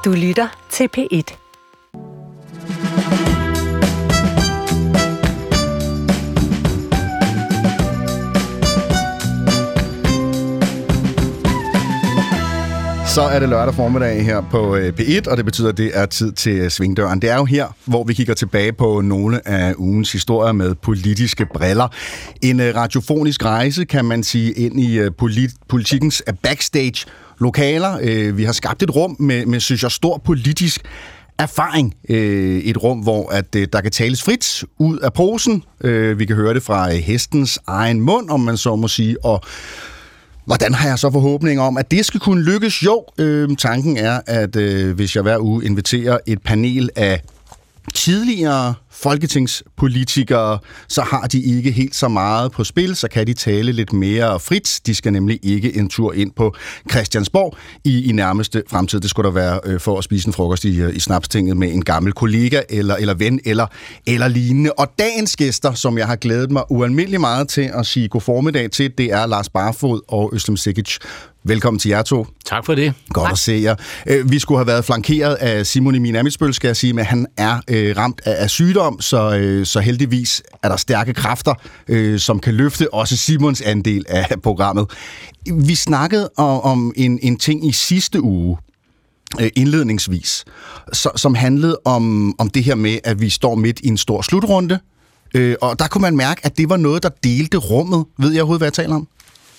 Du lytter til P1. Så er det lørdag formiddag her på P1, og det betyder, at det er tid til Svingdøren. Det er jo her, hvor vi kigger tilbage på nogle af ugens historier med politiske briller. En radiofonisk rejse, kan man sige, ind i politikens backstage lokaler. Vi har skabt et rum med synes jeg, stor politisk erfaring. Et rum, hvor at der kan tales frit ud af posen. Vi kan høre det fra hestens egen mund, om man så må sige, og hvordan har jeg så forhåbning om, at det skal kunne lykkes? Jo, tanken er, at hvis jeg hver uge inviterer et panel af tidligere folketingspolitikere, så har de ikke helt så meget på spil, så kan de tale lidt mere frit. De skal nemlig ikke en tur ind på Christiansborg i nærmeste fremtid. Det skulle der være for at spise en frokost i Snapstinget med en gammel kollega eller ven eller lignende. Og dagens gæster, som jeg har glædet mig ualmindelig meget til at sige god formiddag til, det er Lars Barfoed og Özlem Cekic. Velkommen til jer to. Tak for det. Godt at se jer. Vi skulle have været flankeret af Simon Emil Ammitzbøll, skal jeg sige, men han er ramt af sygdom, så heldigvis er der stærke kræfter, som kan løfte også Simons andel af programmet. Vi snakkede om en ting i sidste uge, indledningsvis, som handlede om det her med, at vi står midt i en stor slutrunde, og der kunne man mærke, at det var noget, der delte rummet. Ved jeg overhovedet, hvad jeg taler om?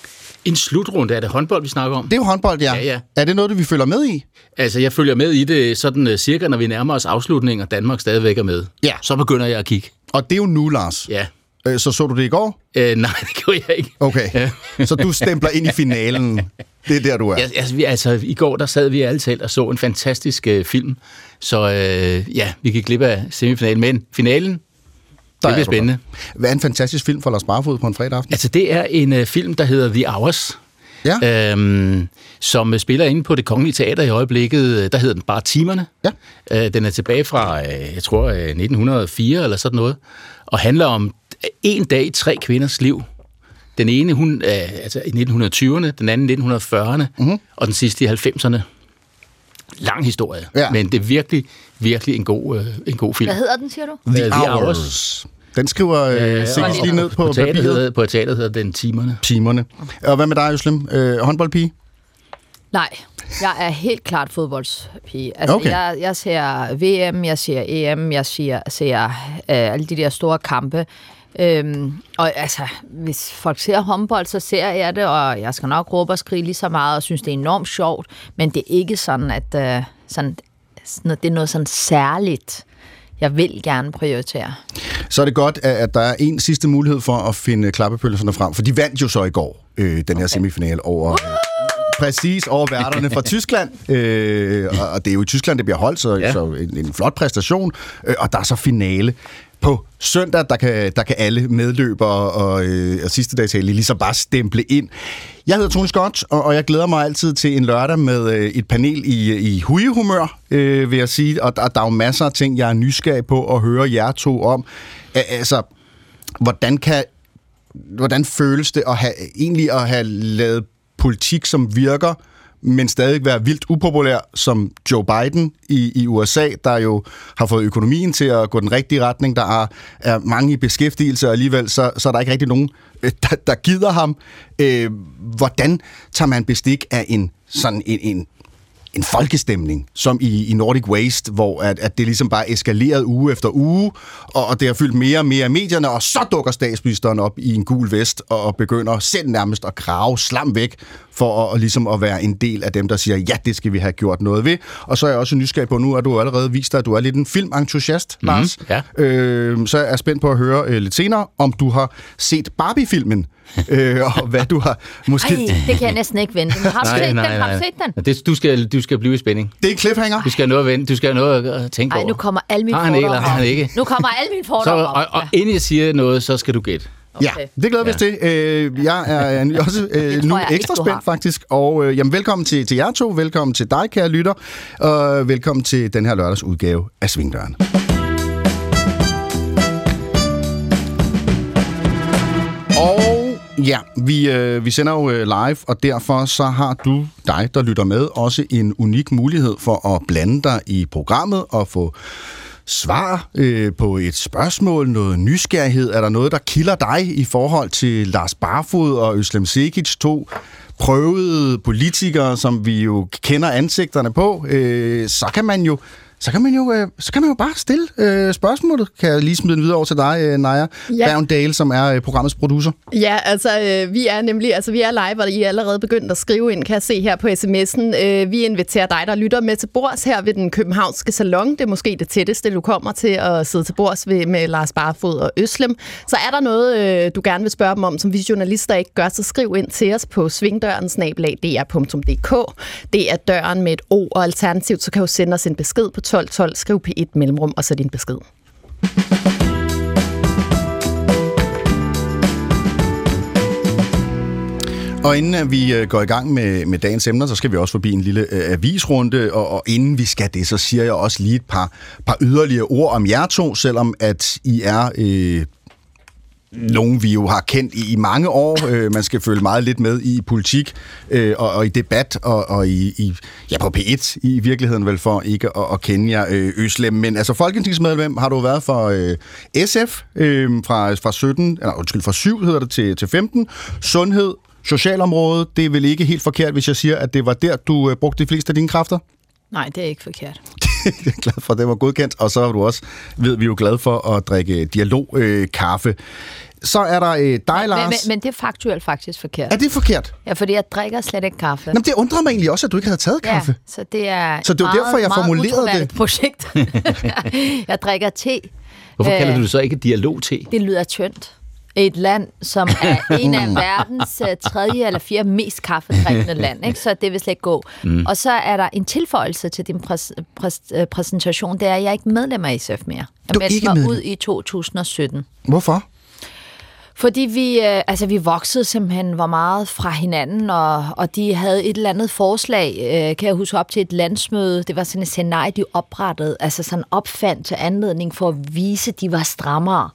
En slutrunde, er det håndbold, vi snakker om? Det er jo håndbold, ja. Ja. Er det noget, vi følger med i? Altså, jeg følger med i det sådan cirka, når vi nærmer os afslutningen, og Danmark stadigvæk er med. Ja. Så begynder jeg at kigge. Og det er jo nu, Lars. Ja. Så du det i går? Nej, det gjorde jeg ikke. Okay, så du stempler ind i finalen. Det er der, du er. Altså, i går, der sad vi alle selv og så en fantastisk film. Så vi gik glip af semifinalen. Men finalen, det bliver spændende. Hvad er en fantastisk film for Lars Barfoed på en fredag aften? Altså, det er en film, der hedder The Hours. Ja. Som spiller inde på Det Kongelige Teater i øjeblikket. Der hedder den bare Timerne. Ja. Den er tilbage fra, jeg tror, 1904 eller sådan noget, og handler om en dag i 3 kvinders liv. Den ene, hun altså i 1920'erne, den anden i 1940'erne, og den sidste i 90'erne. Lang historie, men det er virkelig, virkelig en god film. Hvad hedder den, siger du? The Hours. Den skriver Cekic lige ned på papiret. På teateret hedder den Timerne. Timerne. Og hvad med dig, Özlem? Håndboldpige? Nej, jeg er helt klart fodboldspige. Altså, okay. Jeg ser VM, jeg ser EM, jeg ser alle de der store kampe. Og altså, hvis folk ser håndbold, så ser jeg det, og jeg skal nok råbe og skrige lige så meget, og synes, det er enormt sjovt, men det er ikke sådan, at det er noget sådan særligt, jeg vil gerne prioritere. Så er det godt, at der er en sidste mulighed for at finde klappepølserne frem, for de vandt jo så i går, den her semifinal over... Præcis, over værterne fra Tyskland. Og det er jo i Tyskland, det bliver holdt, så en flot præstation. Og der er så finale på søndag, der kan alle medløbere og sidste dags lige så bare stemple ind. Jeg hedder Tony Scott, og jeg glæder mig altid til en lørdag med et panel i hujehumør, vil jeg sige. Og der er jo masser af ting, jeg er nysgerrig på at høre jer to om. Altså, hvordan føles det at have lavet politik, som virker, men stadig være vildt upopulær, som Joe Biden i USA, der jo har fået økonomien til at gå den rigtige retning. Der er mange i beskæftigelse, og alligevel så er der ikke rigtig nogen, der gider ham. Hvordan tager man bestik af en folkestemning, som i Nordic Waste, hvor at det ligesom bare eskaleret uge efter uge, og det har fyldt mere og mere af medierne, og så dukker statsministeren op i en gul vest og begynder selv nærmest at grave slam væk, for at ligesom at være en del af dem, der siger, ja, det skal vi have gjort noget ved. Og så er jeg også nysgerrig på, nu har du allerede vist dig, at du er lidt en filmentusiast, Lars. Ja. Så jeg er spændt på at høre lidt senere, om du har set Barbie-filmen, og hvad du har måske... Ej, det kan jeg næsten ikke vente. Har du set den? Du skal blive i spænding. Det er en cliffhanger. Du skal have noget at vente. Du skal have noget at tænke over. Nej, nu kommer alle mine fordomme op. Nu kommer alle mine fordomme op. Og inden jeg siger noget, så skal du gætte. Okay. Ja, det glæder vi os til. Jeg er også nu ekstra spændt, faktisk. Og velkommen til jer to. Velkommen til dig, kære lytter. Og velkommen til den her lørdags udgave af Svingdøren. Og Ja, vi sender jo live, og derfor så har du, dig der lytter med, også en unik mulighed for at blande dig i programmet og få svar på et spørgsmål, noget nysgerrighed. Er der noget, der kilder dig i forhold til Lars Barfod og Özlem Cekic, to prøvede politikere, som vi jo kender ansigterne på, så kan man jo bare stille spørgsmålet. Kan jeg lige smide den videre over til dig, Naja Bergendale, som er programmets producer? Ja, altså vi er live, og I er allerede begyndt at skrive ind, kan jeg se her på sms'en. Vi inviterer dig, der lytter med til bords her ved den københavnske salon. Det er måske det tætteste, du kommer til at sidde til bords med Lars Barfod og Özlem. Så er der noget, du gerne vil spørge dem om, som vi journalister ikke gør, så skriv ind til os på svingdøren@dr.dk. Det er døren med et O, og alternativt, så kan du sende os en besked på 1212, skriv P1 mellemrum, og så din besked. Og inden vi går i gang med dagens emner, så skal vi også forbi en lille avisrunde, og inden vi skal det, så siger jeg også lige et par yderligere ord om jer to, selvom at I er nogen, vi jo har kendt i mange år. Man skal følge meget lidt med i politik og i debat og på P1 i virkeligheden vel for ikke at kende jer, Özlem. Men altså folketingsmedlem har du været for SF fra 7 hedder det til 15. Sundhed, socialområde, det er vel ikke helt forkert, hvis jeg siger, at det var der, du brugte de fleste af dine kræfter? Nej, det er ikke forkert. Jeg er glad for, at det var godkendt, og så er du også, ved vi jo, glad for at drikke dialogkaffe. Så er der dig, Lars. Men det er faktuelt faktisk forkert. Er det forkert? Ja, fordi jeg drikker slet ikke kaffe. Nå, det undrer mig egentlig også, at du ikke havde taget kaffe. Ja, så det er derfor, jeg formulerede det. Projekt. Jeg drikker te. Hvorfor kalder du det så ikke dialog-te? Det lyder tyndt. Et land, som er en af verdens 3. eller 4. mest kaffedrikkende land, ikke? Så det vil slet ikke gå. Og så er der en tilføjelse til din præsentation, det er, at jeg er ikke medlem af SF mere. Jeg meldte mig ud i 2017. Hvorfor? Fordi vi voksede simpelthen hvor meget fra hinanden, og de havde et eller andet forslag, kan jeg huske, op til et landsmøde. Det var sådan et scenarie, de oprettede, altså sådan opfandt til anledning for at vise, at de var strammere.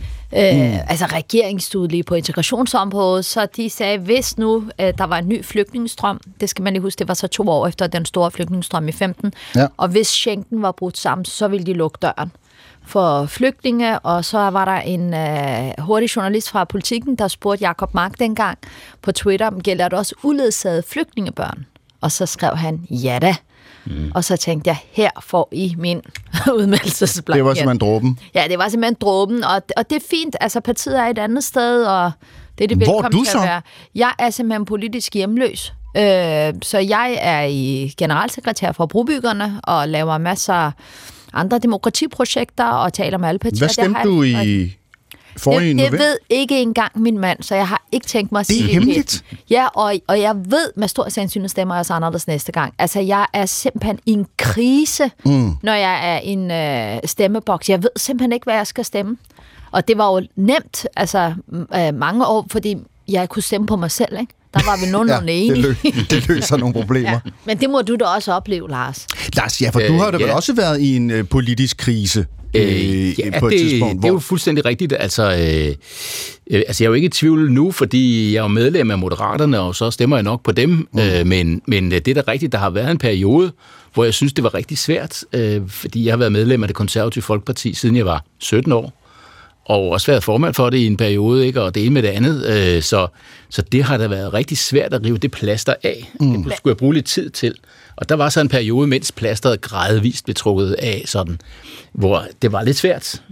Altså regeringsstudelige på integrationsområdet, så de sagde, hvis nu der var en ny flygtningestrøm, det skal man lige huske, det var så 2 år efter den store flygtningestrøm i 15, og hvis Schengen var brudt sammen, så ville de lukke døren for flygtninge, og så var der en hurtig journalist fra Politikken, der spurgte Jacob Mark dengang på Twitter, gælder det også uledsagede flygtningebørn? Og så skrev han, ja da. Og så tænkte jeg, her får I min udmeldelsesblanket. Det var simpelthen dråben? Ja, det var simpelthen dråben, og det er fint. Altså, partiet er et andet sted, og det er det velkommen til at være. Jeg er simpelthen politisk hjemløs. Så jeg er i generalsekretær for Brobyggerne, og laver masser andre demokratiprojekter, og taler med alle partier. Hvad stemte du i forrige november? Det ved ikke engang min mand, så jeg har ikke tænkt mig at sige det. Det er hemmeligt? Ja, og jeg ved med stor sandsynlighed stemmer jeg også anderledes næste gang. Altså, jeg er simpelthen i en krise, når jeg er i en stemmeboks. Jeg ved simpelthen ikke, hvad jeg skal stemme. Og det var jo nemt, altså mange år, fordi jeg kunne stemme på mig selv, ikke? Der var vi nogenlunde enige. Det løser nogle problemer. Ja. Men det må du da også opleve, Lars. Lars, ja, for du har da vel også været i en politisk krise på et tidspunkt. Det er jo fuldstændig rigtigt. Altså, jeg er jo ikke i tvivl nu, fordi jeg er jo medlem af Moderaterne, og så stemmer jeg nok på dem. Men det er da rigtigt, der har været en periode, hvor jeg synes, det var rigtig svært, fordi jeg har været medlem af Det Konservative Folkeparti, siden jeg var 17 år. Og også været formand for det i en periode, ikke? Og det ene med det andet. Så det har da været rigtig svært at rive det plaster af. Det skulle jeg bruge lidt tid til. Og der var så en periode, mens plasteret gradvist blev trukket af, sådan, hvor det var lidt svært.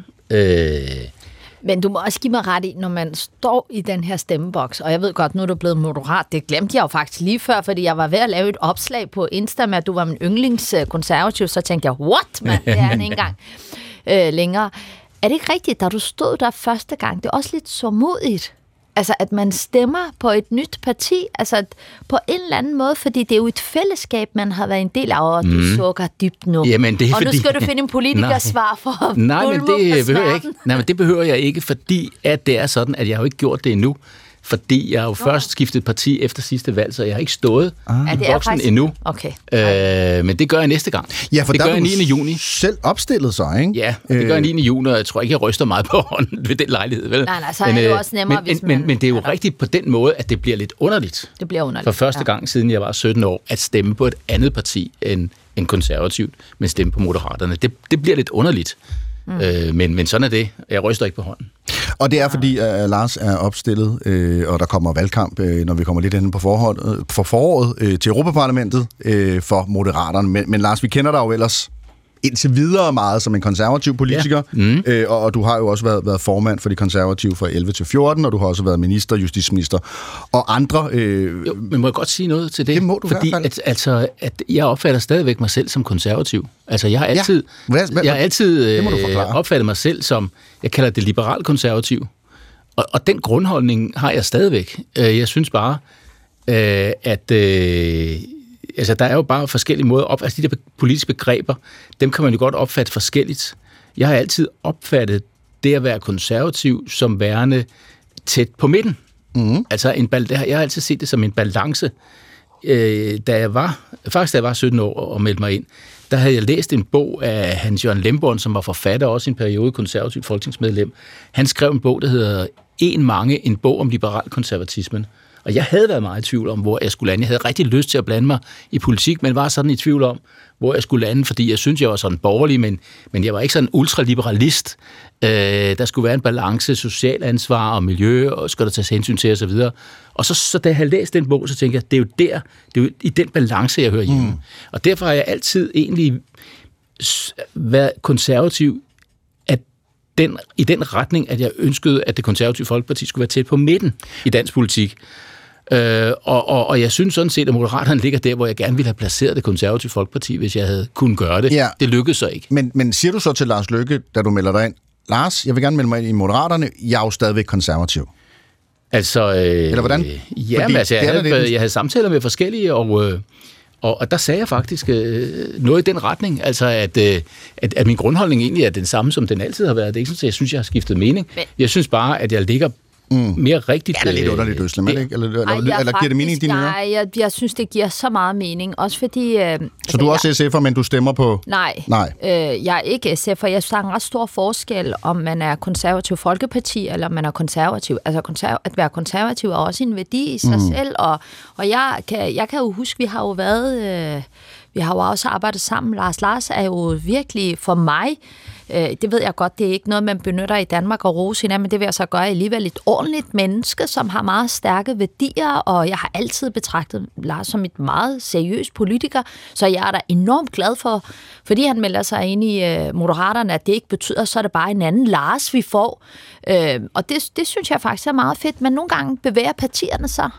Men du må også give mig ret i, når man står i den her stemmeboks, og jeg ved godt, nu er du blevet moderat. Det glemte jeg jo faktisk lige før, fordi jeg var ved at lave et opslag på Insta med, at du var min yndlingskonservativ, så tænkte jeg, what, man, det er han ikke engang længere. Er det ikke rigtigt, da du stod der første gang? Det er også lidt så modigt. Altså, at man stemmer på et nyt parti, altså på en eller anden måde, fordi det er jo et fællesskab, man har været en del af, og du sukker dybt nu. Jamen, det er og nu skal du finde en politikers svar for Nej, men det behøver jeg ikke. Nej, men det behøver jeg ikke, fordi at det er sådan, at jeg har jo ikke gjort det endnu. fordi jeg jo først skiftede parti efter sidste valg, så jeg har ikke stået voksen endnu. Okay. Men det gør jeg næste gang. Ja, for det der gør jeg 9. juni. Selv opstillet sig, ikke? Ja, det gør jeg 9. juni, og jeg tror ikke, jeg ryster meget på hånden ved den lejlighed. Vel? Nej, så er det jo også nemmere, hvis man... Men det er jo rigtigt på den måde, at det bliver lidt underligt. Det bliver underligt. For første gang siden jeg var 17 år, at stemme på et andet parti end konservativt, men stemme på Moderaterne. Det bliver lidt underligt. Men sådan er det. Jeg ryster ikke på hånden. Og det er fordi, at Lars er opstillet, og der kommer valgkamp, når vi kommer lidt inde på foråret til Europaparlamentet for Moderaterne. Men Lars, vi kender dig jo ellers indtil videre meget som en konservativ politiker, og du har jo også været formand for de konservative fra 11 til 14, og du har også været minister, justitsminister og andre... Jo, men må jeg godt sige noget til det? Det må du fordi at jeg opfatter stadigvæk mig selv som konservativ. Altså, jeg har altid, opfattet mig selv som, jeg kalder det liberal konservativ, og den grundholdning har jeg stadigvæk. Jeg synes bare, at... Altså, der er jo bare forskellige måder op. Altså, de der politiske begreber, dem kan man jo godt opfatte forskelligt. Jeg har altid opfattet det at være konservativ som værende tæt på midten. Altså, jeg har altid set det som en balance. Da jeg var 17 år og meldte mig ind, der havde jeg læst en bog af Hans Jørgen Lemborn, som var forfatter, også i en periode konservativt folketingsmedlem. Han skrev en bog, der hedder en bog om liberal konservatismen. Og jeg havde været meget i tvivl om, hvor jeg skulle lande. Jeg havde rigtig lyst til at blande mig i politik, men var sådan i tvivl om, hvor jeg skulle lande, fordi jeg synes, jeg var sådan borgerlig, men jeg var ikke sådan ultraliberalist. Der skulle være en balance, social ansvar og miljø, og skal der tages hensyn til osv. Og så da jeg havde læst den bog, så tænkte jeg, det er jo i den balance, jeg hører hjemme. Og derfor har jeg altid egentlig været konservativ i den retning, at jeg ønskede, at det konservative Folkeparti skulle være tæt på midten i dansk politik. Og jeg synes sådan set, at Moderaterne ligger der, hvor jeg gerne ville have placeret det konservative Folkeparti, hvis jeg havde kunnet gøre det. Ja. Det lykkedes så ikke. Men siger du så til Lars Løkke, da du melder dig ind, Lars, jeg vil gerne melde mig ind i Moderaterne, jeg er jo stadigvæk konservativ. Altså... Eller hvordan? Jamen, altså, jeg havde samtaler med forskellige, og der sagde jeg faktisk noget i den retning, altså at min grundholdning egentlig er den samme, som den altid har været. Det er ikke sådan, at jeg synes, jeg har skiftet mening. Jeg synes bare, at jeg ligger mere rigtigt... Ja, det er lidt underligt, Øslem, er det ikke? Eller giver det mening i dine ører? Nej, jeg synes, det giver så meget mening. Også fordi... Så du er også SF'er, men du stemmer på... Nej. Jeg er ikke SF'er. Jeg synes, der er en ret stor forskel, om man er konservativ folkeparti, eller man er konservativ. Altså, at være konservativ er også en værdi i sig selv, og jeg kan jo huske, vi har jo været... vi har jo også arbejdet sammen. Lars er jo virkelig for mig... det ved jeg godt, det er ikke noget, man benytter i Danmark og rose hinanden, men det vil jeg så gøre alligevel et ordentligt menneske, som har meget stærke værdier, og jeg har altid betragtet Lars som et meget seriøs politiker, så jeg er da enormt glad for, fordi han melder sig ind i Moderaterne, at det ikke betyder, så er det bare en anden Lars, vi får. Og det synes jeg faktisk er meget fedt, men nogle gange bevæger partierne sig,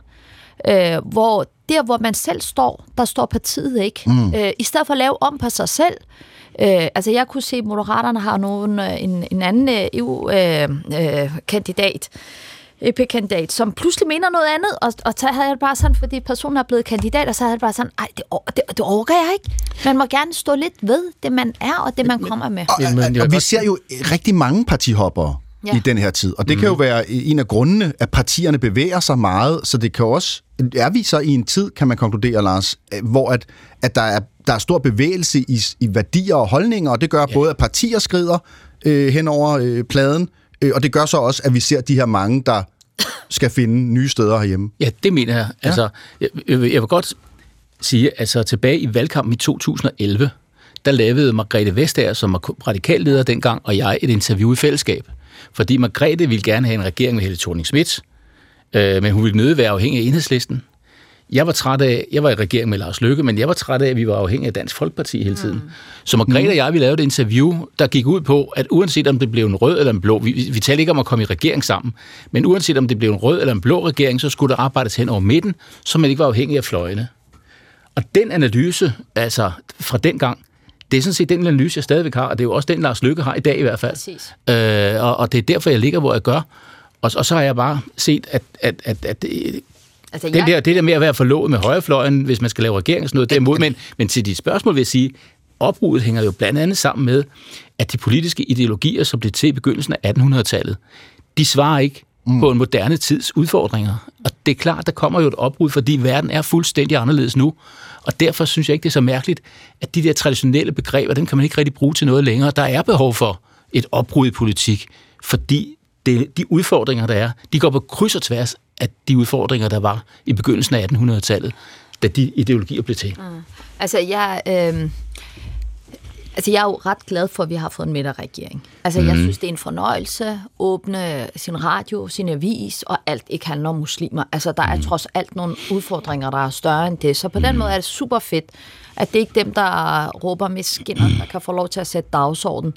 hvor man selv står, der står partiet ikke. I stedet for at lave om på sig selv. Altså jeg kunne se, at Moderaterne har en anden EU-kandidat, EP-kandidat, som pludselig mener noget andet, og så havde jeg bare sådan, fordi personen er blevet kandidat, og så havde jeg bare sådan, det orker jeg ikke. Man må gerne stå lidt ved det, man er, og det, man kommer med. Og vi ser jo rigtig mange partihoppere i den her tid, og det kan jo være en af grundene, at partierne bevæger sig meget, så det kan også... Er vi så i en tid, kan man konkludere, Lars, hvor at der er stor bevægelse i værdier og holdninger, og det gør både, at partier skrider hen over pladen, og det gør så også, at vi ser de her mange, der skal finde nye steder herhjemme. Ja, det mener jeg. Ja. Altså, jeg vil godt sige, altså tilbage i valgkampen i 2011, der lavede Margrethe Vestager, som var radikalleder dengang, og jeg et interview i fællesskab. Fordi Margrethe ville gerne have en regering med Helle Thorning-Schmidt, men hun ville nødig være afhængig af Enhedslisten. Jeg var i regering med Lars Løkke, men jeg var træt af, at vi var afhængige af Dansk Folkeparti hele tiden. Så Margrethe og jeg, vi lavede et interview, der gik ud på, at uanset om det blev en rød eller en blå, vi talte ikke om at komme i regering sammen, men uanset om det blev en rød eller en blå regering, så skulle der arbejdes hen over midten, så man ikke var afhængig af fløjene. Og den analyse, altså fra dengang, det er sådan set den analyse, jeg stadigvæk har, og det er jo også den, Lars Løkke har i dag i hvert fald. Og det er derfor, jeg ligger, hvor jeg gør. Og så har jeg bare set, at altså, det der med at være forlovet med højrefløjen, hvis man skal lave regering og sådan noget, det er imod. Men til de spørgsmål vil jeg sige, opbruddet hænger jo blandt andet sammen med, at de politiske ideologier, som blev til i begyndelsen af 1800-tallet, de svarer ikke på en moderne tids udfordringer. Og det er klart, der kommer jo et opbrud, fordi verden er fuldstændig anderledes nu. Og derfor synes jeg ikke, det er så mærkeligt, at de der traditionelle begreber, dem kan man ikke rigtig bruge til noget længere. Der er behov for et opbrud i politik, fordi de udfordringer, der er, de går på kryds og tværs af de udfordringer, der var i begyndelsen af 1800-tallet, da de ideologier blev til. Altså, jeg er jo ret glad for, at vi har fået en midterregering. Altså, jeg synes, det er en fornøjelse at åbne sin radio, sin avis, og alt ikke handler om muslimer. Altså, der er trods alt nogle udfordringer, der er større end det. Så på den måde er det super fedt, at det ikke er dem, der råber med skinner, der kan få lov til at sætte dagsorden.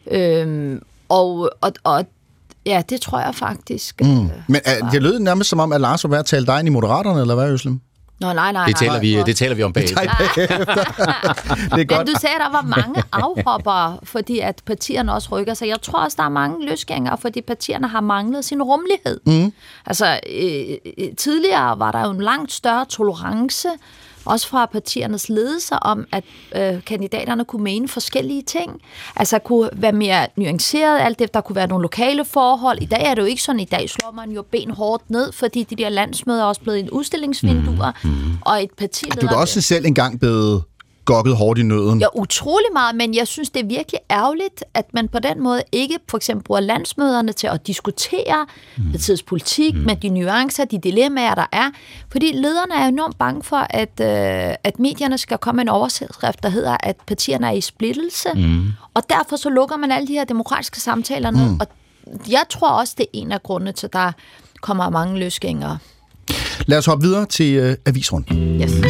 Ja, det tror jeg faktisk. Men det lød nærmest som om, at Lars var ved at tale dig ind i Moderaterne, eller hvad, Øslem? Nå, nej. Det taler vi om bagefter. Det er godt. Men du sagde, at der var mange afhoppere, fordi at partierne også rykker sig. Jeg tror også, der er mange løsgængere, fordi partierne har manglet sin rummelighed. Altså, tidligere var der jo en langt større tolerance, også fra partiernes ledelser, om at kandidaterne kunne mene forskellige ting. Altså kunne være mere nuanceret, alt efter der kunne være nogle lokale forhold. I dag er det jo ikke sådan, i dag slår man jo ben hårdt ned, fordi de der landsmøder er også blevet en udstillingsvinduer, og et partileder... Du er da også selv engang blevet gokket hårdt i nøden. Ja, utrolig meget, men jeg synes, det er virkelig ærgerligt, at man på den måde ikke for eksempel bruger landsmøderne til at diskutere partiets politik med de nuancer, de dilemmaer, der er. Fordi lederne er enormt bange for, at medierne skal komme med en overskrift, der hedder, at partierne er i splittelse. Og derfor så lukker man alle de her demokratiske samtaler ned. Og jeg tror også, det er en af grundene til, at der kommer mange løsgængere. Lad os hoppe videre til avisrunden. Yes.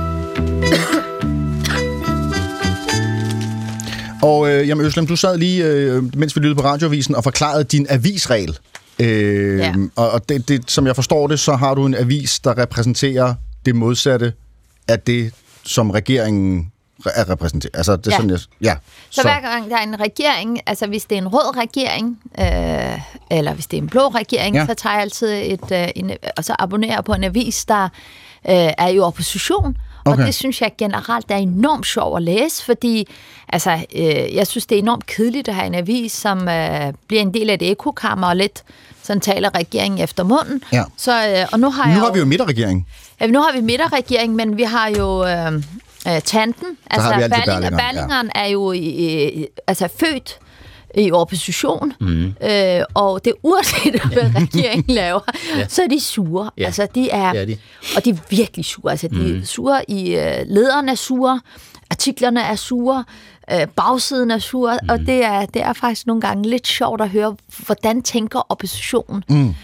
Og jamen Øslem, du sad lige, mens vi lyttede på radioavisen, og forklarede din avisregel. Og det, som jeg forstår det, så har du en avis, der repræsenterer det modsatte af det, som regeringen er repræsenteret. Altså, det er sådan, så hver gang der er en regering, altså hvis det er en rød regering, eller hvis det er en blå regering, så tager jeg altid og så abonnerer jeg på en avis, der er i opposition. Okay. Og det synes jeg generelt er enormt sjovt at læse, fordi altså, jeg synes, det er enormt kedeligt at have en avis, som bliver en del af et ekokammer, og lidt sådan taler regeringen efter munden. Ja. Så, og nu har vi jo midterregering. Ja, nu har vi midterregering, men vi har jo Tanten. Altså, Berlingeren er jo født i opposition, og det uanset hvad regeringen laver, så er de sure. Ja. Altså, og de er virkelig sure. Altså, de er sure lederne er sure, artiklerne er sure, bagsiden er sure, og det er faktisk nogle gange lidt sjovt at høre, hvordan tænker oppositionen.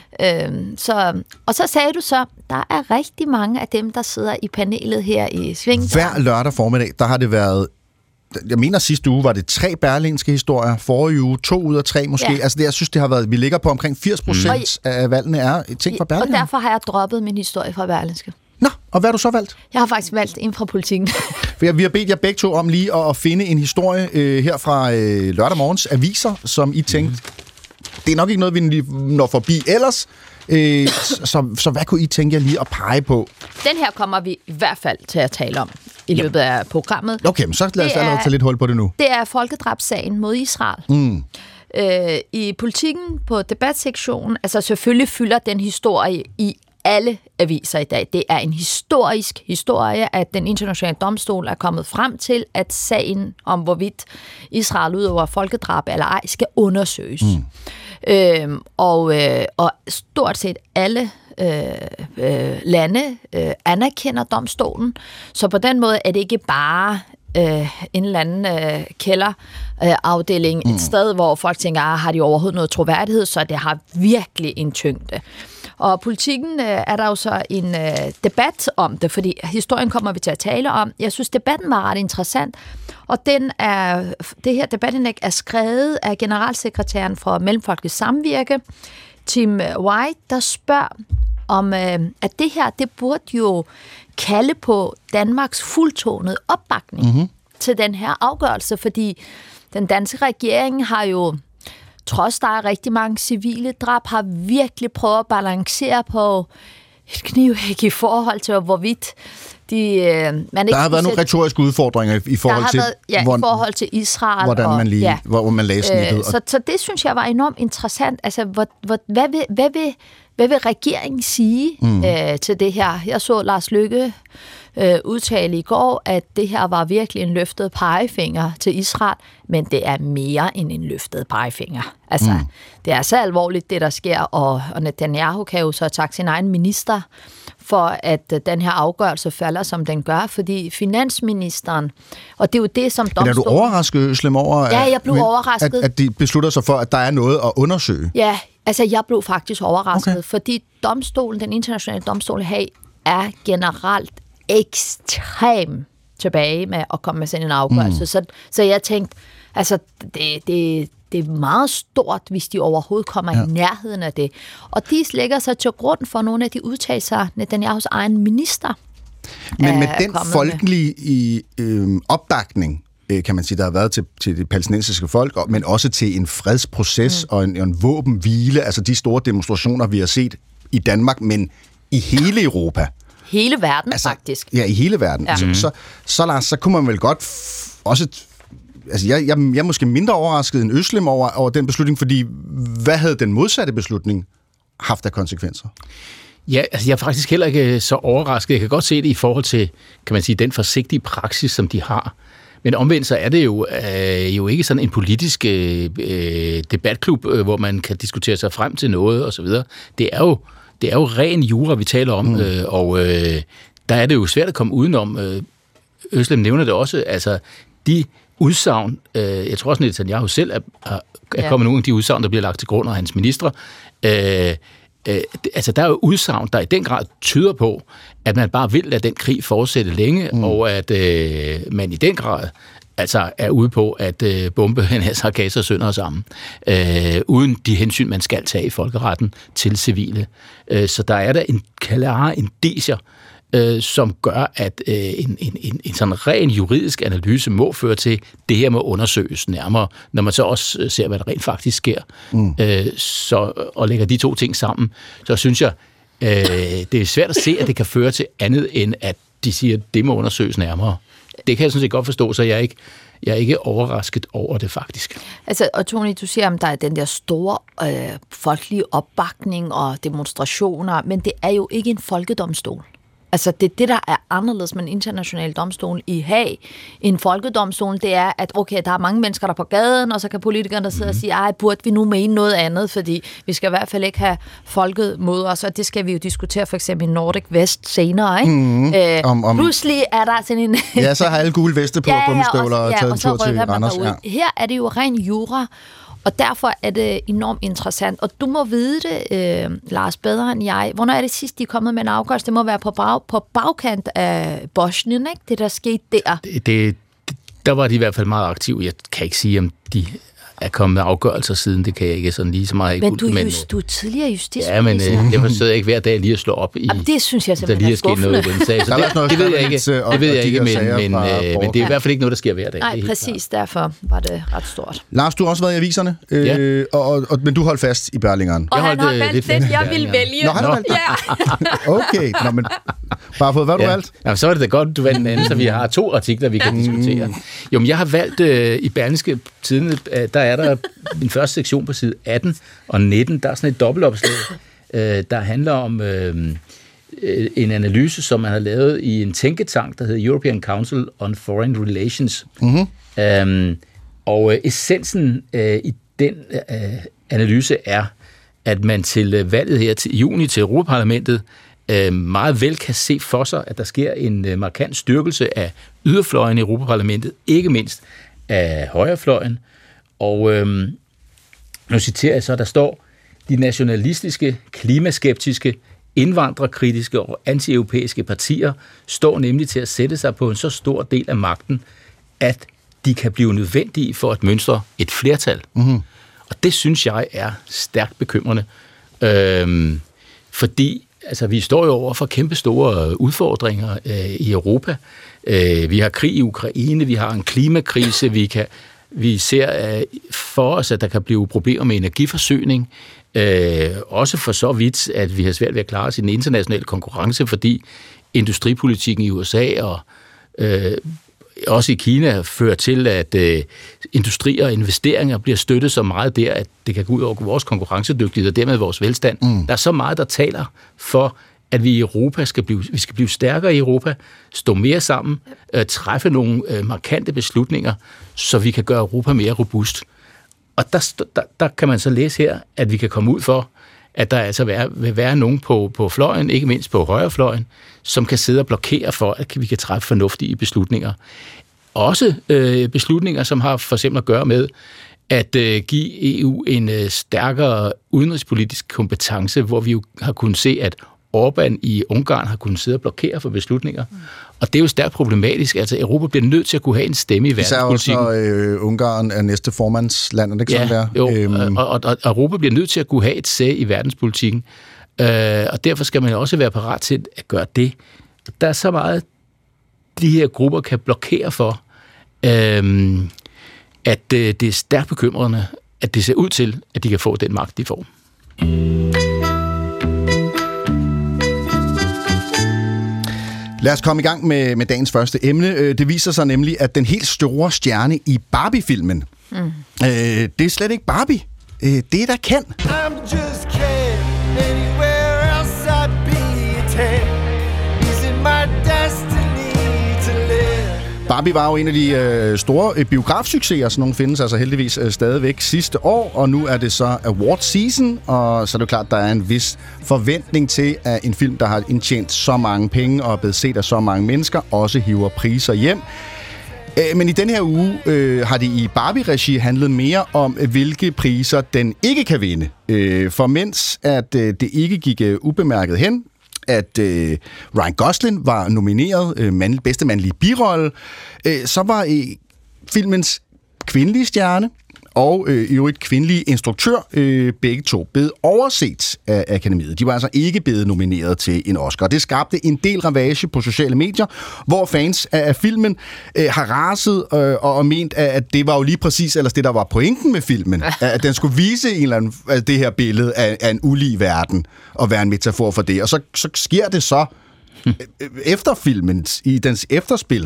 Og så sagde du så, der er rigtig mange af dem, der sidder i panelet her i Svingdøren. Hver lørdag formiddag, der har det været, jeg mener sidste uge var det 3 berlinske historier, forrige uge 2 ud af 3 måske. Altså det, jeg synes, det har været, vi ligger på omkring 80% af valgene er ting fra Berlin. Og derfor har jeg droppet min historie fra Berlingske. Nå, og hvad har du så valgt? Jeg har faktisk valgt en fra Politikken. Vi har bedt jer begge to om lige at finde en historie her fra lørdag morgens aviser, som I tænkte, det er nok ikke noget, vi når forbi ellers. Så hvad kunne I tænke jer lige at pege på? Den her kommer vi i hvert fald til at tale om i løbet af programmet. Okay, men så lad os allerede tage lidt hul på det nu. Det er folkedrabssagen mod Israel. I Politikken på debatsektionen, altså selvfølgelig fylder den historie i alle aviser i dag. Det er en historisk historie, at den internationale domstol er kommet frem til, at sagen om hvorvidt Israel udøver folkedrab eller ej, skal undersøges. Og stort set alle lande anerkender domstolen, så på den måde er det ikke bare en eller anden kælderafdeling, et sted, hvor folk tænker, har de overhovedet noget troværdighed, så det har virkelig en tyngde. Og Politikken er der jo så en debat om det, fordi historien kommer vi til at tale om. Jeg synes, debatten var ret interessant, og det her debatindlæg er skrevet af generalsekretæren for Mellemfolkeligt Samvirke, Tim White, der spørger om, at det her, det burde jo kalde på Danmarks fuldtonede opbakning til den her afgørelse, fordi den danske regering har jo, trods der er rigtig mange civile drab, har virkelig prøvet at balancere på et knivhæk i forhold til, hvorvidt Der har været nogle retoriske udfordringer i forhold til... i forhold til Israel. Hvor man lagde snittet. Så det synes jeg var enormt interessant. Altså, hvad vil regeringen sige til det her? Jeg så Lars Løkke udtale i går, at det her var virkelig en løftet pegefinger til Israel, men det er mere end en løftet pegefinger. Altså, det er så alvorligt, det der sker, og Netanyahu kan jo så takke sin egen minister for, at den her afgørelse falder, som den gør, fordi finansministeren, og det er jo det, som domstolen... Men er du overrasket, Özlem, over, ja, jeg blev overrasket. At de beslutter sig for, at der er noget at undersøge? Ja, altså jeg blev faktisk overrasket, fordi domstolen, den internationale domstol i Haag, er generelt ekstrem tilbage med at komme med sådan en afgørelse. Så jeg tænkte, altså det er meget stort, hvis de overhovedet kommer i nærheden af det. Og de lægger sig til grund for nogle af de udtalelser, Netanyahus egen minister. Men med den folkelige opbakning, kan man sige, der har været til det palæstinensiske folk, men også til en fredsproces og en våbenhvile, altså de store demonstrationer, vi har set i Danmark, men i hele Europa. Hele verden, faktisk. Ja, i hele verden. Ja. Så Lars, så kunne man vel godt også... Altså, jeg er måske mindre overrasket end Özlem over den beslutning, fordi hvad havde den modsatte beslutning haft af konsekvenser? Ja, altså jeg er faktisk heller ikke så overrasket. Jeg kan godt se det i forhold til, kan man sige, den forsigtige praksis, som de har. Men omvendt så er det jo ikke sådan en politisk debatklub, hvor man kan diskutere sig frem til noget osv. Det er jo ren jura, vi taler om, og der er det jo svært at komme udenom. Özlem nævner det også, altså de udsagn, jeg tror også, at Netanyahu selv er kommet nogle af de udsagn, der bliver lagt til grund af hans ministre. Altså, der er jo udsagn, der i den grad tyder på, at man bare vil lade den krig fortsætte længe, og at man i den grad altså er ude på at bombe Gaza sønder og sammen, uden de hensyn, man skal tage i folkeretten til civile. Så der er der en klare indicier, som gør, at en sådan ren juridisk analyse må føre til, det her må undersøges nærmere, når man så også ser, hvad der rent faktisk sker. Og lægger de to ting sammen, så synes jeg, det er svært at se, at det kan føre til andet, end at de siger, at det må undersøges nærmere. Det kan jeg sådan set godt forstå, så jeg er ikke overrasket over det, faktisk. Altså, og Tony, du siger, om der er den der store folkelige opbakning og demonstrationer, men det er jo ikke en folkedomstol. Altså, det der er anderledes med en international domstol i Haag. En folkedomstol, det er, at okay, der er mange mennesker, der er på gaden, og så kan politikerne sidde og sige, ej, burde vi nu mene noget andet, fordi vi skal i hvert fald ikke have folket mod os, og det skal vi jo diskutere for eksempel i Nordic West senere, ikke? Pludselig er der sådan en... ja, så har alle gule veste på gummistøvler og taget en tur til Randers. Ja. Her er det jo ren jura, og derfor er det enormt interessant. Og du må vide det, Lars, bedre end jeg. Hvornår er det sidst, de er kommet med en afgørelse? Det må være på bagkant af Bosnien, ikke? Det, der skete der. Der var de i hvert fald meget aktive. Jeg kan ikke sige, om de er kommet med afgørelser siden. Det kan jeg ikke sådan lige så meget. Men du er tidligere justitsminister. Ja, men jeg sidder ikke hver dag lige at slå op i... Jamen, det synes jeg simpelthen er skuffende. Noget i den sag. Så det ved jeg ikke, men det er i hvert fald ikke noget, der sker hver dag. Nej, præcis. Derfor var det ret stort. Lars, du har også været i aviserne, men du holdt fast i Berlingeren. Og han har valgt den, jeg ville vælge. Nå, han har valgt okay, men bare fået, hvad du valgt? Ja, så er det da godt, du valgte en anden, så vi har 2 artikler, vi kan diskutere. Jo, men jeg har valgt i Berlingske Tidende, der er der min første sektion på side 18 og 19, der er sådan et dobbeltopslag, der handler om en analyse, som man har lavet i en tænketank, der hedder European Council on Foreign Relations. Og essensen i den analyse er, at man til valget her til juni til Europaparlamentet meget vel kan se for sig, at der sker en markant styrkelse af yderfløjen i Europaparlamentet, ikke mindst af højrefløjen. Og nu citerer jeg så, der står, de nationalistiske, klimaskeptiske, indvandrerkritiske og anti-europæiske partier står nemlig til at sætte sig på en så stor del af magten, at de kan blive nødvendige for at mønstre et flertal. Og det synes jeg er stærkt bekymrende, fordi altså, vi står jo over for kæmpe store udfordringer i Europa. Vi har krig i Ukraine, vi har en klimakrise, vi ser for os, at der kan blive problemer med energiforsyning, også for så vidt, at vi har svært ved at klare os i den internationale konkurrence, fordi industripolitikken i USA og også i Kina fører til, at industri og investeringer bliver støttet så meget der, at det kan gå ud over vores konkurrencedygtighed og dermed vores velstand. Der er så meget, der taler for, at vi i Europa skal blive stærkere i Europa, stå mere sammen, træffe nogle markante beslutninger, så vi kan gøre Europa mere robust. Og der kan man så læse her, at vi kan komme ud for, at der altså vil være nogen på fløjen, ikke mindst på højrefløjen, som kan sidde og blokere for, at vi kan træffe fornuftige beslutninger. Også beslutninger, som har for eksempel at gøre med at give EU en stærkere udenrigspolitisk kompetence, hvor vi jo har kunnet se, at Orbán i Ungarn har kunnet sidde og blokere for beslutninger. Og det er jo stærkt problematisk. Altså, Europa bliver nødt til at kunne have en stemme i verdenspolitikken. Især også Ungarn er næste formandsland, er det ikke sådan der? Jo, og Europa bliver nødt til at kunne have et sæde i verdenspolitikken. Og derfor skal man også være parat til at gøre det. Der er så meget, de her grupper kan blokere for, at det er stærkt bekymrende, at det ser ud til, at de kan få den magt, de får. Lad os komme i gang med dagens første emne. Det viser sig nemlig, at den helt store stjerne i Barbie-filmen, det er slet ikke Barbie. Det er der Ken. I'm just Ken. Anywhere else I'd be a 10. Is it my destiny to live? Barbie var jo en af de store biografsucceser, sådan nogle findes altså heldigvis stadigvæk sidste år, og nu er det så award season, og så er det jo klart, der er en vis forventning til, at en film, der har indtjent så mange penge og er blevet set af så mange mennesker, også hiver priser hjem. Men i den her uge har det i Barbie-regi handlet mere om, hvilke priser den ikke kan vinde. For mens at det ikke gik ubemærket hen, at Ryan Gosling var nomineret bedste mandlige birolle, så var filmens kvindelige stjerne og i øvrigt kvindelige instruktør begge to blevet overset af Akademiet. De var altså ikke blevet nomineret til en Oscar. Det skabte en del ravage på sociale medier, hvor fans af filmen har raset og ment, at det var jo lige præcis ellers det, der var pointen med filmen. At den skulle vise en eller anden, det her billede af en ulige verden og være en metafor for det. Og så sker det så efter filmen, i dens efterspil.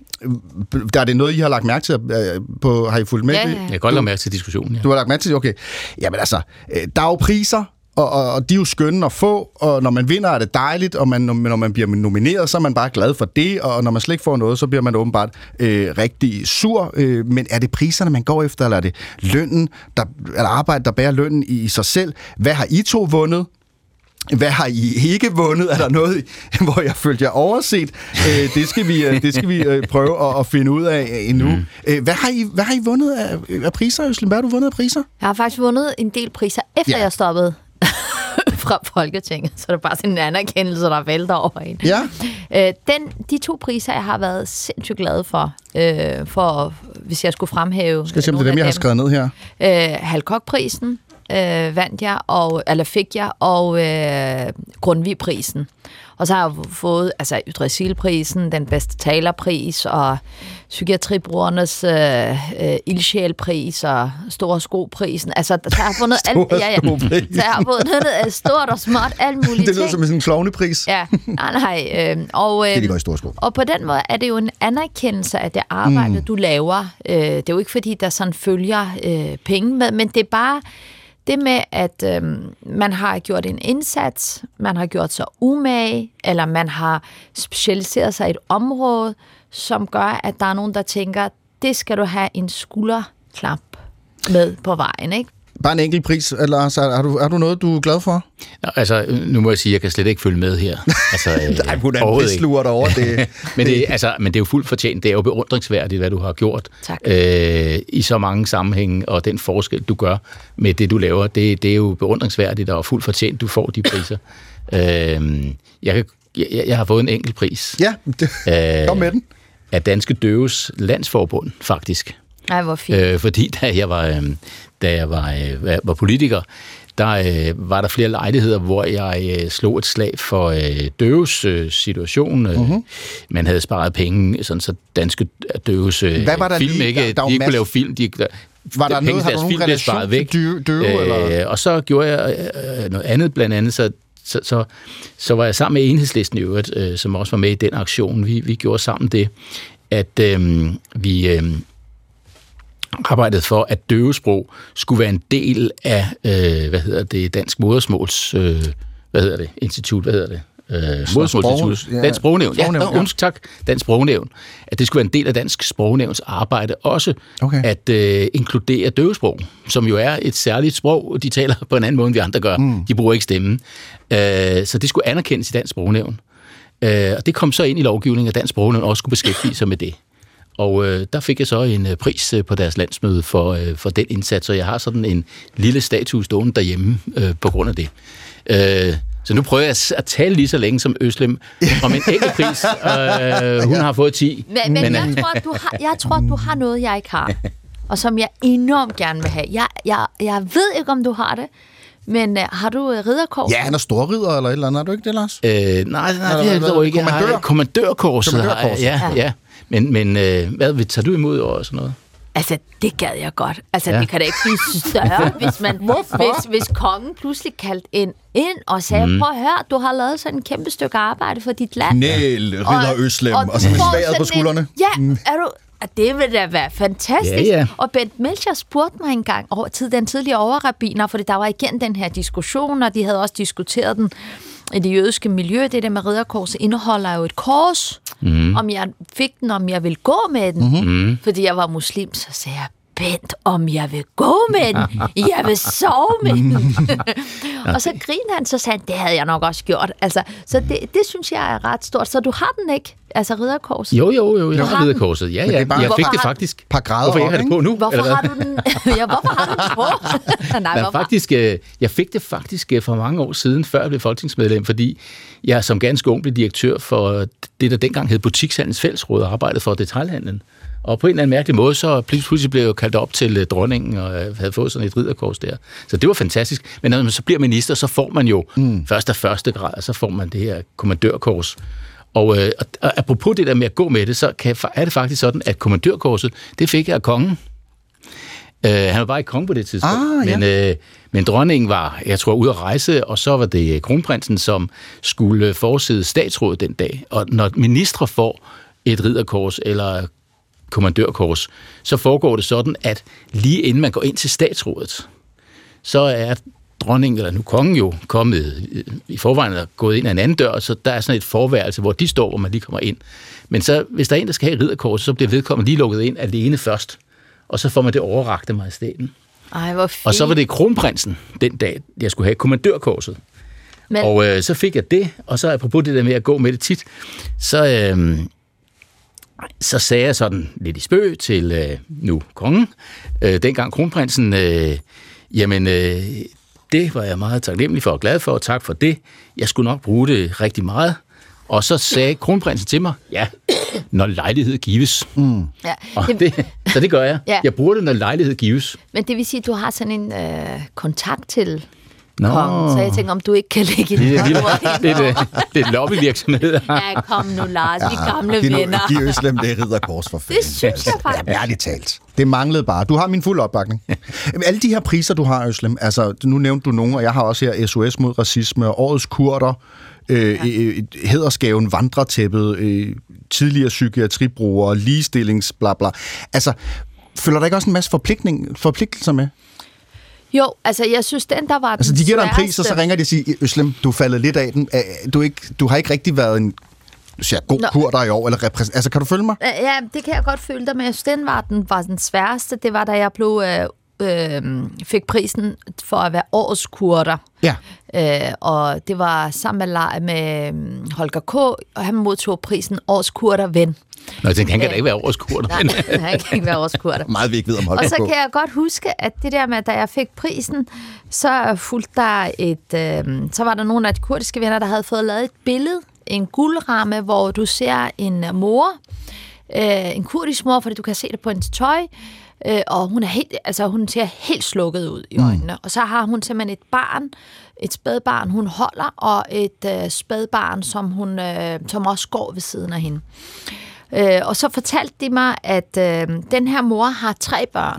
Der er det noget, I har lagt mærke til på, har I fulgt med? Ja. Jeg har godt lagt mærke til diskussionen. Ja. Du har lagt mærke til det? Okay. Jamen altså, der er jo priser, og de er jo skønne at få, og når man vinder, er det dejligt, og når man bliver nomineret, så er man bare glad for det, og når man slet ikke får noget, så bliver man åbenbart rigtig sur. Men er det priserne, man går efter, eller er det lønnen, eller arbejdet, der bærer lønnen i sig selv? Hvad har I to vundet? Hvad har I ikke vundet? Er der noget, hvor jeg følte jer overset? Det skal vi prøve at finde ud af endnu. Hvad har I vundet af priser, Øslem? Hvad har du vundet af priser? Jeg har faktisk vundet en del priser, efter jeg stoppede fra Folketinget. Så det er bare sådan en anerkendelse, der vælter over en. Ja. De to priser, jeg har været sindssygt glad for hvis jeg skulle fremhæve... Skal jeg se, om det er dem, jeg har skrevet ned her? Hal Koch-prisen fik jeg, og Grundtvig-prisen. Og så har jeg fået Yggdrasil-prisen, den bedste talerpris, og Psykiatribrugernes ildsjælpris og Store Sko-prisen. Altså, der har fundet så jeg har fundet stort og småt, alt muligt ting. Det lyder som en klovnepris. Ja, nej. Og, det er de går i Store Sko. Og på den måde er det jo en anerkendelse af det arbejde, du laver. Det er jo ikke, fordi der sådan følger penge med, men det er bare det med, at man har gjort en indsats, man har gjort sig umage, eller man har specialiseret sig i et område, som gør, at der er nogen, der tænker, det skal du have en skulderklap med på vejen, ikke? Bare en enkelt pris, eller er du noget, du er glad for? Nå, altså, nu må jeg sige, at jeg kan slet ikke følge med her. Altså, nej, hun er en beslurt over det. men det er jo fuldt fortjent. Det er jo beundringsværdigt, hvad du har gjort i så mange sammenhænge, og den forskel, du gør med det, du laver, det er jo beundringsværdigt og fuldt fortjent, du får de priser. Jeg har fået en enkelt pris. Ja, kom med den. Af Danske Døves Landsforbund, faktisk. Nej, hvor fint. Fordi da jeg var politiker, der var der flere lejligheder, hvor jeg slog et slag for døves situation. Man havde sparet penge, sådan så Danske Døves film ikke, de ikke kunne lave film. Var der noget, har du nogen relation til døve? Og så gjorde jeg noget andet, blandt andet, så så var jeg sammen med Enhedslisten i øvrigt, som også var med i den aktion. Vi gjorde sammen det, at vi arbejdede for, at døvesprog skulle være en del af, Dansk Modersmåls... Institut, Modersmålsinstitut, Dansk Sprognævn. Tak. Dansk Sprognævn. At det skulle være en del af Dansk Sprognævns arbejde også at inkludere døvesprog, som jo er et særligt sprog. De taler på en anden måde, end vi andre gør. De bruger ikke stemmen. Så det skulle anerkendes i Dansk Sprognævn. Og det kom så ind i lovgivningen, at Dansk Sprognævn også skulle beskæftige sig med det. Og der fik jeg så en pris på deres landsmøde for den indsats, og jeg har sådan en lille statue stående derhjemme på grund af det. Så nu prøver jeg at tale lige så længe som Özlem om en enkelt pris. Hun har fået 10. Men jeg tror, du har noget, jeg ikke har, og som jeg enormt gerne vil have. Jeg ved ikke, om du har det, men har du ridderkors? Ja, han er storridder eller et eller andet. Har du ikke det, Lars? Nej, det er dog ikke. Kommandørkorset har jeg. Ja. Men hvad tager du imod og sådan noget? Altså, det gad jeg godt. Altså, det kan da ikke blive større, hvis kongen pludselig kaldte ind og sagde, prøv at høre, du har lavet sådan en kæmpe stykke arbejde for dit land. Knæl, ridder Özlem, og så med sværet på skuldrene. Det vil da være fantastisk. Ja. Og Bent Melchior spurgte mig engang den tidligere overrabbiner, fordi der var igen den her diskussion, og de havde også diskuteret den i det jødiske miljø. Det der med ridderkorset indeholder jo et kors. Om jeg fik den, om jeg vil gå med den. Fordi jeg var muslim, så sagde jeg, Bent, om jeg vil gå med den. Jeg vil sove med den. Og så grinede han, så sagde han, det havde jeg nok også gjort. Altså, så det synes jeg er ret stort. Så du har den ikke? Altså ridderkorset? Jo, jeg har ridderkorset. Ja. Jeg fik det faktisk. Par grader. Hvorfor jeg har det på nu? Hvorfor har du den? Hvorfor har du den på? Jeg fik det faktisk for mange år siden, før jeg blev folketingsmedlem, fordi jeg som ganske ung blev direktør for det, der dengang hed Butikshandels Fællesråd, og arbejdede for detailhandlen. Og på en eller anden mærkelig måde, så pludselig blev jeg kaldt op til dronningen, og havde fået sådan et ridderkors der. Så det var fantastisk. Men når man så bliver minister, så får man jo først af første grad, så får man det her kommandørkors. Og apropos det der med at gå med det, så er det faktisk sådan, at kommandørkorset, det fik jeg af kongen. Han var bare ikke konge på det tidspunkt. Men dronningen var, jeg tror, ude at rejse, og så var det kronprinsen, som skulle forside statsrådet den dag. Og når ministre får et ridderkors eller kommandørkors, så foregår det sådan, at lige inden man går ind til statsrådet, så er dronningen, eller nu kongen jo, kommet i forvejen og gået ind ad en anden dør, så der er sådan et forværelse, hvor de står, hvor man lige kommer ind. Men så, hvis der er en, der skal have ridderkors, så bliver vedkommende lige lukket ind alene først, og så får man det overrakt af majestæten. Ej, hvor fint. Og så var det kronprinsen den dag, jeg skulle have kommandørkorset. Og så fik jeg det, og så apropos det der med at gå med det tit, så sagde jeg sådan lidt i spøg til nu kongen, dengang kronprinsen, det var jeg meget taknemmelig for og glad for, og tak for det. Jeg skulle nok bruge det rigtig meget. Og så sagde kronprinsen til mig, når lejlighed gives. Så det gør jeg. Ja. Jeg bruger det, når lejlighed gives. Men det vil sige, at du har sådan en kontakt til kongen, så jeg tænker, om du ikke kan lægge lidt lobbyvirksomhed. Ja, kom nu, Lars, vi gamle venner. Giv Özlem det ridderkors for fanden. Det synes jeg faktisk. Ja, ærligt talt. Det manglede bare. Du har min fulde opbakning. Alle de her priser, du har, Özlem, altså, nu nævnte du nogle, og jeg har også her SOS mod racisme, Årets kurder, hædersgaven, vandretæppet, tidligere psykiatribrugere, ligestillings, bla bla. Altså, føler der ikke også en masse forpligtelser med? Jo, altså jeg synes, den der var altså, de giver dig en pris, og så ringer de og siger, Özlem, du er faldet lidt af den. Du har ikke rigtig været en god kurder i år, eller altså, kan du følge mig? Ja, det kan jeg godt føle dig med. Jeg synes, den var den sværeste. Det var, da jeg fik prisen for at være årets kurder. Ja. Og det var sammen med Holger K., og han modtog prisen årets kurderven. Nå, jeg tænkte, han kan da ikke være årets kurder. Nej, han kan ikke være årets kurder. Meget vi ikke ved om Holger K. Og så kan jeg godt huske, at det der med, da jeg fik prisen, så fulgte der så var der nogle af de kurdiske venner, der havde fået lavet et billede, en guldramme, hvor du ser en mor, en kurdisk mor, fordi du kan se det på hendes tøj, og hun ser helt slukket ud i øjnene. Og så har hun simpelthen et spædbarn, hun holder, og et spædbarn, som også går ved siden af hende. Og så fortalte de mig, at den her mor har 3 børn.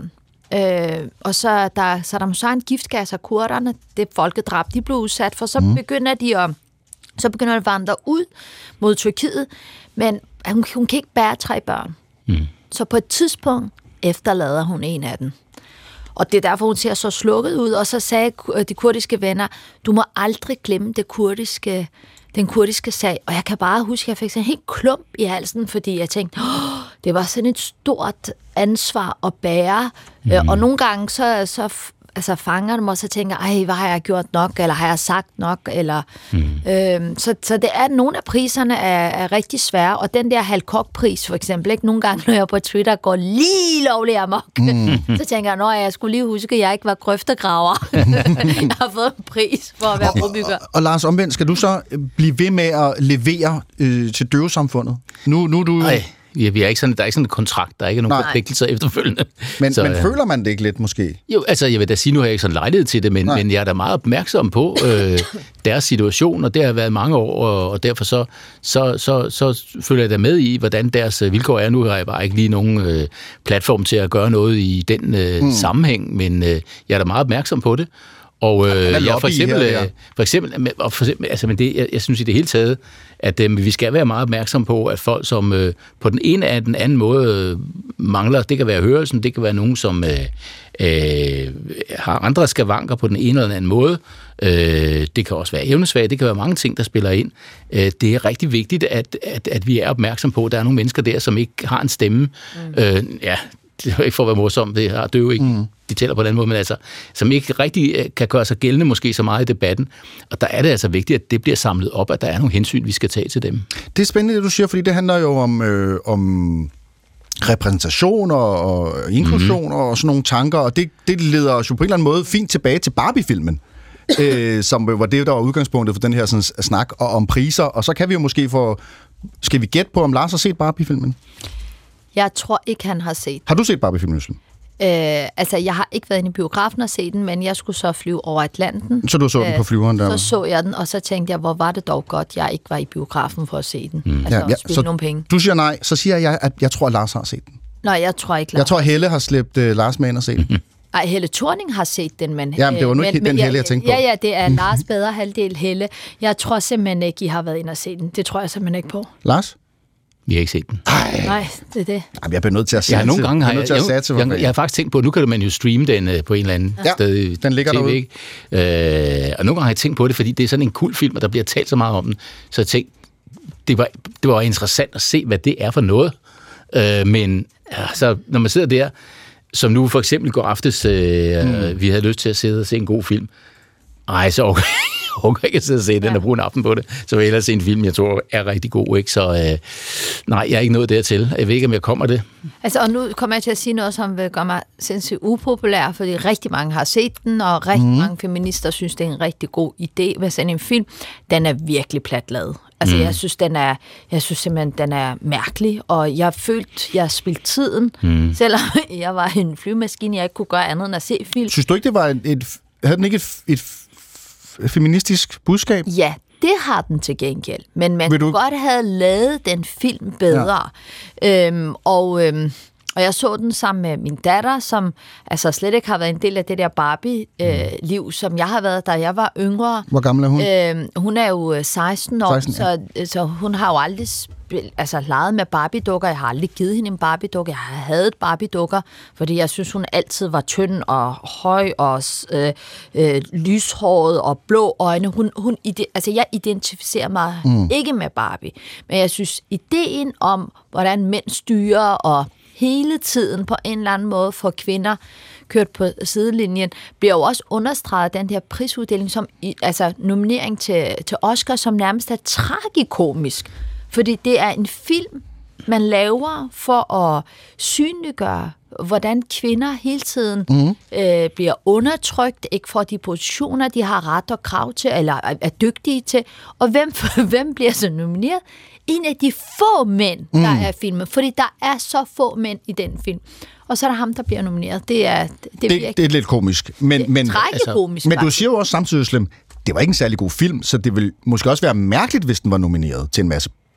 Og så er der Saddam Hussein giftgasser kurderne, det folkedrab, de blev udsat for, så begynder de at vandre ud mod Tyrkiet, men hun kan ikke bære 3 børn. Så på et tidspunkt efterlader hun en af dem. Og det er derfor, hun ser så slukket ud, og så sagde de kurdiske venner, du må aldrig glemme den kurdiske sag. Og jeg kan bare huske, at jeg fik sådan en helt klump i halsen, fordi jeg tænkte, det var sådan et stort ansvar at bære. Og nogle gange så fanger dem, og så tænker, ej, hvad har jeg gjort nok, eller har jeg sagt nok, eller... Så det er, nogle af priserne er rigtig svære, og den der Halcock-pris, for eksempel, ikke? Nogle gange, når jeg på Twitter går lige lovlig amok, så tænker jeg, jeg skulle lige huske, at jeg ikke var grøftegraver. Jeg har fået en pris for at være brobygger. Og Lars, omvendt, skal du så blive ved med at levere til døvesamfundet? Nu du... Vi er ikke sådan, der er ikke sådan en kontrakt, der er ikke nogen forpligtelser efterfølgende. Men føler man det ikke lidt, måske? Jo, altså jeg vil da sige, nu har jeg ikke sådan lejlighed til det, men jeg er da meget opmærksom på deres situation, og det har været mange år, og derfor så følger jeg da med i, hvordan deres vilkår er. Nu har jeg bare ikke lige nogen platform til at gøre noget i den sammenhæng, men jeg er da meget opmærksom på det. Og for eksempel, altså, men det, jeg synes i det hele taget, at vi skal være meget opmærksom på, at folk, som på den ene eller den anden måde mangler, det kan være hørelsen, det kan være nogen, som har andre skavanker på den ene eller den anden måde, det kan også være evnesvage, det kan være mange ting, der spiller ind. Det er rigtig vigtigt, at vi er opmærksom på, at der er nogle mennesker der, som ikke har en stemme. Det er ikke for at være morsom, det har døve ikke. De tæller på den måde, men altså, som ikke rigtig kan gøre sig gældende måske så meget i debatten. Og der er det altså vigtigt, at det bliver samlet op, at der er nogle hensyn, vi skal tage til dem. Det er spændende, det du siger, fordi det handler jo om repræsentation og inklusion og sådan nogle tanker, og det leder os jo på en eller anden måde fint tilbage til Barbie-filmen, som var det, der var udgangspunktet for den her sådan, snak om priser, og så kan vi jo måske skal vi gætte på, om Lars har set Barbie-filmen? Jeg tror ikke, han har set. Har du set Barbie-filmen? Altså, jeg har ikke været inde i biografen og set den, men jeg skulle så flyve over Atlanten. Så du så den på flyveren der? Så jeg den, og så tænkte jeg, hvor var det dog godt, jeg ikke var i biografen for at se den. Altså, spille nogle penge. Du siger nej, så siger jeg, at jeg tror, at Lars har set den. Nej, jeg tror ikke, Lars. Jeg tror, Helle har slæbt Lars med ind og set den. Ej, Helle Thorning har set den, men... Ja, men det var nu ikke den Helle, jeg tænkte på. Ja, det er Lars bedre halvdel Helle. Jeg tror simpelthen ikke, I har været inde og set den. Det tror jeg simpelthen ikke på. Lars? Vi har ikke set den. Nej, det er det. Jamen, jeg bliver nødt til at satse. Ja, nogle gange jeg har faktisk tænkt på, nu kan man jo streame den på en eller anden sted. Den ligger derude. Ikke? Og nogle gange har jeg tænkt på det, fordi det er sådan en kul film, og der bliver talt så meget om den. Så jeg tænkte, det var interessant at se, hvad det er for noget. Men altså, når man sidder der, som nu for eksempel går aftes, vi havde lyst til at sidde og se en god film. Ej, så okay. Jeg kan ikke sidde og se den og bruge en aften på det, så vil jeg ellers se en film, jeg tror er rigtig god, ikke? Så nej, jeg er ikke nået dertil. Jeg ved ikke, om jeg kommer det. Altså, og nu kommer jeg til at sige noget, som vil gøre mig sindssygt upopulær, fordi rigtig mange har set den, og rigtig mange feminister synes, det er en rigtig god idé med sådan en film. Den er virkelig platladet. Altså, jeg synes simpelthen, den er mærkelig, og jeg følte, jeg spildte tiden, selvom jeg var en flyvemaskine, jeg ikke kunne gøre andet end at se film. Synes du ikke, det var havde den ikke et feministisk budskab? Ja, det har den til gengæld. Men man kunne godt have lavet den film bedre. Ja. Og jeg så den sammen med min datter, som altså slet ikke har været en del af det der Barbie-liv, som jeg har været, da jeg var yngre. Hvor gammel er hun? Hun er jo 16 år, 16, så hun har jo aldrig leget med Barbie-dukker. Jeg har aldrig givet hende en Barbie-dukke. Jeg har hadet Barbie-dukker, fordi jeg synes, hun altid var tynd og høj og lyshåret og blå øjne. Jeg identificerer mig ikke med Barbie, men jeg synes, ideen om, hvordan mænd styrer og hele tiden på en eller anden måde får kvinder kørt på sidelinjen, bliver jo også understreget den her prisuddeling, som, altså nominering til Oscar, som nærmest er tragikomisk. Fordi det er en film, man laver for at synliggøre, hvordan kvinder hele tiden bliver undertrykt, ikke får de positioner, de har ret og krav til, eller er dygtige til. Og hvem bliver så nomineret? En af de få mænd, der er filmet, fordi der er så få mænd i den film. Og så er der ham, der bliver nomineret. Det er lidt komisk. Men tragikomisk. Men du siger jo også samtidig, Slem, det var ikke en særlig god film, så det ville måske også være mærkeligt, hvis den var nomineret til en masse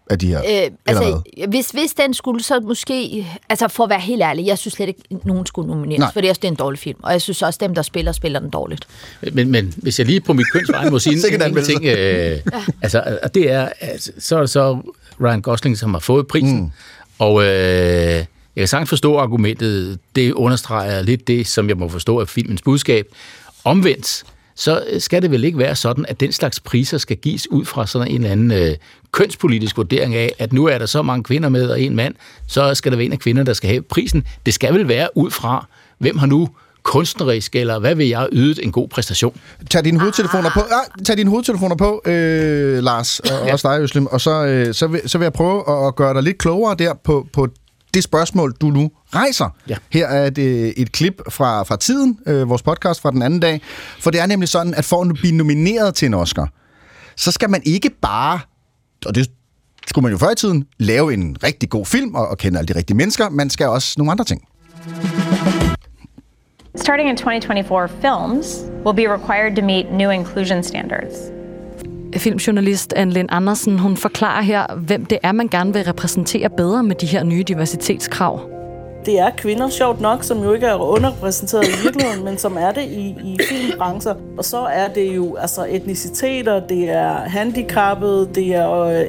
af de her? Hvis den skulle, så måske... Altså, for at være helt ærlig, jeg synes slet ikke, nogen skulle nomineres, for det er en dårlig film. Og jeg synes også, dem, der spiller den dårligt. Men hvis jeg lige på mit kønsvejen må sige en ting... det er... Så er det så Ryan Gosling, som har fået prisen. Og jeg kan sagtens forstå argumentet. Det understreger lidt det, som jeg må forstå af filmens budskab. Omvendt, så skal det vel ikke være sådan, at den slags priser skal gives ud fra sådan en eller anden kønspolitisk vurdering af, at nu er der så mange kvinder med og en mand, så skal der være en af kvinderne, der skal have prisen. Det skal vel være ud fra, hvem har nu kunstnerisk, eller hvad vil jeg ydet en god præstation? Tag dine hovedtelefoner på, Lars, og også dig, Özlem, og så vil jeg prøve at gøre dig lidt klogere der på det spørgsmål, du nu rejser. Ja. Her er et klip fra Tiden, vores podcast fra den anden dag, for det er nemlig sådan, at for at blive nomineret til en Oscar, så skal man ikke bare, og det skulle man jo før i tiden, lave en rigtig god film og kende alle de rigtige mennesker, man skal også nogle andre ting. Starting in 2024, films will be required to meet new inclusion standards. Filmjournalist Anne-Lin Andersen, hun forklarer her, hvem det er, man gerne vil repræsentere bedre med de her nye diversitetskrav. Det er kvinder, sjovt nok, som jo ikke er underrepræsenteret i virkeligheden, men som er det i filmbrancher. Og så er det jo altså etniciteter, det er handicappede, det er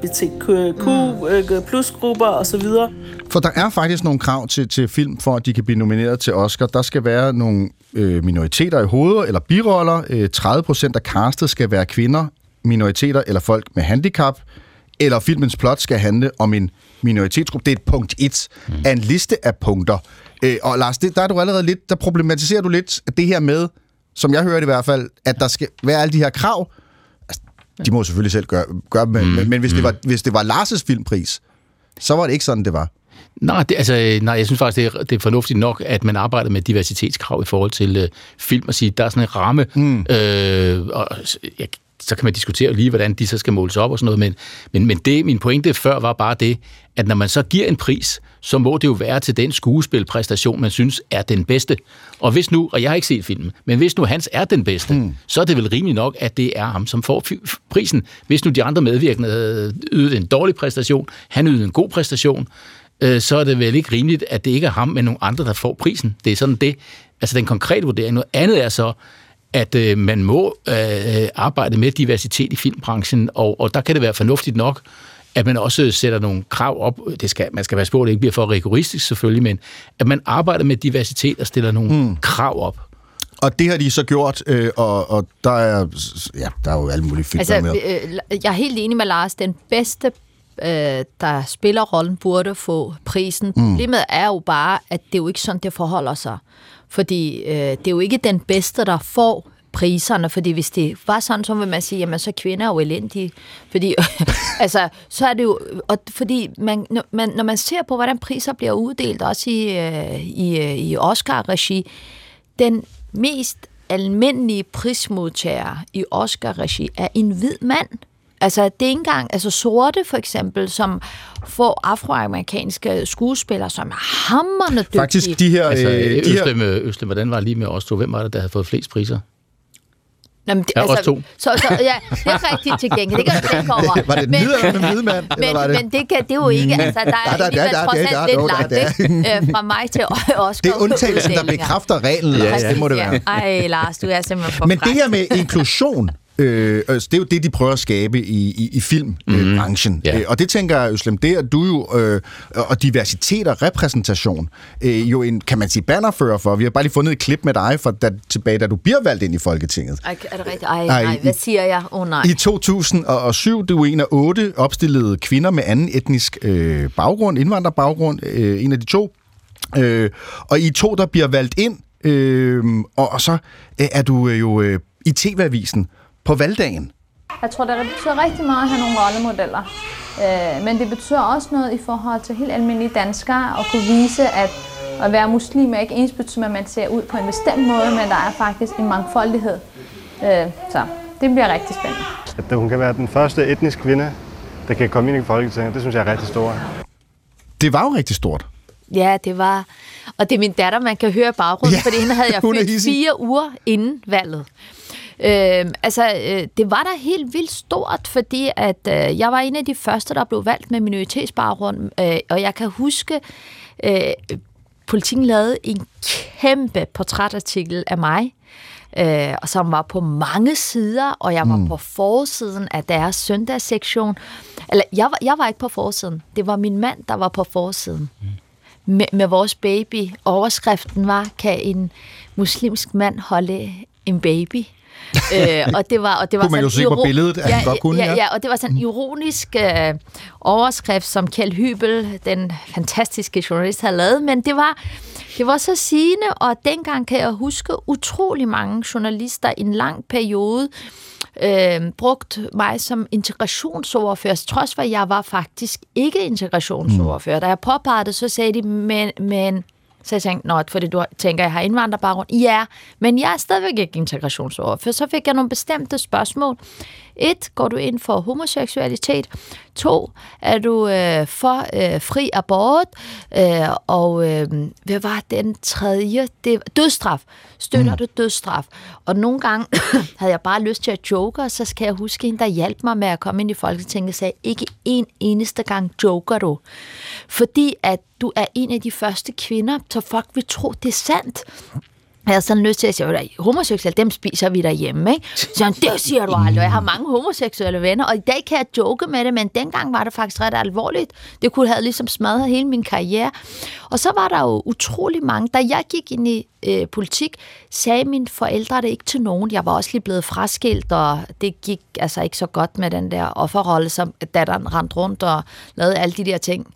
LGBTQ plus grupper osv. For der er faktisk nogle krav til film, for at de kan blive nomineret til Oscar. Der skal være nogle minoriteter i hoveder eller biroller. 30% af castet skal være kvinder, minoriteter eller folk med handicap. Eller filmens plot skal handle om en minoritetsgruppe. Det er et punkt 1 af en liste af punkter. Og Lars, der er du allerede lidt, der problematiserer du lidt det her med, som jeg hører det i hvert fald, at der skal være alle de her krav. Altså, de må selvfølgelig selv gøre men hvis det var Lars' filmpris, så var det ikke sådan, det var. Nej, jeg synes faktisk, det er fornuftigt nok, at man arbejder med diversitetskrav i forhold til film og sige, der er sådan en ramme, så kan man diskutere lige, hvordan de så skal måles op og sådan noget, men min pointe før var bare det, at når man så giver en pris, så må det jo være til den skuespilpræstation, man synes er den bedste. Og hvis nu, og jeg har ikke set filmen, men hvis nu hans er den bedste, så er det vel rimeligt nok, at det er ham, som får prisen. Hvis nu de andre medvirkende havde ydet en dårlig præstation, han ydede en god præstation, så er det vel ikke rimeligt, at det ikke er ham, men nogle andre, der får prisen. Det er sådan det. Altså den konkrete vurdering. Noget andet er så, at man må arbejde med diversitet i filmbranchen, og der kan det være fornuftigt nok, at man også sætter nogle krav op. Man skal være på, at det ikke bliver for rigoristisk selvfølgelig, men at man arbejder med diversitet og stiller nogle krav op. Og det har de så gjort, og der er jo alle mulige film med. Jeg er helt enig med Lars. Den bedste der spiller rollen, burde få prisen. Problemet er jo bare, at det er jo ikke sådan, det forholder sig. Fordi det er jo ikke den bedste, der får priserne, fordi hvis det var sådan, så vil man sige, jamen så kvinder er jo elendige. Fordi, altså, så er det jo, og fordi når man ser på, hvordan priser bliver uddelt, også i Oscar-regi, den mest almindelige prismodtager i Oscar-regi er en hvid mand. Altså, det er ikke engang, altså sorte for eksempel, som får afroamerikanske skuespillere, som er hamrende dygtige. Faktisk de her... Øslem, hvordan var det lige med os to? Hvem var det, der havde fået flest priser? Jamen, os to. Så, ja, det er rigtigt til gengæld. Det kan du tænke over. Var det en hvide mand? Men det er jo ikke. Altså, der er alligevel trods alt lidt langt fra mig til Oscar. Det er undtagelsen, der bekræfter reglen, Lars. Det må det være. Ej, Lars, du er simpelthen for Men det her med inklusion, det er jo det, de prøver at skabe i filmbranchen. Og det tænker jeg, Özlem, det er du jo, og diversitet og repræsentation, jo en, kan man sige, bannerfører for. Vi har bare lige fundet et klip med dig tilbage, da du bliver valgt ind i Folketinget. Er det rigtigt? Nej, hvad siger jeg? Nej. I 2007, du er en af 8 opstillede kvinder med anden etnisk baggrund, indvandrerbaggrund, en af de 2. Og I 2, der bliver valgt ind, og så er du jo i TV-avisen på valgdagen. Jeg tror, det betyder rigtig meget at have nogle rollemodeller. Men det betyder også noget i forhold til helt almindelige danskere at kunne vise, at være muslim er ikke ensbetydende, at man ser ud på en bestemt måde, men der er faktisk en mangfoldighed. Så det bliver rigtig spændende. At hun kan være den første etnisk kvinde, der kan komme ind i Folketinget, det synes jeg er rigtig stort. Det var jo rigtig stort. Ja, det var. Og det er min datter, man kan høre i baggrunden, fordi hende havde jeg født 4 uger inden valget. Det var da helt vildt stort, fordi at jeg var en af de første, der blev valgt med minoritetsbaggrund, og jeg kan huske, Politiken lavede en kæmpe portrætartikel af mig, og som var på mange sider, og jeg var på forsiden af deres søndagssektion. Eller, jeg var ikke på forsiden. Det var min mand, der var på forsiden. Med vores baby. Overskriften var, kan en muslimsk mand holde en baby? Og det var kunne man jo se på billedet, at han godt kunne. Ja, og det var sådan en ironisk overskrift, som Kjeld Hybel, den fantastiske journalist, havde lavet, men det var så sigende, og dengang kan jeg huske utrolig mange journalister i en lang periode brugt mig som integrationsordfører, trods for jeg var faktisk ikke integrationsordfører. Da jeg påpegede det, så sagde de, men så jeg tænkte, fordi du tænker, jeg har indvandrerbaggrund. Ja, men jeg er stadigvæk ikke integrationsordfører. Så fik jeg nogle bestemte spørgsmål. 1. Går du ind for homoseksualitet? 2. Er du for fri abort? Og hvad var den 3? Det dødsstraf. Støtter du dødsstraf? Og nogle gange havde jeg bare lyst til at joke, og så skal jeg huske en, der hjalp mig med at komme ind i Folketinget og sagde, ikke en eneste gang joker du. Fordi at du er en af de første kvinder, så folk vil tro, det er sandt. Jeg har sådan lyst til at sige, at homoseksuelle, dem spiser vi derhjemme, ikke? Så det siger du aldrig. Jeg har mange homoseksuelle venner, og i dag kan jeg joke med det, men dengang var det faktisk ret alvorligt. Det kunne have ligesom smadret hele min karriere. Og så var der jo utrolig mange. Da jeg gik ind i politik, sagde mine forældre det ikke til nogen. Jeg var også lige blevet fraskilt, og det gik altså ikke så godt med den der offerrolle, som datteren rendte rundt og lavede alle de der ting,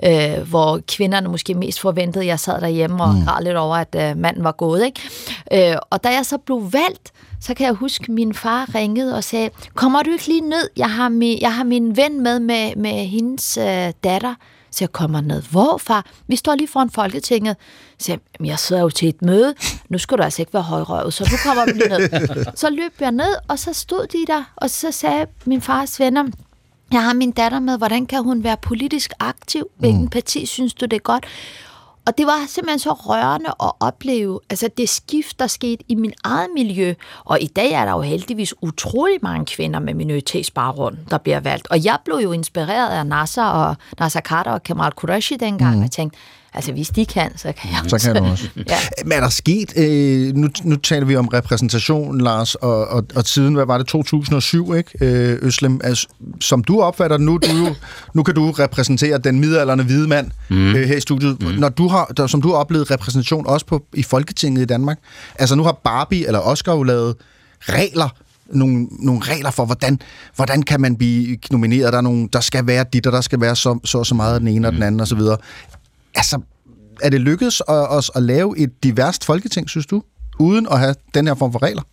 hvor kvinderne måske mest forventede, at jeg sad derhjemme og græd lidt over, at manden var gået, ikke? Og da jeg så blev valgt, så kan jeg huske, at min far ringede og sagde, kommer du ikke lige ned? Jeg har min ven med hendes datter. Så jeg kommer ned. Hvorfar? Vi står lige foran Folketinget. Så jeg sidder jo til et møde. Nu skal du altså ikke være højrøvet, så nu kommer vi lige ned. Så løb jeg ned, og så stod de der, og så sagde min fars venner, jeg har min datter med, hvordan kan hun være politisk aktiv? Hvilken parti synes du, det er godt? Og det var simpelthen så rørende at opleve, altså det skift, der skete i min eget miljø. Og i dag er der jo heldigvis utrolig mange kvinder med minoritetsbaggrund, der bliver valgt. Og jeg blev jo inspireret af Nasser Carter og Kemal Qureshi dengang, og jeg tænkte, altså hvis de kan, så kan jeg også. Så kan du også. Ja. Men er der sket, nu taler vi om repræsentation, Lars, og siden, hvad var det, 2007, ikke, Özlem? Altså, som du opfatter nu kan du repræsentere den midaldrende hvide mand her i studiet. Som du har oplevet repræsentation også i Folketinget i Danmark. Altså nu har Barbie eller Oscar jo lavet regler, nogle regler for, hvordan kan man blive nomineret. Der skal være dit, og der skal være så meget af den ene og den anden osv. Altså, er det lykkedes at lave et diverst folketing, synes du, uden at have den her form for regler?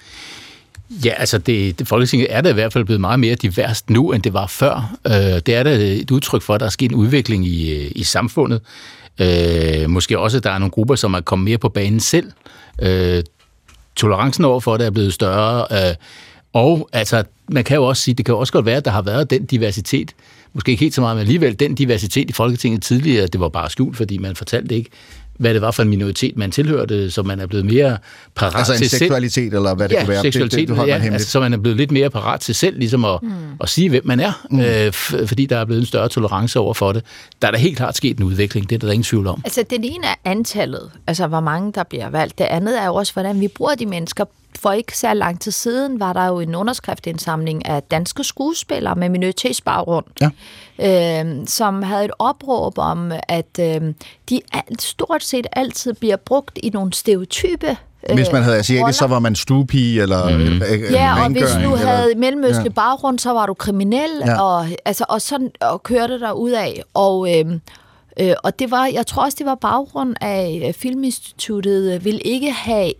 Ja, altså Folketinget er da i hvert fald blevet meget mere diverst nu, end det var før. Det er da et udtryk for, at der er sket en udvikling i samfundet. Måske også, at der er nogle grupper, som er kommet mere på banen selv. Tolerancen overfor det er blevet større. Og altså, man kan jo også sige, det kan jo også godt være, at der har været den diversitet, måske ikke helt så meget, men alligevel den diversitet i Folketinget tidligere, det var bare skjult, fordi man fortalte ikke, hvad det var for en minoritet, man tilhørte, så man er blevet mere parat til selv. Altså en seksualitet, eller hvad det kunne være? Seksualitet, så man er blevet lidt mere parat til selv, ligesom at sige, hvem man er, fordi der er blevet en større tolerance over for det. Der er da helt klart sket en udvikling, det er der ingen tvivl om. Altså, det ene er antallet, altså hvor mange, der bliver valgt. Det andet er jo også, hvordan vi bruger de mennesker. For ikke så lang tid siden var der jo en underskriftindsamling af danske skuespillere med minoritetsbaggrund, som havde et opråb om, at de stort set altid bliver brugt i nogle stereotype hvis man havde asiatisk, så var man stuepige eller ja, og hvis du havde mellemøstlig baggrund, så var du kriminel, og sådan og kørte der ud af. Og det var, jeg tror også, det var baggrund af Filminstituttet vil ikke have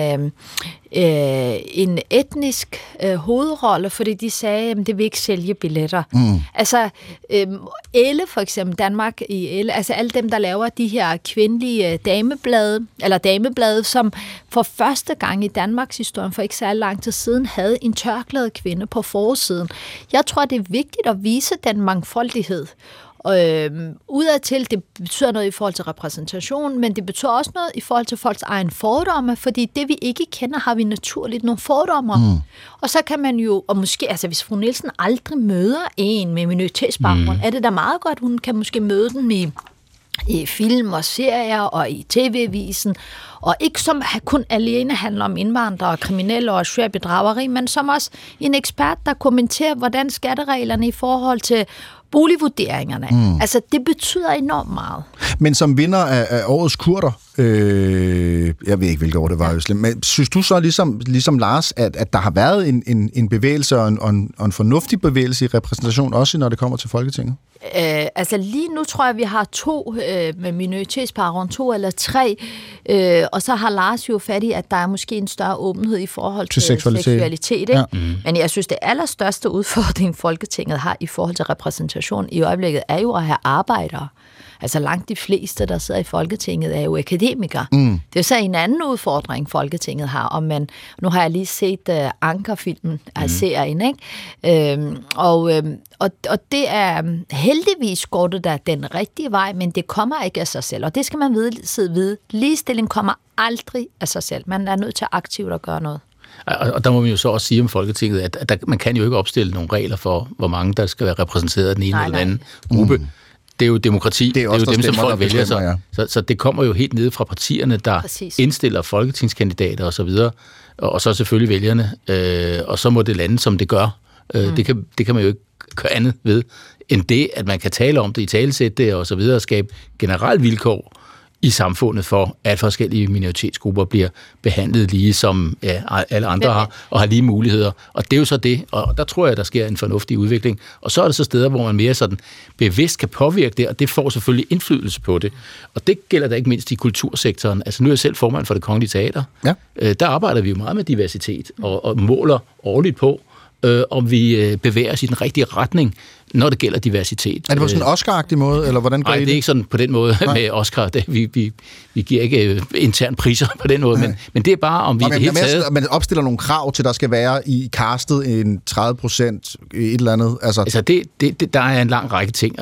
en etnisk hovedrolle, fordi de sagde, at det vil ikke sælge billetter. Altså, Elle for eksempel, Danmark i Elle, altså alle dem, der laver de her kvindelige dameblade, som for første gang i Danmarks historie, for ikke så lang tid siden, havde en tørklædet kvinde på forsiden. Jeg tror, det er vigtigt at vise den mangfoldighed. udadtil, det betyder noget i forhold til repræsentation, men det betyder også noget i forhold til folks egen fordomme, fordi det, vi ikke kender, har vi naturligt nogle fordomme. Og så kan man jo, og måske, altså hvis fru Nielsen aldrig møder en med minoritetsbaggrund, er det da meget godt, hun kan måske møde dem i film og serier og i tv-avisen, og ikke som kun alene handler om indvandrere og kriminelle og svær bedrageri, men som også en ekspert, der kommenterer, hvordan skattereglerne i forhold til boligvurderingerne. Altså, det betyder enormt meget. Men som vinder af årets kurder, jeg ved ikke, hvilket år det var, Øslem, men synes du så ligesom Lars, at der har været en bevægelse og en fornuftig bevægelse i repræsentation, også når det kommer til Folketinget? Altså lige nu tror jeg, vi har 2 med minoritetsbaggrund, 2 eller 3, og så har Lars jo fat i, at der er måske en større åbenhed i forhold til seksualitet. Ikke? Ja. Men jeg synes, det allerstørste udfordring, Folketinget har i forhold til repræsentation i øjeblikket, er jo at have arbejdere. Altså langt de fleste, der sidder i Folketinget, er jo akademikere. Det er så en anden udfordring, Folketinget har. Og nu har jeg lige set Anker-filmen af serien, ikke? Og det er heldigvis går det der den rigtige vej, men det kommer ikke af sig selv. Og det skal man vide. Ligestilling kommer aldrig af sig selv. Man er nødt til aktivt at gøre noget. Og der må man jo så også sige om Folketinget, at man kan jo ikke opstille nogle regler for, hvor mange der skal være repræsenteret af den ene eller den anden gruppe. Det er jo demokrati, det er jo dem, som folk vælger sig. Så det kommer jo helt nede fra partierne, der indstiller folketingskandidater og så videre, og så selvfølgelig vælgerne, og så må det lande, som det gør. Det kan man jo ikke gøre andet ved, end det, at man kan tale om det, i talesætte det og så videre, og skabe generelt vilkår i samfundet for, at forskellige minoritetsgrupper bliver behandlet lige som alle andre har, og har lige muligheder. Og det er jo så det, og der tror jeg, der sker en fornuftig udvikling. Og så er der så steder, hvor man mere sådan bevidst kan påvirke det, og det får selvfølgelig indflydelse på det. Og det gælder da ikke mindst i kultursektoren. Altså nu er jeg selv formand for Det Kongelige Teater. Ja. Der arbejder vi jo meget med diversitet, og måler årligt på, om vi bevæger os i den rigtige retning, når det gælder diversitet. Er det på sådan en Oscar-agtig måde, eller hvordan går det? Nej, det er ikke sådan på den måde med Oscar. Vi giver ikke intern priser på den måde, men det er bare, om vi det hele taget... Man opstiller nogle krav til, der skal være i castet en 30% et eller andet. Altså der er en lang række ting,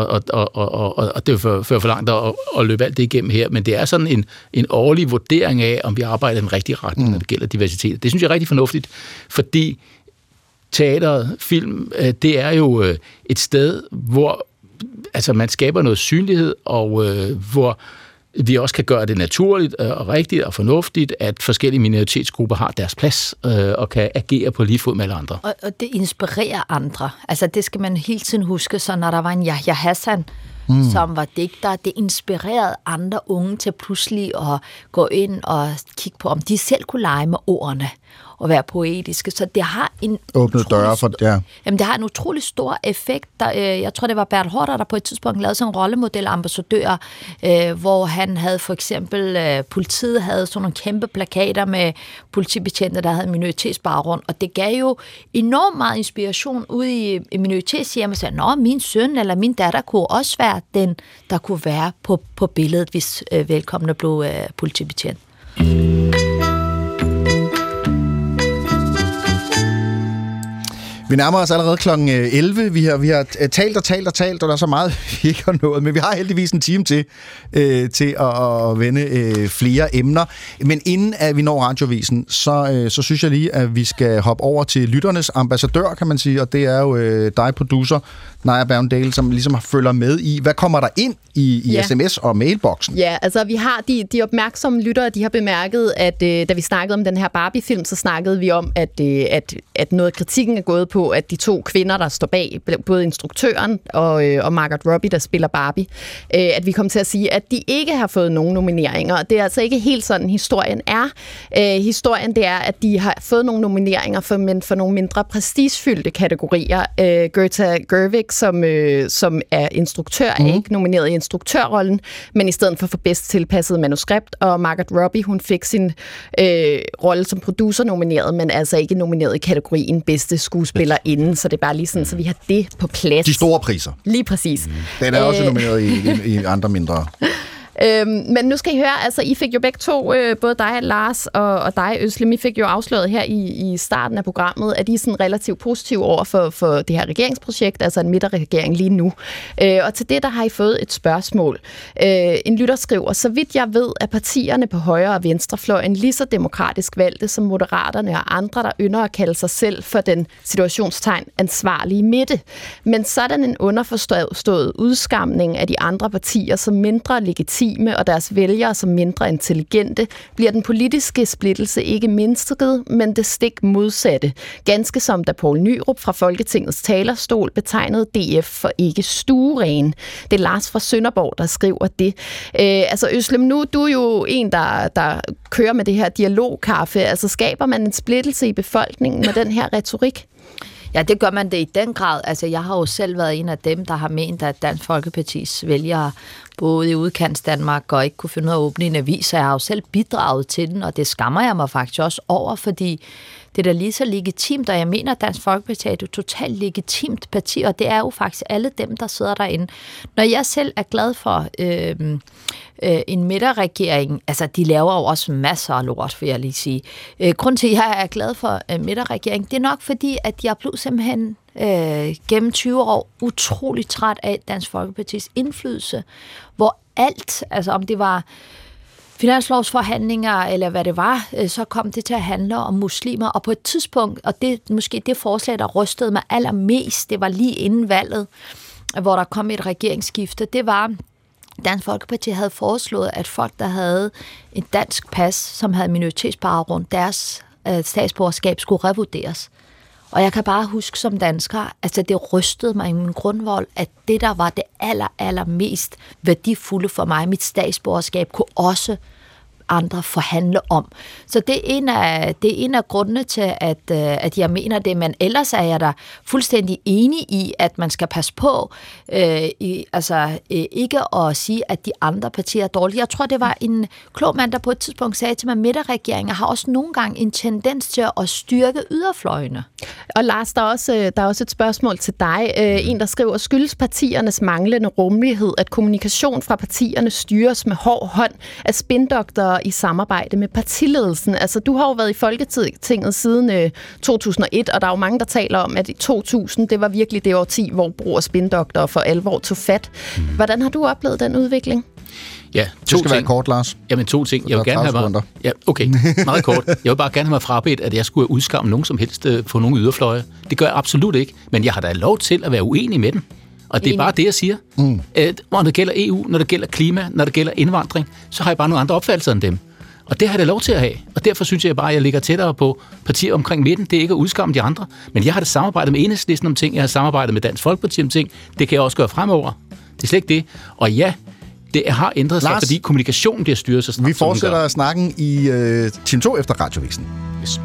og det er for langt at løbe alt det igennem her, men det er sådan en årlig vurdering af, om vi arbejder i den rigtige retning, når det gælder diversitet. Det synes jeg er rigtig fornuftigt, fordi teater, film, det er jo et sted, hvor altså man skaber noget synlighed, og hvor vi også kan gøre det naturligt og rigtigt og fornuftigt, at forskellige minoritetsgrupper har deres plads og kan agere på lige fod med alle andre. Og det inspirerer andre. Altså det skal man hele tiden huske, så når der var en Yahya Hassan, som var digter, det inspirerede andre unge til pludselig at gå ind og kigge på, om de selv kunne lege med ordene og være poetiske. Så det har en åbnet døre for det. Ja. Jamen, det har en utrolig stor effekt. Jeg tror, det var Bert Haarder, der på et tidspunkt lavede sådan en rollemodel ambassadør, hvor han havde for eksempel, politiet havde sådan nogle kæmpe plakater med politibetjente, der havde minoritetsbaggrund, og det gav jo enormt meget inspiration ude i minoritetshjem og sagde, nå, min søn eller min datter kunne også være den, der kunne være på billedet, hvis velkomne blev politibetjent. Vi nærmer os allerede kl. 11. Vi har talt, og der er så meget, vi ikke har nået. Men vi har heldigvis en time til at vende flere emner. Men inden at vi når Radiovisen, så synes jeg lige, at vi skal hoppe over til lytternes ambassadør, kan man sige. Og det er jo dig, producer, Naja Bergendale, som ligesom følger med i, hvad kommer der ind i sms- og mailboksen? Ja, altså vi har de opmærksomme lyttere, de har bemærket, at da vi snakkede om den her Barbie-film, så snakkede vi om, at noget af kritikken er gået på, at de 2 kvinder, der står bag, både instruktøren og Margot Robbie, der spiller Barbie, at vi kom til at sige, at de ikke har fået nogen nomineringer. Det er altså ikke helt sådan, historien er. Historien det er, at de har fået nogle nomineringer for nogle mindre prestigefyldte kategorier. Greta Gerwig, som er instruktør, er ikke nomineret i instruktørrollen, men i stedet for bedst tilpasset manuskript, og Margot Robbie, hun fik sin rolle som producer nomineret, men altså ikke nomineret i kategorien bedste skuespiller inden, så det er bare lige sådan, så vi har det på plads. De store priser. Lige præcis. Den er også nomineret i andre mindre. Men nu skal I høre, altså I fik jo begge to, både dig, Lars, og dig, Özlem, I fik jo afsløret her i starten af programmet, at I er sådan relativt positive over for det her regeringsprojekt, altså en midterregering lige nu. Og til det, der har I fået et spørgsmål. En lytter skriver, så vidt jeg ved, at partierne på højre og venstrefløjen lige så demokratisk valgte som Moderaterne og andre, der ynder at kalde sig selv for den situationstegn ansvarlige midte. Men sådan en underforstået udskamning af de andre partier som mindre legitime og deres vælgere som mindre intelligente, bliver den politiske splittelse ikke mindsket, men det stik modsatte. Ganske som da Poul Nyrup fra Folketingets talerstol betegnede DF for ikke stueren. Det er Lars fra Sønderborg, der skriver det. Altså Özlem, nu du er jo en, der kører med det her dialogkaffe. Altså skaber man en splittelse i befolkningen med den her retorik? Ja, det gør man det i den grad. Altså, jeg har jo selv været en af dem, der har ment, at Dansk Folkepartis vælgere boede i udkants Danmark og ikke kunne finde ud af at åbne en avis, så jeg har jo selv bidraget til den, og det skammer jeg mig faktisk også over, fordi det er da lige så legitimt, og jeg mener, at Dansk Folkeparti er et totalt legitimt parti, og det er jo faktisk alle dem, der sidder derinde. Når jeg selv er glad for en midterregering, altså de laver jo også masser af lort, vil jeg lige sige. Grunden til, at jeg er glad for en midterregering, det er nok fordi, at jeg blev simpelthen gennem 20 år utrolig træt af Dansk Folkepartis indflydelse, hvor alt, altså om det var finanslovsforhandlinger, eller hvad det var, så kom det til at handle om muslimer, og på et tidspunkt, og det måske det forslag, der rystede mig allermest, det var lige inden valget, hvor der kom et regeringsskifte, det var, Dansk Folkeparti havde foreslået, at folk, der havde et dansk pas, som havde minoritetsbaggrund, deres statsborgerskab skulle revurderes. Og jeg kan bare huske som dansker, altså det rystede mig i min grundvold, at det, der var det allermest værdifulde for mig, mit statsborgerskab, kunne også andre forhandle om. Så det er en af grundene til, at jeg mener det, men ellers er jeg da fuldstændig enig i, at man skal passe på, ikke at sige, at de andre partier er dårlige. Jeg tror, det var en klog mand, der på et tidspunkt sagde til mig, at midterregeringer har også nogle gange en tendens til at styrke yderfløjene. Og Lars, der er også et spørgsmål til dig. En, der skriver, skyldes partiernes manglende rummelighed, at kommunikation fra partierne styres med hård hånd af spindoktorer i samarbejde med partiledelsen. Altså, du har jo været i Folketinget siden 2001, og der er jo mange, der taler om, at i 2000, det var virkelig det årti, hvor brug af spindoktorer for alvor tog fat. Hvordan har du oplevet den udvikling? Ja, det skal være kort, Lars. Jamen, 2 ting. Jeg vil gerne have mig... Ja, okay, meget kort. Jeg vil bare gerne have mig frabedt, at jeg skulle udskamme nogen som helst på nogle yderfløje. Det gør jeg absolut ikke, men jeg har da lov til at være uenig med dem. Og det er bare det, jeg siger. Når det gælder EU, når det gælder klima, når det gælder indvandring, så har jeg bare nogle andre opfattelser end dem. Og det har jeg lov til at have. Og derfor synes jeg bare, at jeg ligger tættere på partier omkring midten. Det er ikke at udskamme de andre. Men jeg har da samarbejdet med Enhedslisten om ting. Jeg har samarbejdet med Dansk Folkeparti om ting. Det kan jeg også gøre fremover. Det er slet ikke det. Og ja, det har ændret sig, fordi kommunikationen bliver styret så snart. Vi fortsætter snakken i time 2 efter Radiovisen. Yes.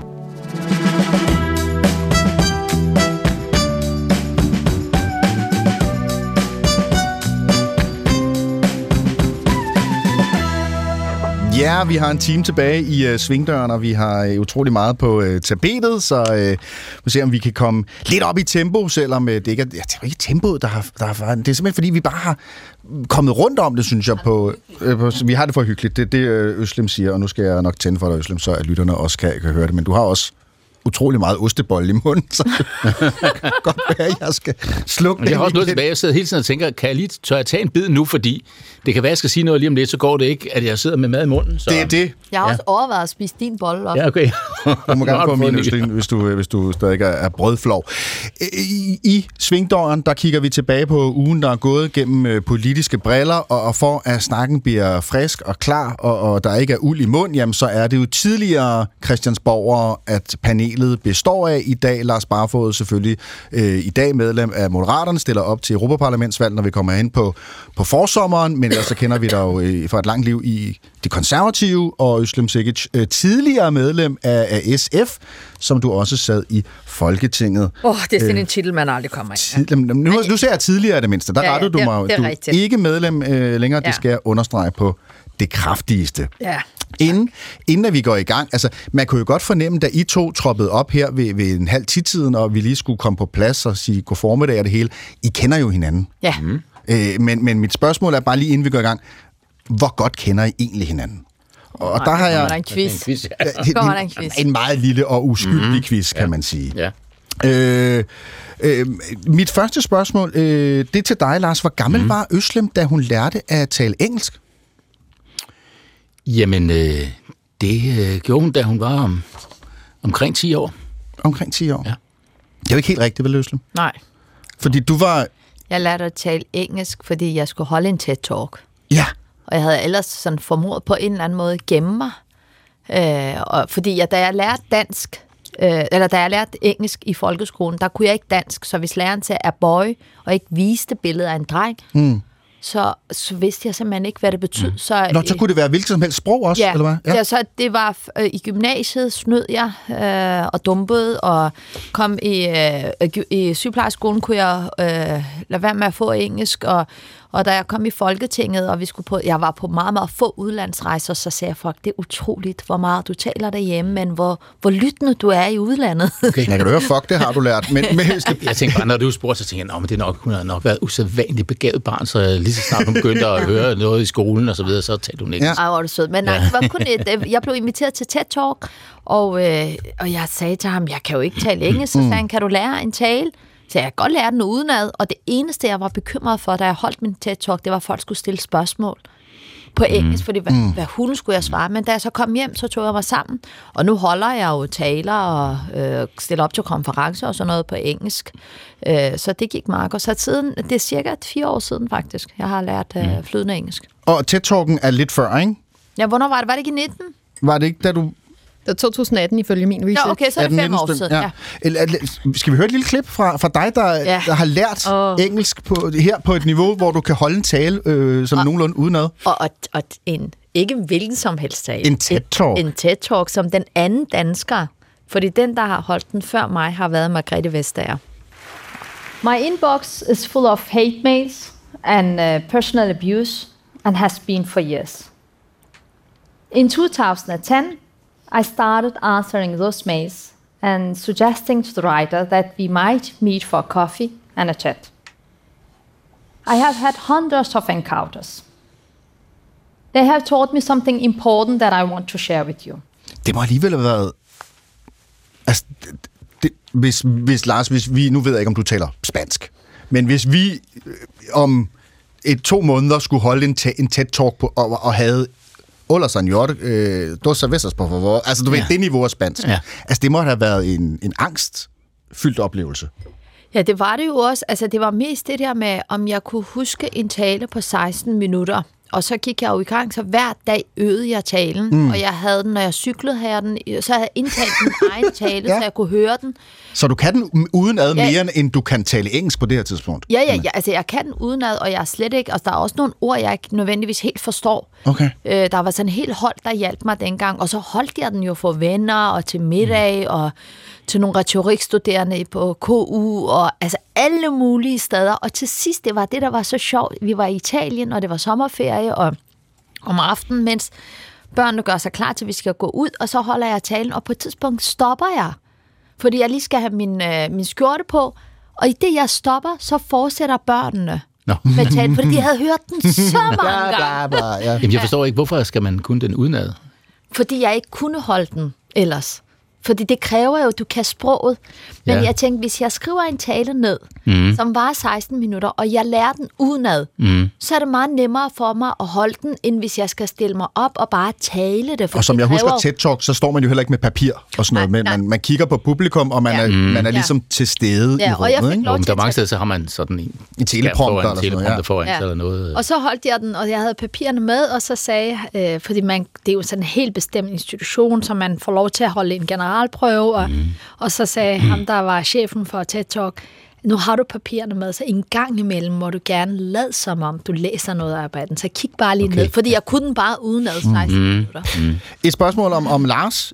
Ja, vi har en time tilbage i Svingdøren, og vi har utrolig meget på tapetet, så vi ser, om vi kan komme lidt op i tempo, selvom det ikke er... Ja, det er ikke tempoet, der har... Det er simpelthen, fordi vi bare har kommet rundt om det, synes jeg, vi har det for hyggeligt. Det er det, Özlem siger, og nu skal jeg nok tænde for dig, Özlem, så at lytterne også kan høre det. Men du har også utrolig meget ostebold i munden, så det kan godt være, at jeg skal slukke det. Jeg har også noget tilbage. Jeg sidder hele tiden og tænker, tør jeg tage en bid nu, fordi det kan være, at jeg skal sige noget lige om lidt, så går det ikke, at jeg sidder med mad i munden. Så... Det er det. Jeg har også overvejet at spise din bolle op. Ja, okay. Du må gerne få min, hvis du stadig er brødflov. I Svingdøren, der kigger vi tilbage på ugen, der er gået gennem politiske briller, og for at snakken bliver frisk og klar, og der ikke er uld i mund, jamen så er det jo tidligere Christiansborgere, at panelet består af i dag. Lars Barfoed selvfølgelig i dag medlem af Moderaterne, stiller op til Europaparlamentsvalg, når vi kommer hen på forsommeren, men ellers så kender vi dig jo fra et langt liv i Det Konservative, og Özlem Cekic, tidligere medlem af SF, som du også sad i Folketinget. Det er sådan en titel, man aldrig kommer i. Nu ser jeg tidligere det mindste. Der rettede du mig. Du er ikke medlem længere, det skal jeg understrege på det kraftigste. Ja. Inden at vi går i gang, altså man kunne jo godt fornemme, da I to troppede op her ved en halv 10-tiden, og vi lige skulle komme på plads og sige god formiddag og det hele. I kender jo hinanden. Ja. Men mit spørgsmål er bare lige inden vi går i gang. hvor godt kender I egentlig hinanden? Og der har jeg... en quiz. En meget lille og uskyldig quiz, kan man sige. Ja. Mit første spørgsmål, det er til dig, Lars. Hvor gammel var Özlem, da hun lærte at tale engelsk? Jamen, det gjorde hun, da hun var omkring 10 år. Omkring 10 år? Ja. Det er jo ikke helt rigtigt, vel, Özlem? Nej. Fordi du var... Jeg lærte at tale engelsk, fordi jeg skulle holde en TED-talk. Ja. Og jeg havde ellers sådan formået på en eller anden måde gemme mig. Fordi da jeg lærte dansk, da jeg lærte engelsk i folkeskolen, der kunne jeg ikke dansk. Så hvis læreren sagde er boy, og ikke viste billedet af en dreng, så vidste jeg simpelthen ikke, hvad det betød. Så kunne det være hvilket som helst sprog også, ja, eller hvad? Ja, så det var i gymnasiet snød jeg og dumpede, og kom i sygeplejeskolen kunne jeg lade være med at få engelsk, og da jeg kom i Folketinget, og jeg var på meget, meget få udlandsrejser, så sagde jeg, fuck, det er utroligt, hvor meget du taler derhjemme, men hvor lyttende du er i udlandet. Okay. Jeg kan høre, fuck, det har du lært. Men jeg tænkte bare, når du spurgte, så tænkte jeg, men hun har nok været usædvanligt begavet barn, så lige så snart hun begyndte at høre noget i skolen og så videre, så talte hun engelsk. Ej, hvor er det sødt. Men nej, det var kun jeg blev inviteret til TED-talk, og jeg sagde til ham, jeg kan jo ikke tale engelsk, så sagde han, kan du lære en tale? Så jeg kan godt lære den udenad, og det eneste, jeg var bekymret for, da jeg holdt min TED-talk, det var, at folk skulle stille spørgsmål på engelsk, fordi hvad hulen skulle jeg svare? Men da jeg så kom hjem, så tog jeg mig sammen, og nu holder jeg jo taler og stiller op til konferencer og sådan noget på engelsk. Så det gik meget godt. Så siden, det er cirka 4 år siden faktisk, jeg har lært flydende engelsk. Og TED-talken er lidt før, ikke? Ja, hvornår var det? Var det ikke i 19? Var det ikke, da du... Det var 2018 ifølge min research. Ja, okay, så er det 5 år siden. Ja. Skal vi høre et lille klip fra dig, der har lært engelsk her på et niveau, hvor du kan holde en tale som nogenlunde udenad? Og ikke hvilken som helst tale. En TED-talk. En TED-talk som den anden dansker. Fordi den, der har holdt den før mig, har været Margrethe Vestager. My inbox is full of hate mails and personal abuse and has been for years. In 2010, I started answering those mails and suggesting to the writer that we might meet for a coffee and a chat. I have had hundreds of encounters. They have taught me something important that I want to share with you. Det må alligevel have været... Altså, hvis Lars, nu ved jeg ikke, om du taler spansk, men hvis vi om 2 måneder skulle holde en TED-talk på, og havde Hola, señor, dos cervezas, por favor. Altså, du ved, det niveau af spansk. Ja. Altså, det må have været en angstfyldt oplevelse. Ja, det var det jo også. Altså, det var mest det der med, om jeg kunne huske en tale på 16 minutter. Og så gik jeg jo i gang, så hver dag øvede jeg talen, og jeg havde den, når jeg cyklede her den, så havde jeg indtalt min egen tale, så jeg kunne høre den. Så du kan den udenad mere, end du kan tale engelsk på det her tidspunkt? Ja, altså jeg kan den udenad, og jeg er slet ikke, altså der er også nogle ord, jeg ikke nødvendigvis helt forstår. Okay. Der var sådan en helt hold, der hjalp mig dengang, og så holdt jeg den jo for venner, og til middag, og til nogle retorikstuderende på KU, og altså alle mulige steder. Og til sidst, det var det, der var så sjovt. Vi var i Italien, og det var sommerferie, og om aftenen, mens børnene gør sig klar til, at vi skal gå ud, og så holder jeg talen, og på et tidspunkt stopper jeg, fordi jeg lige skal have min skjorte på, og i det, jeg stopper, så fortsætter børnene med talen, fordi de havde hørt den så mange gange. Jamen, jeg forstår ikke, hvorfor skal man kunne den udenad? Fordi jeg ikke kunne holde den ellers. Fordi det kræver jo, at du kan sproget. Men jeg tænkte, hvis jeg skriver en tale ned, som var 16 minutter, og jeg lærer den udenad, så er det meget nemmere for mig at holde den, end hvis jeg skal stille mig op og bare tale det. Og som jeg husker TED-talk, så står man jo heller ikke med papir og sådan noget. Men man kigger på publikum, og man er ligesom til stede i rummet. Ikke? Der er mange steder, så har man sådan en teleprompter foran sig eller noget. Og så holdt jeg den, og jeg havde papirerne med, og så sagde jeg, fordi det er jo sådan en helt bestemt institution, så man får lov til at holde en generalprøve, og så sagde ham, der var chefen for TED-talk, nu har du papirerne med, så en gang imellem må du gerne lade som om, du læser noget af den, så kig bare lige ned, fordi jeg kunne den bare udenad 16 minutter. Et spørgsmål om Lars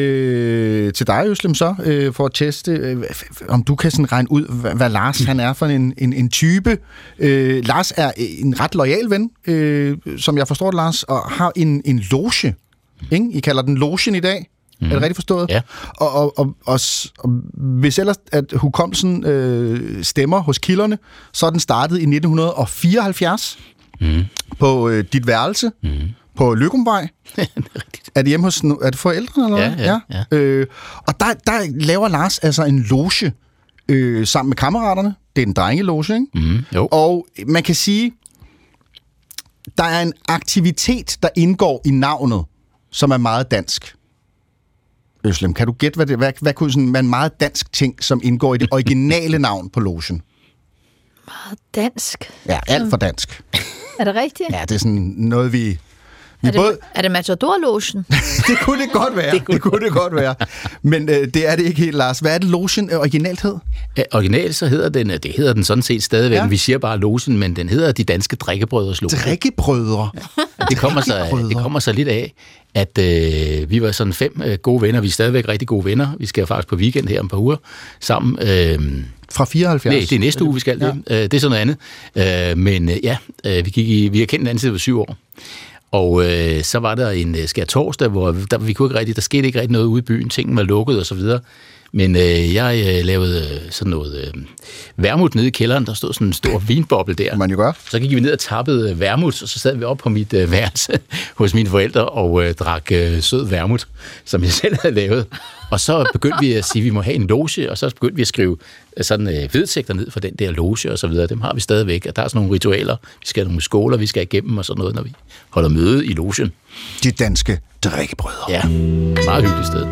til dig, Özlem, så, for at teste, om du kan sådan regne ud, hvad Lars han er for en type. Lars er en ret loyal ven, som jeg forstår det, Lars, og har en loge. Ikke? I kalder den logen i dag. Er det rigtigt forstået? Ja. Og hvis ellers at hukommelsen stemmer hos kilderne, så er den startet i 1974. på dit værelse på Løgumvej. Er det hjemme hos... Er det forældre eller noget? Ja. Og der laver Lars altså en loge sammen med kammeraterne. Det er en drengeloge, ikke? Jo. Og man kan sige, der er en aktivitet, der indgår i navnet, som er meget dansk. Øslem, kan du gætte, hvad kunne sådan en meget dansk ting, som indgår i det originale navn på logen? Meget dansk? Ja, alt for dansk. Er det rigtigt? Ja, det er sådan noget, vi er det Matador-logen? Det kunne det godt være. Det kunne det godt være. Men det er det ikke helt, Lars. Hvad er det, logen originalt hed? Originalt så hedder den, det hedder den sådan set stadigvæk. Ja. Vi siger bare logen, men den hedder De Danske Drikkebrødres Loge. Drikkebrødre? Ja. Det kommer så lidt af, at vi var sådan 5 gode venner. Vi er stadigvæk rigtig gode venner. Vi skal faktisk på weekend her om et par uger sammen. Fra 74? Nej, det er næste uge, vi skal det. Det er sådan noget andet. Vi har kendt hinanden siden 7 år. Og så var der en skærtorsdag, hvor vi kunne ikke rigtig, der skete ikke rigtig noget ude i byen, tingene var lukket og så videre. Men jeg lavede sådan noget vermut nede i kælderen, der stod sådan en stor vinboble der. Man jo gør. Så gik vi ned og tappede vermut, og så sad vi op på mit værelse hos mine forældre og drak sød vermut, som jeg selv havde lavet. Og så begyndte vi at sige, at vi må have en loge, og så begyndte vi at skrive sådan vedtægter ned for den der loge og så videre. Dem har vi stadigvæk, og der er sådan nogle ritualer. Vi skal have nogle skåler, vi skal igennem og sådan noget, når vi holder møde i logen. De Danske Drikkebrødre. Ja, meget hyggeligt sted.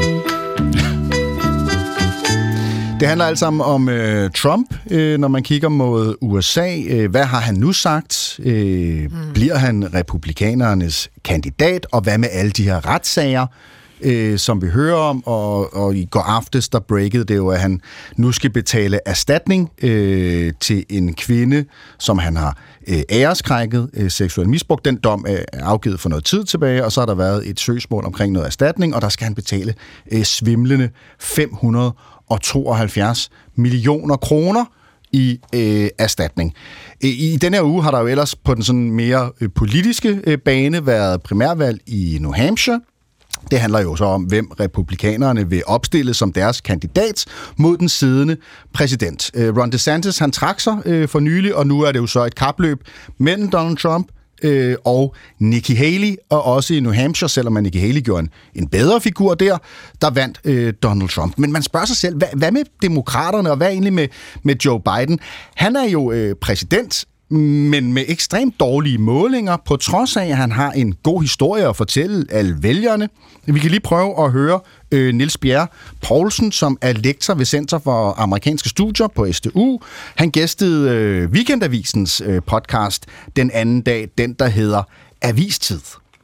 Det handler altså om Trump, når man kigger mod USA. Hvad har han nu sagt? Bliver han republikanernes kandidat? Og hvad med alle de her retssager, som vi hører om? Og i går aftes, der breakede det jo, at han nu skal betale erstatning til en kvinde, som han har æreskrænket, seksuelt misbrugt. Den dom er afgivet for noget tid tilbage, og så har der været et søgsmål omkring noget erstatning, og der skal han betale svimlende 572 millioner kroner i erstatning. I denne her uge har der jo ellers på den sådan mere politiske bane været primærvalg i New Hampshire. Det handler jo så om, hvem republikanerne vil opstille som deres kandidat mod den siddende præsident. Ron DeSantis, han trak sig for nylig, og nu er det jo så et kapløb mellem Donald Trump og Nikki Haley, og også i New Hampshire, selvom Nikki Haley gjorde en bedre figur der vandt Donald Trump. Men man spørger sig selv, hvad med demokraterne, og hvad egentlig med Joe Biden? Han er jo præsident, men med ekstremt dårlige målinger, på trods af, at han har en god historie at fortælle alle vælgerne. Vi kan lige prøve at høre Niels Bjerre Poulsen, som er lektor ved Center for Amerikanske Studier på SDU. Han gæstede Weekendavisens podcast den anden dag, den der hedder Avistid.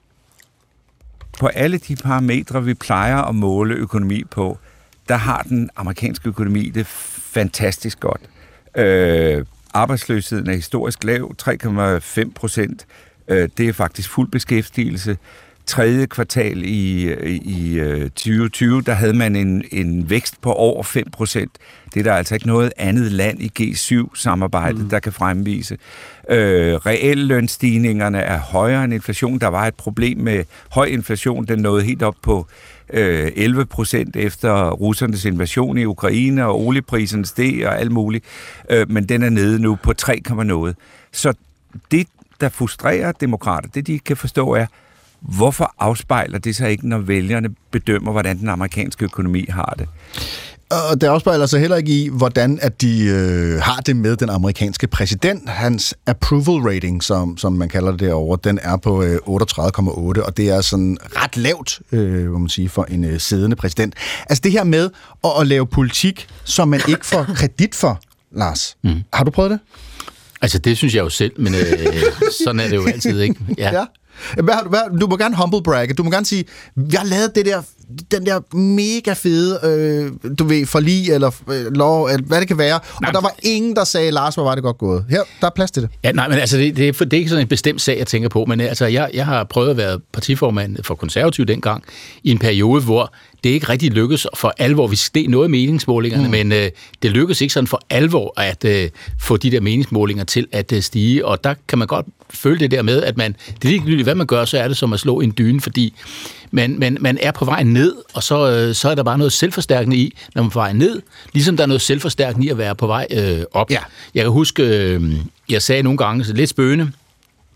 På alle de parametre, vi plejer at måle økonomi på, der har den amerikanske økonomi det fantastisk godt. Arbejdsløsheden er historisk lav, 3,5%. Det er faktisk fuld beskæftigelse. Tredje kvartal i 2020, der havde man en vækst på over 5%. Det er der altså ikke noget andet land i G7-samarbejdet, der kan fremvise. Reallønstigningerne er højere end inflation. Der var et problem med høj inflation. Den nåede helt op på 11% efter russernes invasion i Ukraine, og oliepriserne steg og alt muligt. Men den er nede nu på 3,0. Så det, der frustrerer demokrater, det de ikke kan forstå er, hvorfor afspejler det sig ikke, når vælgerne bedømmer, hvordan den amerikanske økonomi har det? Og det afspejler sig heller ikke i, hvordan at de har det med den amerikanske præsident. Hans approval rating, som man kalder det derovre, den er på 38,8, og det er sådan ret lavt, må man sige, for en siddende præsident. Altså det her med at lave politik, som man ikke får kredit for, Lars. Har du prøvet det? Altså det synes jeg jo selv, men sådan er det jo altid, ikke? Ja. Du må gerne humble bragge. Du må gerne sige, jeg har lavet den der mega fede, forlig eller lov, eller hvad det kan være. Nej, og der var ingen, der sagde, Lars, hvor var det godt gået. Her, der er plads til det. Ja, nej, men altså, det er ikke sådan en bestemt sag, jeg tænker på. Men altså, jeg har prøvet at være partiformand for Konservativ dengang, i en periode, hvor det ikke rigtig lykkedes for alvor. Vi steg noget i meningsmålingerne, men det lykkedes ikke sådan for alvor at få de der meningsmålinger til at stige. Og der kan man godt føle det der med, at det er ligegyldigt, hvad man gør, så er det som at slå en dyne, fordi man er på vej ned, og så er der bare noget selvforstærkende i, når man er på vej ned, ligesom der er noget selvforstærkende i at være på vej op. Ja. Jeg kan huske, jeg sagde nogle gange, så lidt spøgende,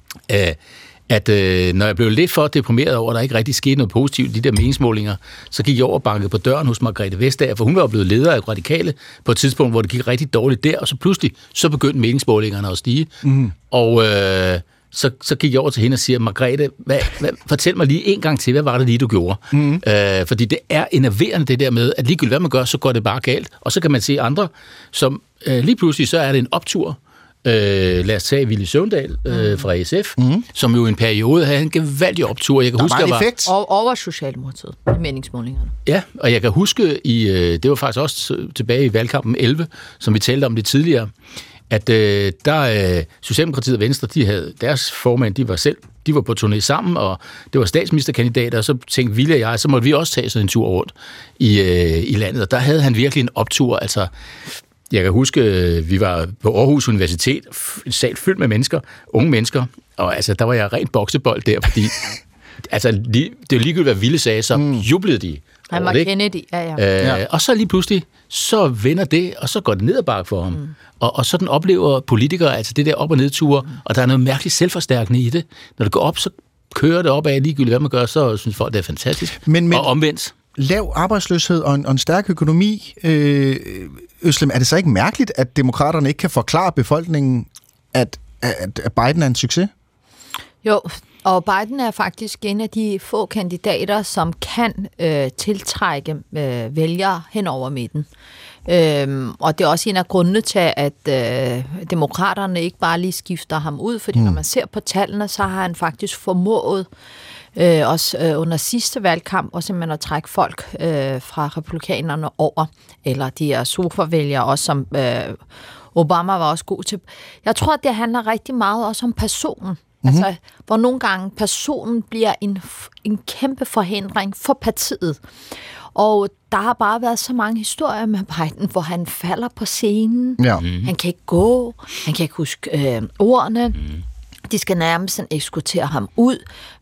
at når jeg blev lidt for deprimeret over, at der ikke rigtig skete noget positivt i de der meningsmålinger, så gik jeg over og bankede på døren hos Margrethe Vestager, for hun var blevet leder af Radikale på et tidspunkt, hvor det gik rigtig dårligt der, og så pludselig så begyndte meningsmålingerne at stige. Og så gik jeg over til hende og siger, Margrethe, fortæl mig lige en gang til, hvad var det lige, du gjorde? Fordi det er enerverende det der med, at ligegyldigt hvad man gør, så går det bare galt. Og så kan man se andre, som lige pludselig så er det en optur. Lad os tage Villy Søvndal fra SF, som jo i en periode havde en gevaldig optur. Jeg kan huske, over Socialdemokratiet i meningsmålingerne. Ja, og jeg kan huske, det var faktisk også tilbage i valgkampen 11, som vi talte om det tidligere, at der Socialdemokratiet og Venstre, de havde deres formand, de var på turné sammen, og det var statsministerkandidater, og så tænkte Villy og jeg, så måtte vi også tage sådan en tur rundt i landet, og der havde han virkelig en optur, altså. Jeg kan huske, vi var på Aarhus Universitet, en sal fyldt med mennesker, unge mennesker, og altså, der var jeg rent boksebold der, fordi altså, det er jo ligegyldigt, hvad Villy sagde, så jublede de. Han var Kennedy, ja. Og så lige pludselig, så vender det, og så går det ned ad bakke for ham. Og sådan oplever politikere, altså det der op- og nedture, og der er noget mærkeligt selvforstærkende i det. Når det går op, så kører det op af ligegyldigt, hvad man gør, så synes folk, det er fantastisk. Men og omvendt. Lav arbejdsløshed og en stærk økonomi, Özlem, er det så ikke mærkeligt, at demokraterne ikke kan forklare befolkningen, at Biden er en succes? Jo, og Biden er faktisk en af de få kandidater, som kan tiltrække vælgere hen over midten. Og det er også en af grundene til, at demokraterne ikke bare lige skifter ham ud, fordi når man ser på tallene, så har han faktisk formået også under sidste valgkamp, og simpelthen at trække folk fra republikanerne over, eller de er sofa-vælgere også, som Obama var også god til. Jeg tror, at det handler rigtig meget også om personen. Altså, hvor nogle gange personen bliver en kæmpe forhindring for partiet. Og der har bare været så mange historier med Biden, hvor han falder på scenen. Ja. Han kan ikke gå, han kan ikke huske ordene. De skal nærmest eskortere ham ud.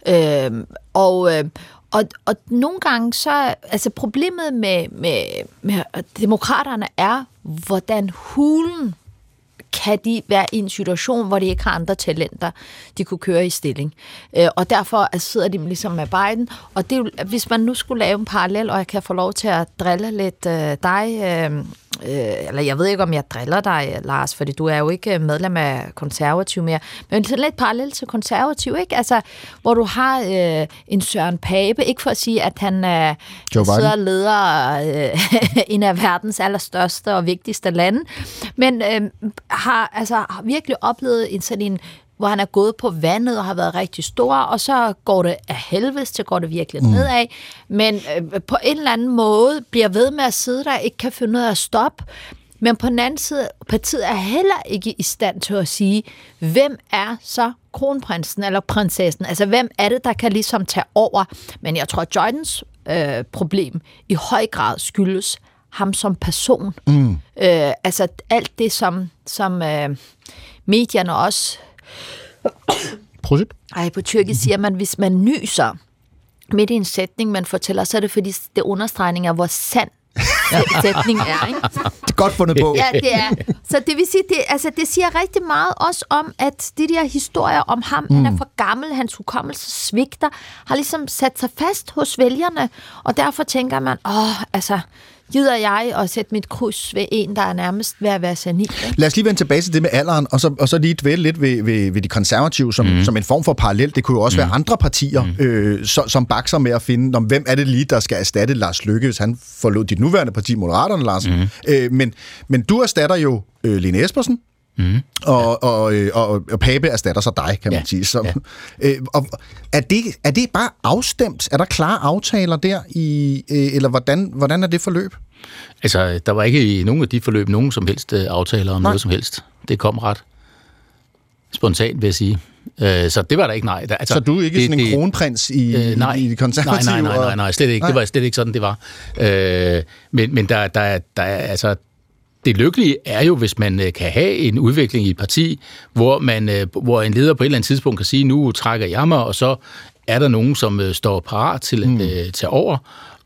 Og nogle gange så, altså problemet med demokraterne er, hvordan hulen kan de være i en situation, hvor de ikke har andre talenter, de kunne køre i stilling. Og derfor sidder de ligesom med Biden. Og det, hvis man nu skulle lave en parallel, og jeg kan få lov til at drille lidt dig, eller jeg ved ikke, om jeg driller dig, Lars, fordi du er jo ikke medlem af Konservativ mere, men sådan lidt parallel til Konservativ, ikke? Altså, hvor du har en Søren Pape, ikke for at sige, at han sidder og leder en af verdens allerstørste og vigtigste lande, men har virkelig oplevet en hvor han er gået på vandet og har været rigtig stor, og så går det af helvedes til, går det virkelig nedad, men på en eller anden måde bliver ved med at sidde der, ikke kan finde ud af at stoppe, men på den anden side, partiet er heller ikke i stand til at sige, hvem er så kronprinsen eller prinsessen, altså hvem er det, der kan ligesom tage over, men jeg tror, at Bidens problem i høj grad skyldes ham som person. Altså alt det, som medierne også på tyrkisk siger man, hvis man nyser midt i en sætning, man fortæller, så er det fordi, det understregning af, hvor sand sætning er, ikke? Det er godt fundet på. Ja, det er. Så det vil sige, det siger rigtig meget også om, at de der historier om ham, han er for gammel, hans hukommelse svigter, har ligesom sat sig fast hos vælgerne, og derfor tænker man, gider jeg at sætte mit kryds ved en, der er nærmest ved at være senil. Lad os lige vende tilbage til det med alderen, og så lige dvæle lidt ved de konservative, som en form for parallel. Det kunne jo også være andre partier, som bakser med at finde, hvem er det lige, der skal erstatte Lars Løkke, hvis han forlod dit nuværende parti, Moderaterne, Lars. Men du erstatter jo Lene Espersen, og Pape erstatter så dig, kan man sige. Så, og er det bare afstemt? Er der klare aftaler der eller hvordan er det forløb? Altså, der var ikke i nogen af de forløb nogen som helst aftaler om noget som helst. Det kom ret spontant, vil jeg sige. Så det var der ikke, nej. Altså, så du er ikke sådan en kronprins i de konservative? Nej, slet ikke. Det var slet ikke sådan, det var. Men der er altså... Det lykkelige er jo, hvis man kan have en udvikling i et parti, hvor en leder på et eller andet tidspunkt kan sige, nu trækker jeg mig, og så er der nogen, som står parat til at tage over.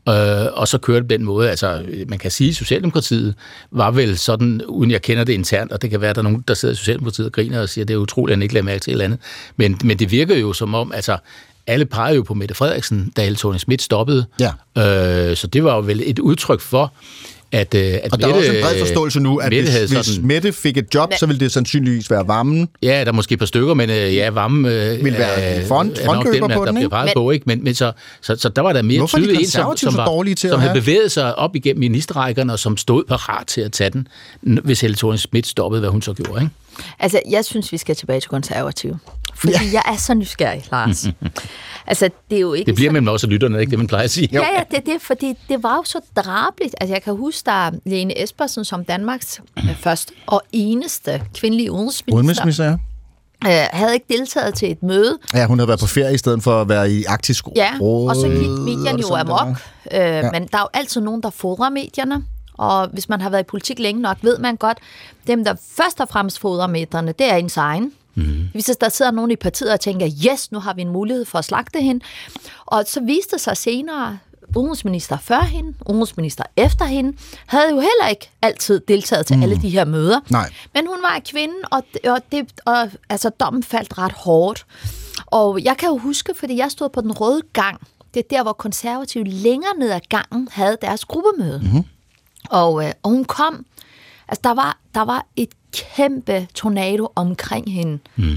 og så kørte det på den måde. Altså, man kan sige, at Socialdemokratiet var vel sådan, uden jeg kender det internt, og det kan være, at der er nogen, der sidder i Socialdemokratiet og griner og siger, at det er utroligt, at han ikke lader mærke til et eller andet. Men det virker jo som om, altså, alle peger jo på Mette Frederiksen, da Helle Thorning-Schmidt stoppede. Ja. Så det var jo vel et udtryk for, at og Mette, der er også en bred forståelse nu, at hvis Mette fik et job, så ville det sandsynligvis være Vammen. Ja, der er måske et par stykker, men Vammen vil være frontløber på den, der bliver peget på, ikke? Men så der var der mere tydeligt en, som havde bevæget sig op igennem ministerrækkerne, og som stod parat til at tage den, hvis Helle Thorning-Schmidt stoppede, hvad hun så gjorde, ikke? Altså, jeg synes, vi skal tilbage til konservative. Fordi jeg er så nysgerrig, Lars. Altså, det er jo ikke... Det bliver mellem også lytterne, ikke det, man plejer at sige? Ja, det er det, fordi det var jo så drabeligt. Altså, jeg kan huske, der Lene Espersen som Danmarks første og eneste kvindelige udenrigsminister, havde ikke deltaget til et møde. Ja, hun havde været på ferie i stedet for at være i Arktisk Råd. Ja, og så gik medierne jo amok. Men der er jo altid nogen, der fodrer medierne. Og hvis man har været i politik længe nok, ved man godt, dem, der først og fremmest fodrer medierne, det er ens egen. Hvis der sidder nogen i partiet og tænker, yes, nu har vi en mulighed for at slagte hende. Og så viste sig senere, udenrigsminister før hende, udenrigsminister efter hende, havde jo heller ikke altid deltaget til alle de her møder. Nej. Men hun var kvinde, og altså, dommen faldt ret hårdt. Og jeg kan jo huske, fordi jeg stod på den røde gang, det er der, hvor konservative længere ned ad gangen havde deres gruppemøde. Og hun kom, altså der var et kæmpe tornado omkring hende.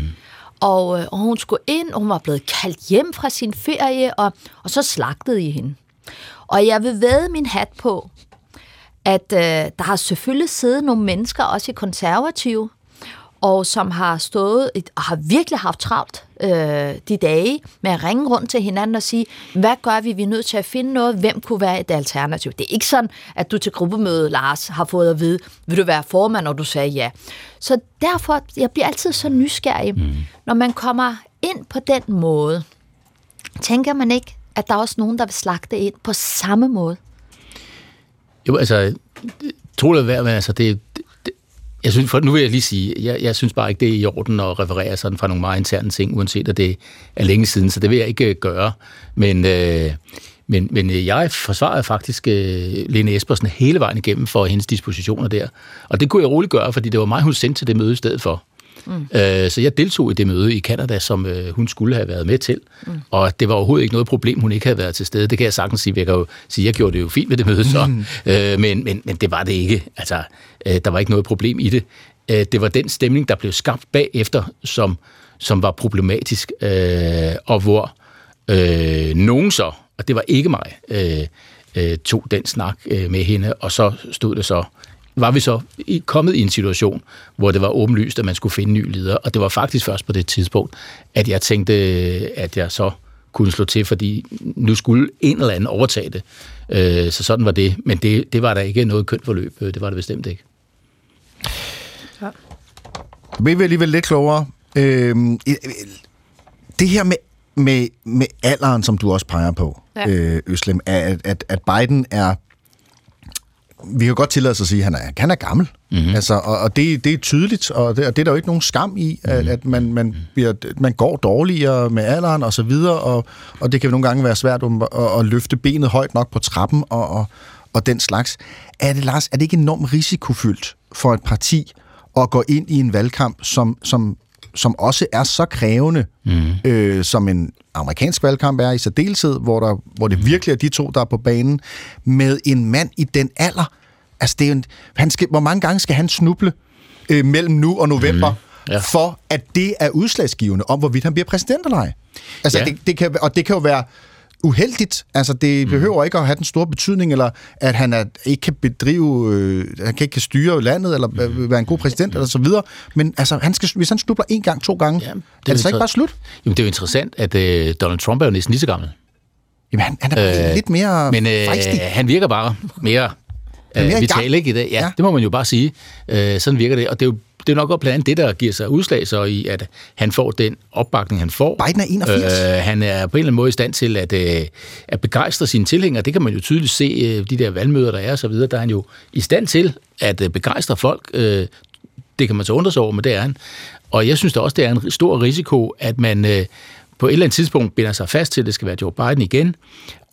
Og hun skulle ind, og hun var blevet kaldt hjem fra sin ferie, og så slagtede I hende. Og jeg vil vædde min hat på, at der har selvfølgelig siddet nogle mennesker, også i konservative, og som har stået og har virkelig haft travlt de dage med at ringe rundt til hinanden og sige, hvad gør vi? Vi er nødt til at finde noget. Hvem kunne være et alternativ? Det er ikke sådan, at du til gruppemødet, Lars, har fået at vide, vil du være formand, og du sagde ja. Så derfor, jeg bliver altid så nysgerrig, når man kommer ind på den måde. Tænker man ikke, at der er også nogen, der vil slagte ind på samme måde? Jo, altså, troligt værd, men altså, jeg synes, for nu vil jeg lige sige, jeg synes bare ikke, det er i orden at referere sådan fra nogle meget interne ting, uanset at det er længe siden, så det vil jeg ikke gøre. Men jeg forsvarede faktisk Lene Espersen hele vejen igennem for hendes dispositioner der. Og det kunne jeg roligt gøre, fordi det var mig, hun sendte til det møde i stedet for. Så jeg deltog i det møde i Canada, som hun skulle have været med til. Og det var overhovedet ikke noget problem, hun ikke havde været til stede. Det kan jeg sagtens sige. Jeg kan jo sige, jeg gjorde det jo fint med det møde så. Men det var det ikke. Altså, der var ikke noget problem i det. Det var den stemning, der blev skabt bagefter, som var problematisk. Og hvor nogen så, og det var ikke mig, tog den snak med hende, og så stod det så, var vi så kommet i en situation, hvor det var åbenlyst, at man skulle finde en ny leder. Og det var faktisk først på det tidspunkt, at jeg tænkte, at jeg så kunne slå til, fordi nu skulle en eller anden overtage det. Så sådan var det. Men det var der ikke noget kønt forløb. Det var det bestemt ikke. Ja. Vi er alligevel lidt klogere. Det her med alderen, som du også peger på, Özlem, at Biden er... Vi kan godt tillade os at sige, at han er gammel. Altså, og det er tydeligt, og det er der jo ikke nogen skam i, at man går dårligere med alderen og så videre, og det kan nogle gange være svært at løfte benet højt nok på trappen og den slags. Er det ikke enormt risikofyldt for et parti at gå ind i en valgkamp, som også er så krævende, som en amerikansk valgkamp er i særdeleshed, hvor det virkelig er de to, der er på banen, med en mand i den alder. Altså, det er hvor mange gange skal han snuble mellem nu og november, for at det er udslagsgivende om, hvorvidt han bliver præsident eller ej? Altså, det kan jo være uheldigt. Altså, det behøver ikke at have den store betydning, eller at han ikke kan han ikke styre landet, eller være en god præsident, eller så videre. Men altså, hvis han snubler en gang, 2 gange, er det så ikke bare slut? Jamen, det er jo interessant, at Donald Trump er jo næsten lige så gammel. Jamen, han er lidt mere fejstig. Han virker bare mere vital, ikke i dag? Ja, det må man jo bare sige. Sådan virker det, og det er nok også blandt andet det, der giver sig udslag så i, at han får den opbakning, han får. Biden er 81. Han er på en eller anden måde i stand til at begejstre sine tilhængere. Det kan man jo tydeligt se, de der valgmøder, der er og så videre. Der er han jo i stand til at begejstre folk. Det kan man så undre sig over, men det er han. Og jeg synes da også, det er en stor risiko, at man på et eller andet tidspunkt binder sig fast til, at det skal være Joe Biden igen.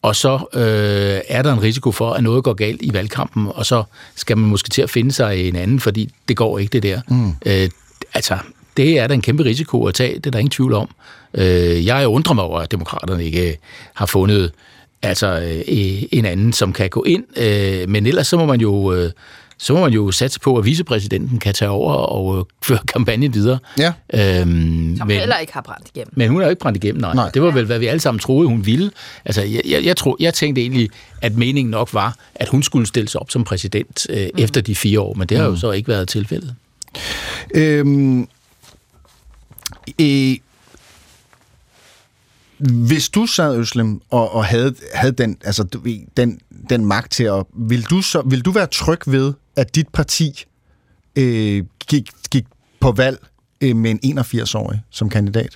og så er der en risiko for, at noget går galt i valgkampen, og så skal man måske til at finde sig en anden, fordi det går ikke det der. Det er da en kæmpe risiko at tage, det er der ingen tvivl om. Jeg undrer mig over, at demokraterne ikke har fundet en anden, som kan gå ind, men ellers så må man jo satse på, at vicepræsidenten kan tage over og føre kampagnen videre. Ja. Som heller ikke har brændt igennem. Men hun er jo ikke brændt igennem, nej. Det var vel, hvad vi alle sammen troede, hun ville. Altså, jeg tænkte egentlig, at meningen nok var, at hun skulle stille sig op som præsident efter de 4 år, men det har jo så ikke været tilfældet. Hvis du sad, Özlem, og havde den, altså, den magt til at... Vil du være tryg ved, at dit parti gik på valg med en 81-årig som kandidat?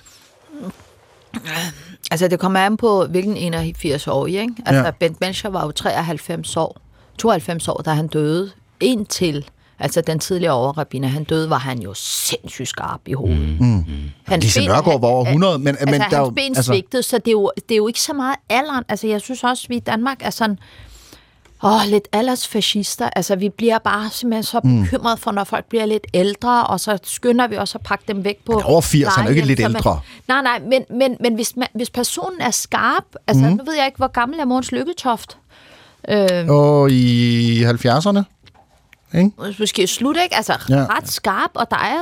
Altså, det kommer an på, hvilken 81-årig, ikke? Altså, ja. Bent Melcher var jo 92 år, da han døde. Indtil, altså den tidligere overrabiner, han døde, var han jo sindssygt skarp i hovedet. Lise Nørgaard var over 100, men hans ben svigtede, så det er jo ikke så meget alderen. Altså, jeg synes også, at vi i Danmark er sådan... lidt aldersfascister. Altså, vi bliver bare simpelthen så bekymret for, når folk bliver lidt ældre, og så skynder vi også at pakke dem væk på... Men over 80, han er ikke lidt ældre. Nej, men hvis personen er skarp... Altså, nu ved jeg ikke, hvor gammel er Mogens Lykketoft? I 70'erne, ikke? Måske slut, ikke? Altså, ret skarp, og der er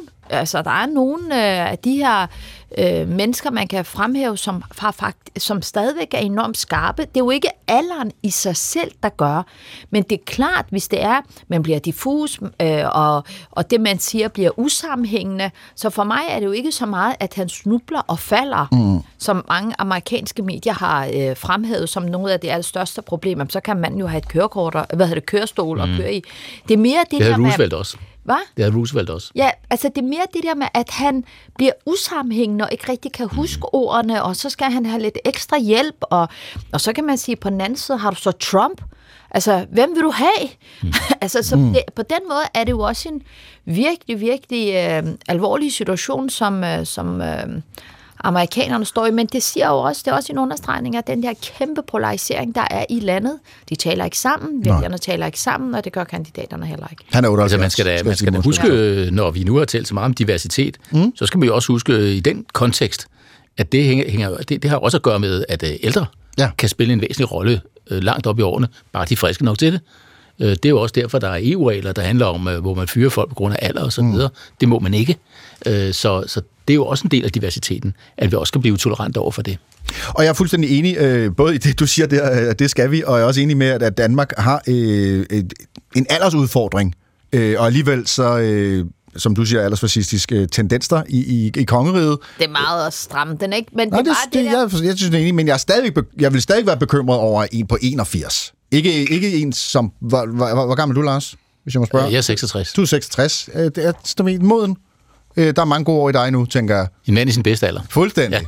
nogle af de her mennesker, man kan fremhæve, som stadigvæk er enormt skarpe. Det er jo ikke alderen i sig selv, der gør. Men det er klart, hvis det er, man bliver diffus, og det, man siger, bliver usammenhængende. Så for mig er det jo ikke så meget, at han snubler og falder, som mange amerikanske medier har fremhævet som nogle af de allerstørste problemer. Så kan man jo have et kørekort, kørestol og køre i. Det er mere det der med... Roosevelt også. Hvad? Det er Roosevelt også. Ja, altså det er mere det der med, at han bliver usammenhængende og ikke rigtig kan huske ordene, og så skal han have lidt ekstra hjælp, og så kan man sige, på den anden side har du så Trump. Altså, hvem vil du have? Altså, på den måde er det jo også en virkelig, virkelig alvorlig situation, som amerikanerne står i, men det siger jo også, det er også en understregning af den der kæmpe polarisering, der er i landet. De taler ikke sammen, vælgerne taler ikke sammen, og det gør kandidaterne heller ikke. Han er altså, man skal da huske, når vi nu har talt så meget om diversitet, så skal man jo også huske i den kontekst, at det har også at gøre med, at ældre kan spille en væsentlig rolle langt op i årene, bare de er friske nok til det. Det er jo også derfor, der er EU-regler, der handler om, hvor man fyrer folk på grund af alder og så videre. Det må man ikke. Så det er jo også en del af diversiteten, at vi også skal blive tolerante over for det. Og jeg er fuldstændig enig, både i det, du siger der, at det skal vi, og jeg er også enig med, at Danmark har en aldersudfordring, og alligevel så... som du siger, aldersfascistisk tendens der i kongeriget. Det er meget at stramme den, ikke? Men jeg synes, det er enig, men jeg vil stadig være bekymret over en på 81. Ikke en som... Hvor gammel er du, Lars? Hvis jeg må spørge. Jeg er 66. Du er 66. Det er stabilt moden. Der er mange gode år i dig nu, tænker jeg. En mand i sin bedste alder. Fuldstændig.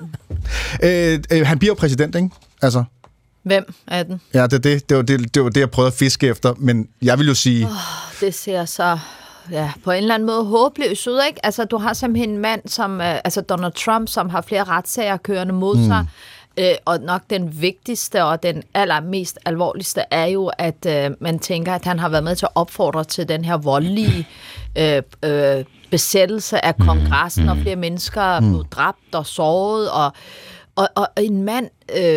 Han bliver præsident, ikke? Altså. Hvem er den? Ja, det var det, jeg prøvede at fiske efter, men jeg vil jo sige... det ser så... Ja, på en eller anden måde håbløs ud, ikke? Altså, du har simpelthen en mand som... Donald Trump, som har flere retssager kørende mod sig. Og nok den vigtigste og den allermest alvorligste er jo, at man tænker, at han har været med til at opfordre til den her voldelige besættelse af kongressen, og flere mennesker er blevet dræbt og såret, og en mand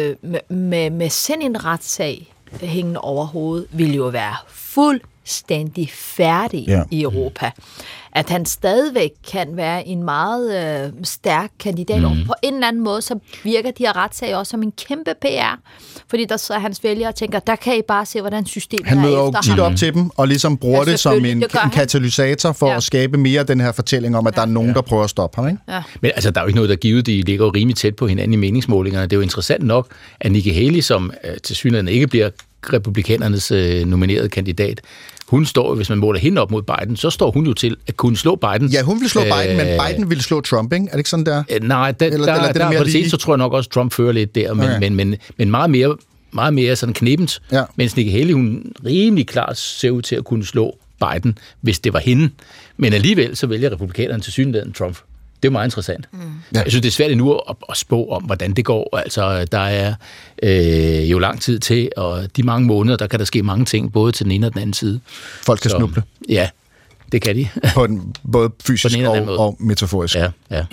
med sådan en retssag hængende over hovedet, ville jo være fuldstændig færdig i Europa. At han stadigvæk kan være en meget stærk kandidat. Og på en eller anden måde, så virker de her retssager også som en kæmpe PR. Fordi der sidder hans vælgere og tænker, der kan I bare se, hvordan systemet er efter ham. Han møder jo tit op til dem, og ligesom bruger det som en katalysator for at skabe mere den her fortælling om, at der er nogen, der prøver at stoppe ham, ikke? Ja. Men altså, der er jo ikke noget, der givet. De ligger jo rimelig tæt på hinanden i meningsmålingerne. Det er jo interessant nok, at Nikki Haley, som tilsyneladende ikke bliver republikanernes nominerede kandidat, hun står, hvis man måler hende op mod Biden, så står hun jo til at kunne slå Biden. Ja, hun vil slå Biden, men Biden vil slå Trump, ikke? Er det ikke sådan der? Nej, der på det seneste, så tror jeg nok også, Trump fører lidt der, men meget mere sådan knebent, mens Nikki Haley, hun rimelig klart ser ud til at kunne slå Biden, hvis det var hende. Men alligevel, så vælger republikanerne tilsyneladende Trump. Det er meget interessant. Ja. Jeg synes, det er svært endnu at spå om, hvordan det går. Altså, der er jo lang tid til, og de mange måneder, der kan der ske mange ting, både til den ene og den anden side. Folk kan snuble. Ja, det kan de. Både fysisk og metaforisk. Ja.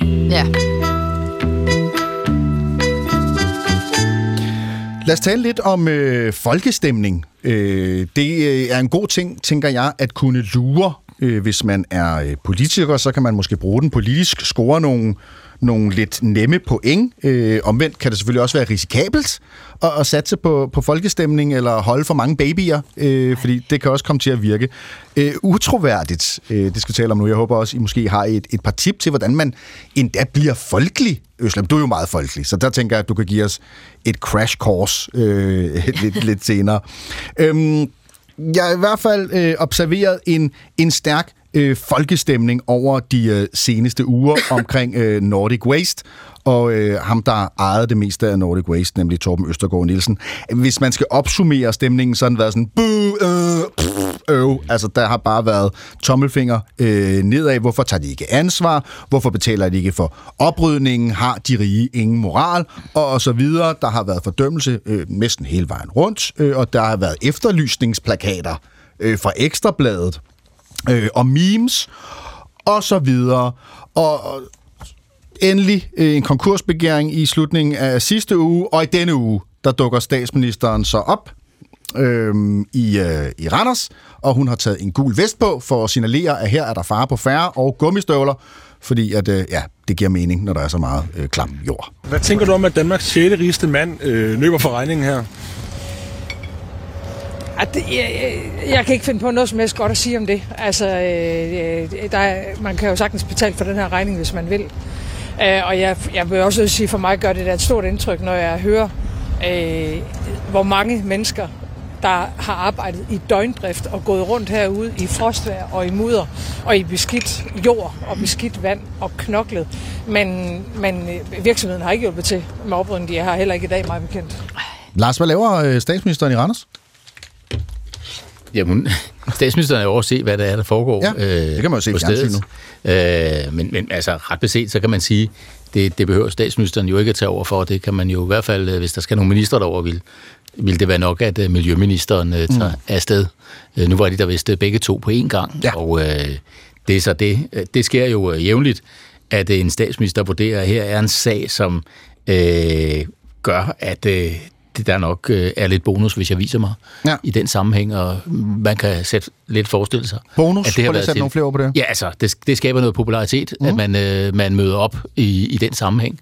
Lad os tale lidt om folkestemning. Det er en god ting, tænker jeg, at kunne lure. Hvis man er politiker, så kan man måske bruge den politisk, score nogle lidt nemme point. Omvendt kan det selvfølgelig også være risikabelt at satse på folkestemning eller holde for mange babyer, fordi det kan også komme til at virke utroværdigt. Det skal vi tale om nu. Jeg håber også, I måske har et par tip til, hvordan man endda bliver folkelig. Øslem, du er jo meget folkelig, så der tænker jeg, at du kan give os et crash course lidt senere. Jeg har i hvert fald observeret en stærk folkestemning over de seneste uger omkring Nordic Waste, og ham, der ejede det meste af Nordic Waste, nemlig Torben Østergaard Nielsen. Hvis man skal opsummere stemningen, så har den været sådan, altså der har bare været tommelfinger nedad. Hvorfor tager de ikke ansvar? Hvorfor betaler de ikke for oprydningen? Har de rige ingen moral? Og så videre. Der har været fordømmelse næsten hele vejen rundt, og der har været efterlysningsplakater fra Ekstrabladet og memes, og så videre. Og endelig en konkursbegæring i slutningen af sidste uge, og i denne uge, der dukker statsministeren så op i Randers, og hun har taget en gul vest på for at signalere, at her er der fare på færre og gummistøvler, fordi at, det giver mening, når der er så meget klam jord. Hvad tænker du om, at Danmarks 6. rigeste mand løber for regningen her? Jeg kan ikke finde på noget som helst godt at sige om det. Altså, man kan jo sagtens betale for den her regning, hvis man vil. Og jeg vil også sige, for mig gør det et stort indtryk, når jeg hører, hvor mange mennesker, der har arbejdet i døgndrift og gået rundt herude i frostvejr og i mudder og i beskidt jord og beskidt vand og knoklet. Men virksomheden har ikke hjulpet til med oprydningen. De er her heller ikke i dag, meget bekendt. Lars, hvad laver statsministeren i Randers? Jamen, statsministeren er jo over at se, hvad der er, der foregår. Ja, det kan man jo se i fjernsynet. Men altså, ret beset, så kan man sige, det behøver statsministeren jo ikke at tage over for. Det kan man jo i hvert fald, hvis der skal nogle minister derover, vil det være nok, at miljøministeren tager afsted. Nu var de der vist begge to på én gang, og det er så det. Det sker jo jævnligt, at en statsminister vurderer, at her er en sag, som gør, at det der nok er lidt bonus, hvis jeg viser mig i den sammenhæng, og man kan lidt forestille sig. Bonus? At det har været sætte nogle flere ord på det? Ja, altså, det skaber noget popularitet, at man møder op i den sammenhæng.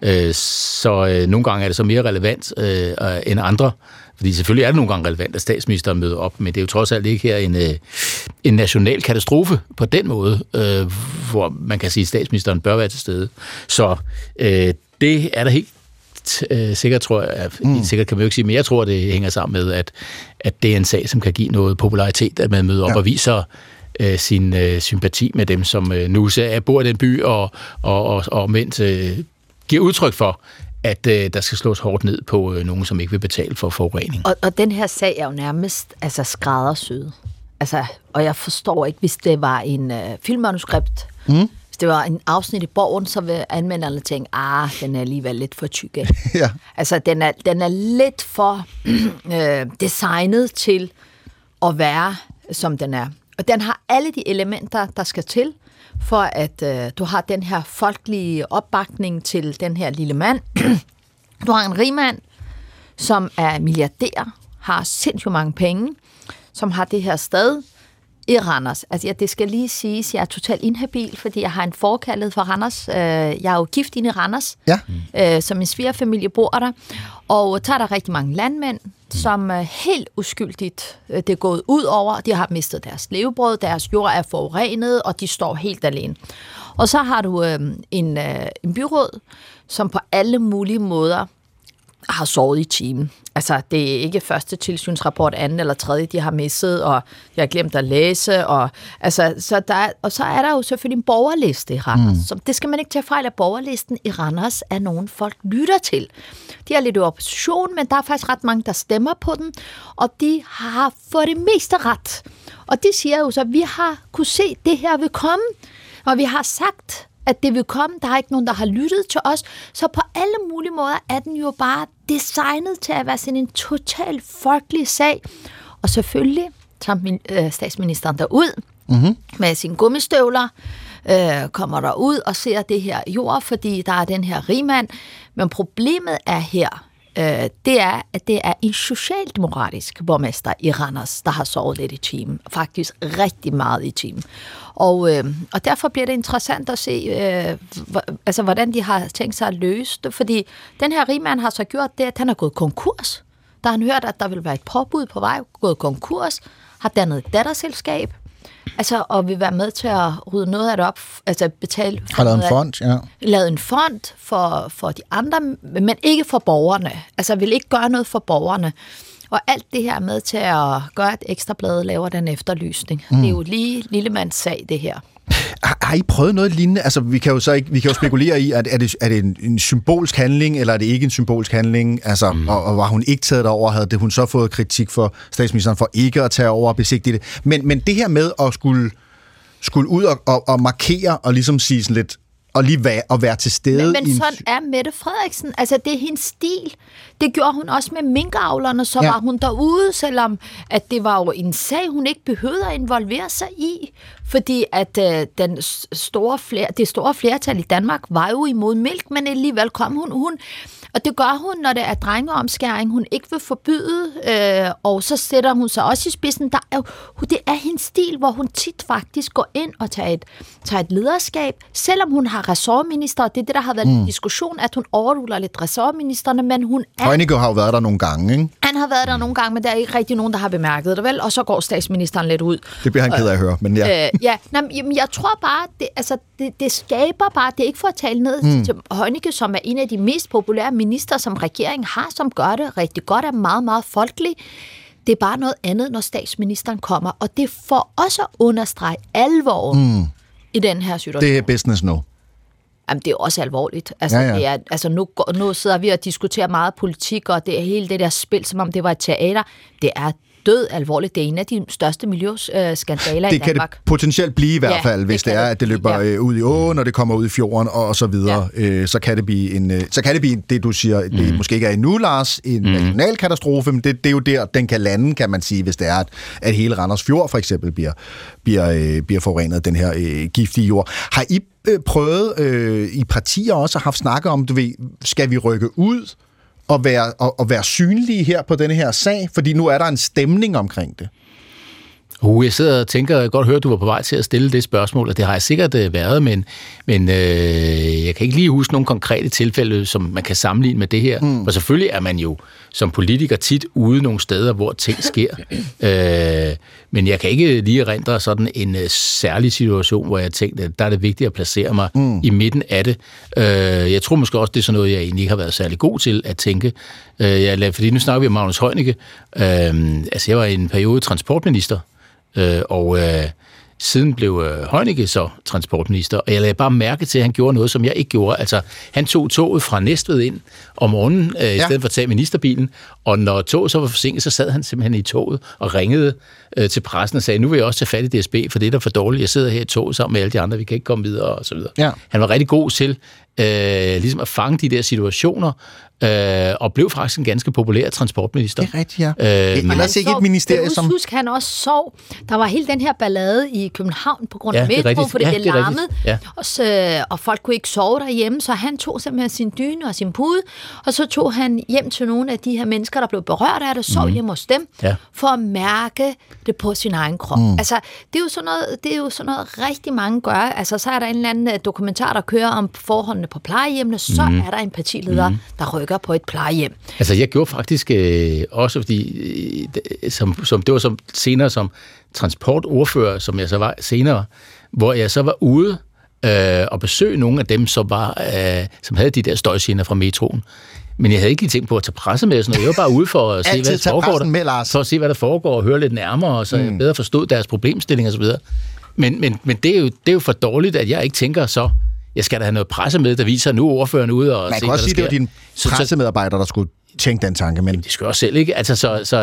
Så nogle gange er det så mere relevant end andre, fordi selvfølgelig er det nogle gange relevant, at statsministeren møder op, men det er jo trods alt ikke her en national katastrofe på den måde, hvor man kan sige, at statsministeren bør være til stede. Så det er der helt sikkert, tror jeg, sikkert kan man jo ikke sige, men jeg tror, det hænger sammen med, at det er en sag, som kan give noget popularitet, at man møder op og viser sin sympati med dem, som nu bor i den by, og giver udtryk for, at der skal slås hårdt ned på nogen, som ikke vil betale for forurening. Og den her sag er jo nærmest skræddersyet. Altså, og jeg forstår ikke, hvis det var en filmmanuskript, hvis det var en afsnit i Borgen, så vil anmelderne tænke, den er alligevel lidt for tyk af. Ja. Altså, den er lidt for designet til at være, som den er. Og den har alle de elementer, der skal til, for at du har den her folkelige opbakning til den her lille mand. Du har en rig mand, som er milliardær, har sindssygt mange penge, som har det her sted i Randers. Altså, det skal lige siges, jeg er totalt inhabil, fordi jeg har en forkærlighed for Randers. Jeg er jo gift inde i Randers, så min svigerfamilie bor der, og der er der rigtig mange landmænd, som helt uskyldigt det er gået ud over. De har mistet deres levebrød, deres jord er forurenet, og de står helt alene. Og så har du en byråd, som på alle mulige måder har sovet i timen. Altså, det er ikke første tilsynsrapport, anden eller tredje, de har misset, og de har glemt at læse. Og så er der jo selvfølgelig en borgerliste i Randers. Så det skal man ikke tage fejl af. Borgerlisten i Randers er nogen folk lytter til. De er lidt i opposition, men der er faktisk ret mange, der stemmer på den, og de har for det meste ret. Og de siger jo så, at vi har kunne se, det her vil komme, og vi har sagt at det vil komme. Der er ikke nogen, der har lyttet til os. Så på alle mulige måder er den jo bare designet til at være sådan en total folkelig sag. Og selvfølgelig tager statsministeren derud med sine gummistøvler, kommer der ud og ser det her jord, fordi der er den her rigmand. Men problemet er her, det er, at det er en socialt moralisk borgmester i Randers, der har sovet lidt i timen. Faktisk rigtig meget i timen. Og derfor bliver det interessant at se, hvordan de har tænkt sig at løse det. Fordi den her rigmand har så gjort det, at han er gået konkurs. Der har han hørt, at der vil være et påbud på vej, gået konkurs, har dannet et datterselskab, og vil være med til at rydde noget af det op, betale... Har lavet en fond, ja. Lavet en fond for de andre, men ikke for borgerne. Vil ikke gøre noget for borgerne. Og alt det her er med til at gøre, at Ekstrabladet laver den efterlysning. Det er jo lige lillemands sag, det her. Har I prøvet noget lignende? Vi kan jo spekulere i, at er det en symbolsk handling, eller er det ikke en symbolsk handling? Og var hun ikke taget over, havde hun så fået kritik for statsministeren for ikke at tage over og besigtige det? Men det her med at skulle ud og markere og ligesom sige sådan lidt, og lige være til stede. Men sådan er Mette Frederiksen. Det er hendes stil. Det gjorde hun også med minkavlerne, så var hun derude, selvom at det var jo en sag, hun ikke behøvede at involvere sig i. Fordi at det store flertal i Danmark var jo imod mælk, men alligevel kom hun. Og det gør hun, når det er drengeomskæring, hun ikke vil forbyde, og så sætter hun sig også i spidsen. Det er hendes stil, hvor hun tit faktisk går ind og tager et lederskab, selvom hun har ressortminister, og det er det, der har været en diskussion, at hun overruler lidt ressortministerne, men hun er... Heunicke har jo været der nogle gange, ikke? Han har været der nogle gange, men der er ikke rigtig nogen, der har bemærket det, vel? Og så går statsministeren lidt ud. Det bliver han ked af at høre, men ja. Jeg tror bare, det skaber bare, det er ikke for at tale ned til Heunicke, som er en af de mest populære minister, som regeringen har, som gør det rigtig godt, er meget, meget folkelig. Det er bare noget andet, når statsministeren kommer, og det får også at understrege alvoren i den her situation. Det er business nu. Jamen, det er også alvorligt. Nu sidder vi og diskuterer meget politik, og det er hele det der spil, som om det var et teater. Det er død alvorligt. Det er en af de største miljøskandaler i Danmark. Det kan det potentielt blive i hvert fald, hvis det er, at det løber ud i åen, når det kommer ud i fjorden og så videre. Ja. Så kan det blive det, du siger, det måske ikke er endnu, Lars, en national katastrofe, men det er jo der, den kan lande, kan man sige, hvis det er, at hele Randers Fjord for eksempel bliver forurenet, den her giftige jord. Har I prøvet i partier også at have snakket om, skal vi rykke ud og være synlige her på denne her sag? Fordi nu er der en stemning omkring det. Jeg sidder og tænker, jeg godt høre, at du var på vej til at stille det spørgsmål, og det har jeg sikkert været, men jeg kan ikke lige huske nogle konkrete tilfælde, som man kan sammenligne med det her. For selvfølgelig er man jo som politiker tit ude nogle steder, hvor ting sker. Men jeg kan ikke lige erindre sådan en særlig situation, hvor jeg tænkte, at der er det vigtigt at placere mig i midten af det. Jeg tror måske også, det er sådan noget, jeg egentlig ikke har været særlig god til at tænke. Fordi nu snakker vi om Magnus Heunicke. Jeg var i en periode transportminister, og siden blev Heunicke så transportminister, og jeg lagde bare mærke til, at han gjorde noget, som jeg ikke gjorde. Han tog toget fra Næstved ind om morgenen, i stedet for at tage ministerbilen, og når toget så var forsinket, så sad han simpelthen i toget og ringede til pressen og sagde, nu vil jeg også tage fat i DSB, for det er der for dårligt. Jeg sidder her i toget sammen med alle de andre, vi kan ikke komme videre, og så videre. Ja. Han var rigtig god til ligesom at fange de der situationer, og blev faktisk en ganske populær transportminister. Det er rigtigt, ja. Men også ikke et ministerie, som... Husk, han også sov. Der var hele den her ballade i København på grund af metro, fordi det larmede, og folk kunne ikke sove derhjemme, så han tog simpelthen sin dyne og sin pude, og så tog han hjem til nogle af de her mennesker, der blev berørt af det, sov hjemme hos dem, for at mærke det på sin egen krop. Det er jo sådan noget rigtig mange gør. Så er der en eller anden dokumentar, der kører om forholdene på plejehjemmene, så er der en partileder, der rykker på et plejehjem. Jeg gjorde faktisk også, fordi det var senere som transportordfører, som jeg så var senere, hvor jeg så var ude og besøge nogle af dem, som havde de der støjgener fra metroen. Men jeg havde ikke lige tænkt på at tage presse med sådan noget. Jeg var bare ude for at se, hvad der foregår der. For at se, hvad der foregår, og høre lidt nærmere, og så jeg bedre forstod deres problemstilling og så videre. Men det er jo for dårligt, at jeg ikke tænker så, jeg skal da have noget presse med, der viser, nu ordføreren ude og man kan også sige, det var din pressemedarbejder, der skulle tænke den tanke, men... Det skal jeg også selv, ikke? Altså,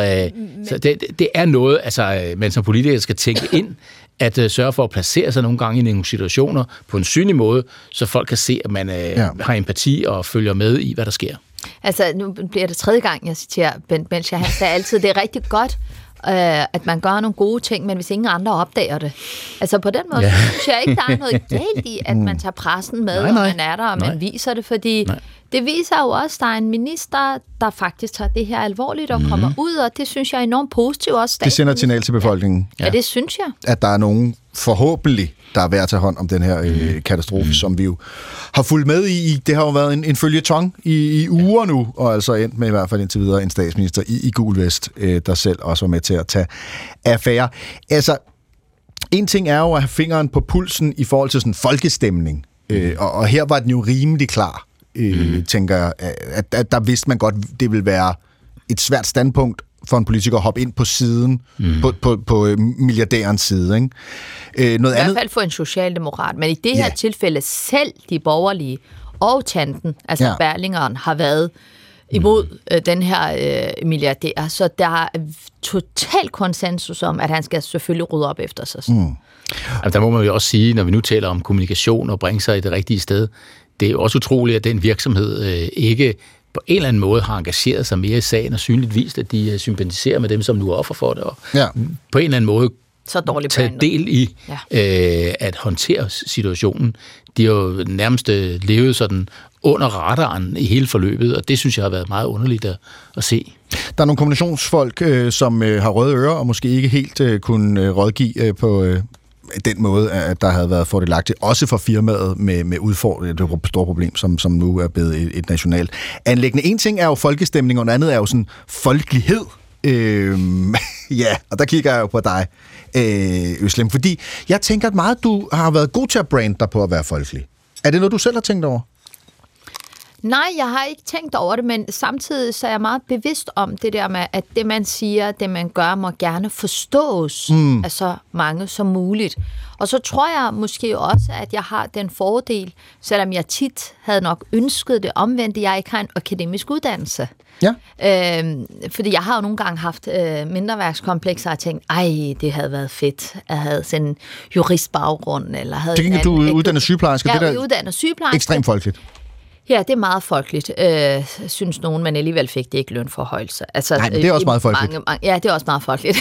så det er noget, altså, man som politiker skal tænke ind, at sørge for at placere sig nogle gange i nogle situationer på en synlig måde, så folk kan se, at man har empati og følger med i, hvad der sker. Altså, nu bliver det 3. gang, jeg citerer Bent Melchior. Han sagde altid, det er rigtig godt, at man gør nogle gode ting, men hvis ingen andre opdager det. Altså på den måde, synes jeg ikke, der er noget galt i, at man tager pressen med, og man er der, og man viser det, fordi det viser jo også, at der er en minister, der faktisk tager det her alvorligt og kommer ud, og det synes jeg er enormt positivt også. Det sender et signal til befolkningen. Ja, det synes jeg. At der er nogen, forhåbentlig, der er værd at tage hånd om den her katastrofe, som vi jo har fulgt med i. Det har jo været en føljeton i uger nu, og altså endt med i hvert fald indtil videre en statsminister i gul vest, der selv også var med til at tage affære. Altså, en ting er jo at have fingeren på pulsen i forhold til sådan folkestemning, og her var den jo rimelig klar, tænker jeg, at der vidste man godt, det ville være et svært standpunkt for en politiker at hoppe ind på siden, på milliardærens side. Ikke? Noget I hvert fald for en socialdemokrat, men i det her tilfælde selv de borgerlige og tanten, altså Berlingeren, har været imod den her milliardær, så der er total konsensus om, at han skal selvfølgelig rydde op efter sig. Altså, der må man jo også sige, når vi nu taler om kommunikation og bringe sig i det rigtige sted, det er jo også utroligt, at den virksomhed ikke på en eller anden måde har engageret sig mere i sagen og synligt vist, at de sympatiserer med dem, som nu er offer for det, og på en eller anden måde tage del i at håndtere situationen. De har jo nærmest levet sådan under radaren i hele forløbet, og det synes jeg har været meget underligt at se. Der er nogle kommunikationsfolk, som har røde ører og måske ikke helt kunne rådgive på den måde, at der havde været fordelagtigt, også for firmaet med det store problem, som nu er blevet et nationalt anliggende. En ting er jo folkestemning, og en andet er jo sådan folkelighed. Og der kigger jeg jo på dig, Özlem, fordi jeg tænker, at meget du har været god til at brande dig på at være folkelig. Er det noget, du selv har tænkt over? Nej, jeg har ikke tænkt over det, men samtidig så er jeg meget bevidst om det der med, at det man siger, det man gør, må gerne forstås af så mange som muligt. Og så tror jeg måske også, at jeg har den fordel, selvom jeg tit havde nok ønsket det omvendte, jeg ikke har en akademisk uddannelse. Ja. Fordi jeg har jo nogle gange haft mindreværkskomplekser og tænkt, det havde været fedt, at have sådan en juristbaggrund. Eller havde tænker du er uddannet sygeplejerske? Jeg er uddannet sygeplejerske. Ekstremt folkeligt. Ja, det er meget folkeligt, synes nogen, men alligevel fik det ikke lønforhøjelse. Altså, nej, men det er også meget folkeligt. Ja, det er også meget folkeligt.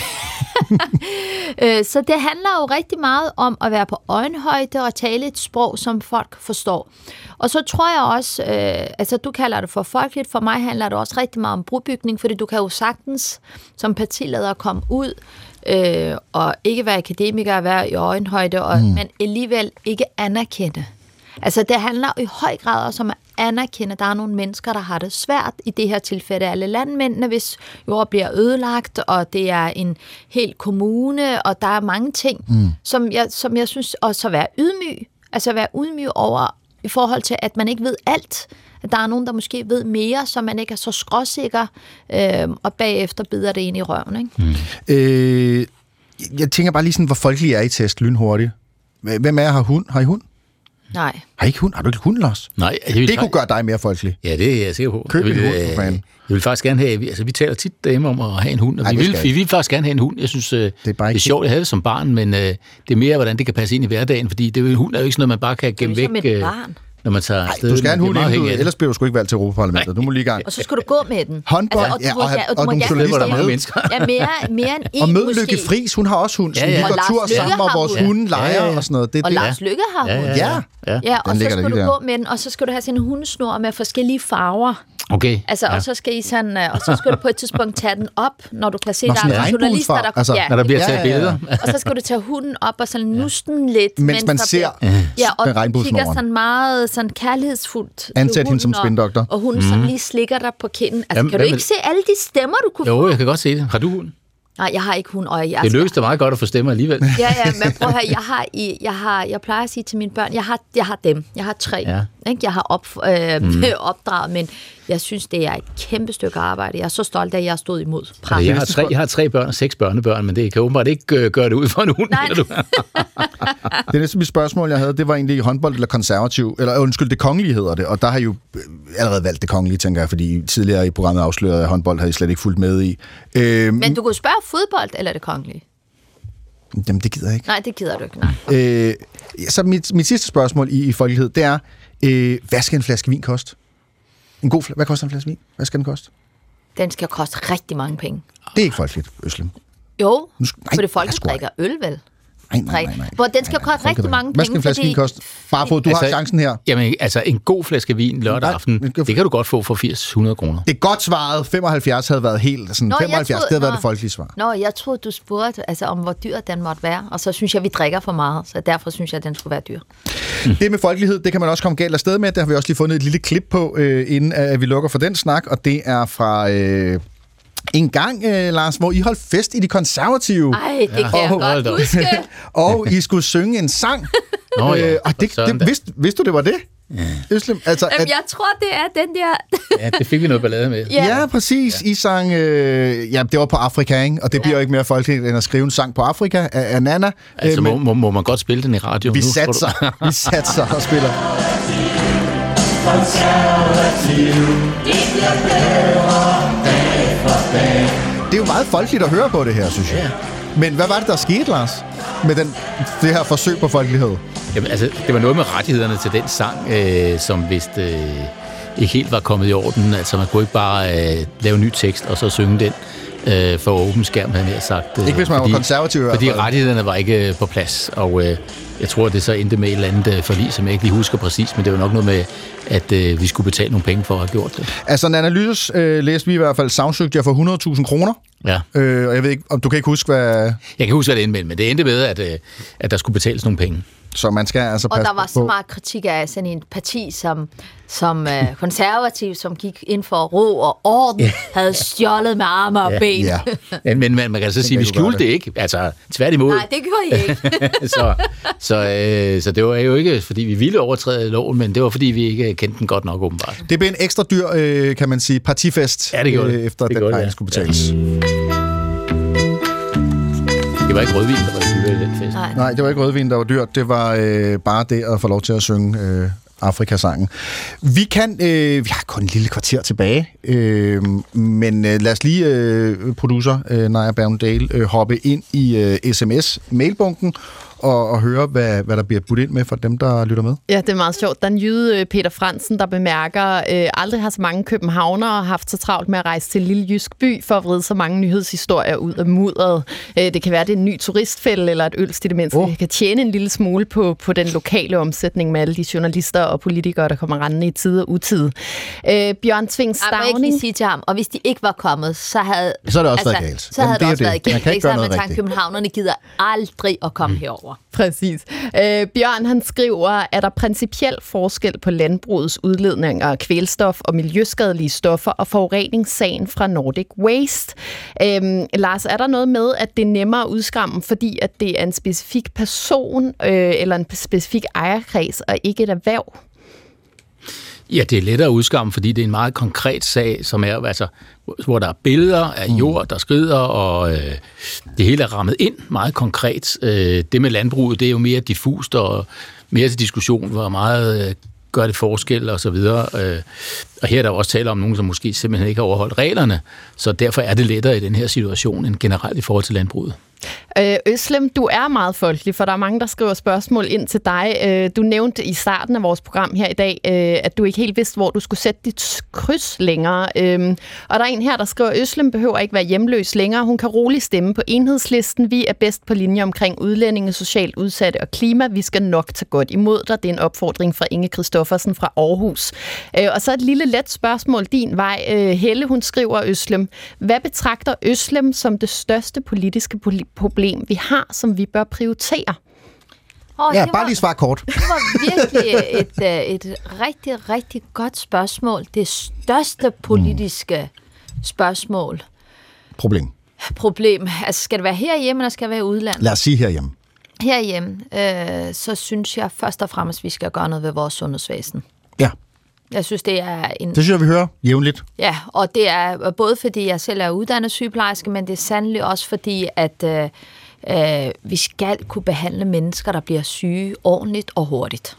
Så det handler jo rigtig meget om at være på øjenhøjde og tale et sprog, som folk forstår. Og så tror jeg også, altså du kalder det for folkeligt, for mig handler det også rigtig meget om brobygning, fordi du kan jo sagtens som partileder komme ud og ikke være akademiker, være i øjenhøjde, og men alligevel ikke anerkende. Altså, det handler i høj grad også om at anerkende, at der er nogle mennesker, der har det svært. I det her tilfælde alle landmændene, hvis jord bliver ødelagt, og det er en hel kommune, og der er mange ting, som jeg synes også at være ydmyg. Altså at være ydmyg over i forhold til, at man ikke ved alt. At der er nogen, der måske ved mere, så man ikke er så skråsikker, og bagefter bider det ind i røven. Ikke? Jeg tænker bare lige sådan, hvor folkelig er I test lynhurtigt. Hvem er har hund? Har I hund? Nej. Har du ikke hund, Lars? Nej. Det kunne gøre dig mere folkelig. Ja, det er jeg sikker på. Køb en hund, for fanden. Jeg vil faktisk gerne have, altså vi taler tit derhjemme om at have en hund, og vi vil faktisk gerne have en hund. Jeg synes, det er sjovt, jeg havde det som barn, men det er mere, hvordan det kan passe ind i hverdagen, fordi en hund er jo ikke sådan noget, man bare kan gemme væk. Det er jo som et barn. Når man tager afsted. Du skal have en hund, ellers bliver du sgu ikke valgt til Europaparlamentet. Du må lige i gang. Og så skal du gå med den. Håndbold, og nogle journalister med. Ja, mere end en. Og mød Lykke Friis, hun har også hund, så vi går tur sammen, og vores hunde leger og sådan noget. Og Lars Løkke har hund. Ja, og så skal du gå med den, og så skal du have sådan en hundesnor med forskellige farver. Okay. Altså, og så skal I sådan, og så skal du på et tidspunkt tage den op, når du kan se, der er journalister, der altså, når der bliver taget billeder. Og så skal du tage hunden op og sådan nusse den lidt. Mens man ser og kigger sådan meget sådan kærlighedsfuldt. Ansæt hende som spindoktor. Og hunden sådan lige slikker dig på kinden. Altså, kan du ikke se alle de stemmer, du kunne få? Jo, jeg kan godt se det. Har du hund? Nej, jeg har ikke hund. Og det lykkes da meget godt at få stemmer alligevel. Ja, men prøv at høre, jeg plejer at sige til mine børn, jeg har dem. Jeg har 3. Ja. Ikke? Jeg har opdraget, men Jeg synes, det er et kæmpe stykke arbejde. Jeg er så stolt af, at jeg stod imod pressen. Jeg har 3 børn og 6 børnebørn, men det kan åbenbart ikke gøre det ud for nogen. Nej. Det næste mit spørgsmål, jeg havde, det var egentlig håndbold eller konservativ, eller undskyld, det kongelige hedder det, og der har jo allerede valgt det kongelige, tænker jeg, fordi tidligere i programmet afslørede, at håndbold havde I slet ikke fulgt med i. Men du kunne spørge fodbold eller det kongelige? Jamen, det gider jeg ikke. Nej, det gider du ikke, nej. Så mit sidste spørgsmål i folkelighed, det er, hvad skal en flaske vin koste? Hvad koster en flaske vin? Hvad skal den koste? Den skal koste rigtig mange penge. Det er ikke folkeligt, Øslem. Jo, for det folk drikker øl, vel? Nej. Hvor den skal koste rigtig mange penge. Hvad skal en flaske vin koste? Bare for, du har chancen her. Jamen, altså en god flaske vin lørdag aften, det kan du godt få for 800 kroner. Det er godt svaret. 75 havde været helt sådan. 75, det havde været det folkelige svar. Nå, jeg troede, du spurgte om, hvor dyr den måtte være. Og så synes jeg, vi drikker for meget. Så derfor synes jeg, at den skulle være dyr. Det med folkelighed, det kan man også komme galt afsted med. Der har vi også lige fundet et lille klip på, inden at vi lukker for den snak. Og det er fra... en gang, Lars, hvor I holdt fest i De Konservative. Ej, det kan jeg godt huske. Og I skulle synge en sang. Nå ja, og vidste du, det var det? Ja. Øslem, altså, Jamen, jeg tror, det er den der... Ja, det fik vi noget ballade med. Ja, præcis. I sang... det var på Afrika, ikke? Og det bliver jo ikke mere folkeligt, end at skrive en sang på Afrika af Nana. Altså, må man godt spille den i radio? Vi satser og spiller. Det er jo meget folkeligt at høre på det her, synes jeg. Ja. Men hvad var det, der skete, Lars, med det her forsøg på folkelighed? Jamen, altså, det var noget med rettighederne til den sang, som vist ikke helt var kommet i orden. Altså, man kunne ikke bare lave ny tekst og så synge den for åben skærm, havde jeg sagt. Ikke hvis man var konservativ. Fordi rettighederne var ikke på plads, og jeg tror, det så endte med et eller andet forlig, som jeg ikke lige husker præcis, men det var nok noget med, at vi skulle betale nogle penge for at have gjort det. Altså, en analyse læste vi i hvert fald, sagsøgte jeg for 100.000 kroner. Ja. Og jeg ved ikke, om du kan ikke huske, hvad... Jeg kan huske, hvad det endte med, men det endte med, at der skulle betales nogle penge. Så man skal altså passe på... Og der var så meget kritik af sådan en parti, som konservativ, som gik ind for ro og orden, havde stjålet med arme og ben. Ja. Men man kan så sige, at vi skjulte det ikke. Altså, tværtimod. Nej, det gjorde I ikke. så det var jo ikke, fordi vi ville overtræde loven, men det var, fordi vi ikke kendte den godt nok, åbenbart. Det blev en ekstra dyr, kan man sige, partifest, efter det den penge skulle betales. Det var ikke rødvin, der var dyrt i den fest. Nej, det var ikke rødvin, der var dyrt. Det var bare det at få lov til at synge Afrikasangen. Vi har kun en lille kvarter tilbage, men lad os lige, producer Naja Bergendale, hoppe ind i sms-mailbunken og høre, hvad der bliver budt ind med for dem, der lytter med. Ja, det er meget sjovt. Der er en jyde, Peter Fransen, der bemærker, aldrig har så mange københavnere haft så travlt med at rejse til en lille jysk by for at vride så mange nyhedshistorier ud af mudderet. Det kan være, det er en ny turistfælde eller et ølst i det mindste. Det kan tjene en lille smule på den lokale omsætning med alle de journalister og politikere, der kommer rendende i tid og utid. Bjørn Tving Stavning... Jeg må ikke lige sige til ham, og hvis de ikke var kommet, så havde det også været galt. Så havde det også været galt. Man kan ikke gøre noget rigtigt. Københavnerne gider aldrig at komme herover. Præcis. Bjørn, han skriver, er der principiel forskel på landbrugets udledning af kvælstof og miljøskadelige stoffer og forureningssagen fra Nordic Waste? Lars, er der noget med, at det er nemmere at udskamme, fordi at det er en specifik person eller en specifik ejerkreds og ikke et erhverv? Ja, det er lettere at udskamme, fordi det er en meget konkret sag, som er, altså, hvor der er billeder af jord, der skrider, og det hele er rammet ind meget konkret. Det med landbruget, det er jo mere diffust og mere til diskussion, hvor meget gør det forskel og så videre. Og her er der også tale om nogen, som måske simpelthen ikke har overholdt reglerne, så derfor er det lettere i den her situation end generelt i forhold til landbruget. Øslem, du er meget folkelig, for der er mange, der skriver spørgsmål ind til dig. Du nævnte i starten af vores program her i dag, at du ikke helt vidste, hvor du skulle sætte dit kryds længere. Og der er en her, der skriver, Øslem behøver ikke være hjemløs længere. Hun kan roligt stemme på Enhedslisten. Vi er bedst på linje omkring udlændinge, socialt udsatte og klima. Vi skal nok tage godt imod dig. Det er en opfordring fra Inge Christoffersen fra Aarhus. Og så et lille let spørgsmål din vej. Helle, hun skriver, Øslem, hvad betragter Øslem som det største politiske problem, vi har, som vi bør prioritere? Bare lige svar kort. Det var virkelig et rigtig, rigtig godt spørgsmål. Det største politiske spørgsmål. Problem. Altså, skal det være herhjemme, eller skal det være i udlandet? Lad os sige herhjemme. Herhjemme, så synes jeg først og fremmest, vi skal gøre noget ved vores sundhedsvæsen. Ja. Jeg synes, det er en... Det synes jeg, vi hører jævnligt. Ja, og det er både fordi, jeg selv er uddannet sygeplejerske, men det er sandelig også fordi, at vi skal kunne behandle mennesker, der bliver syge ordentligt og hurtigt.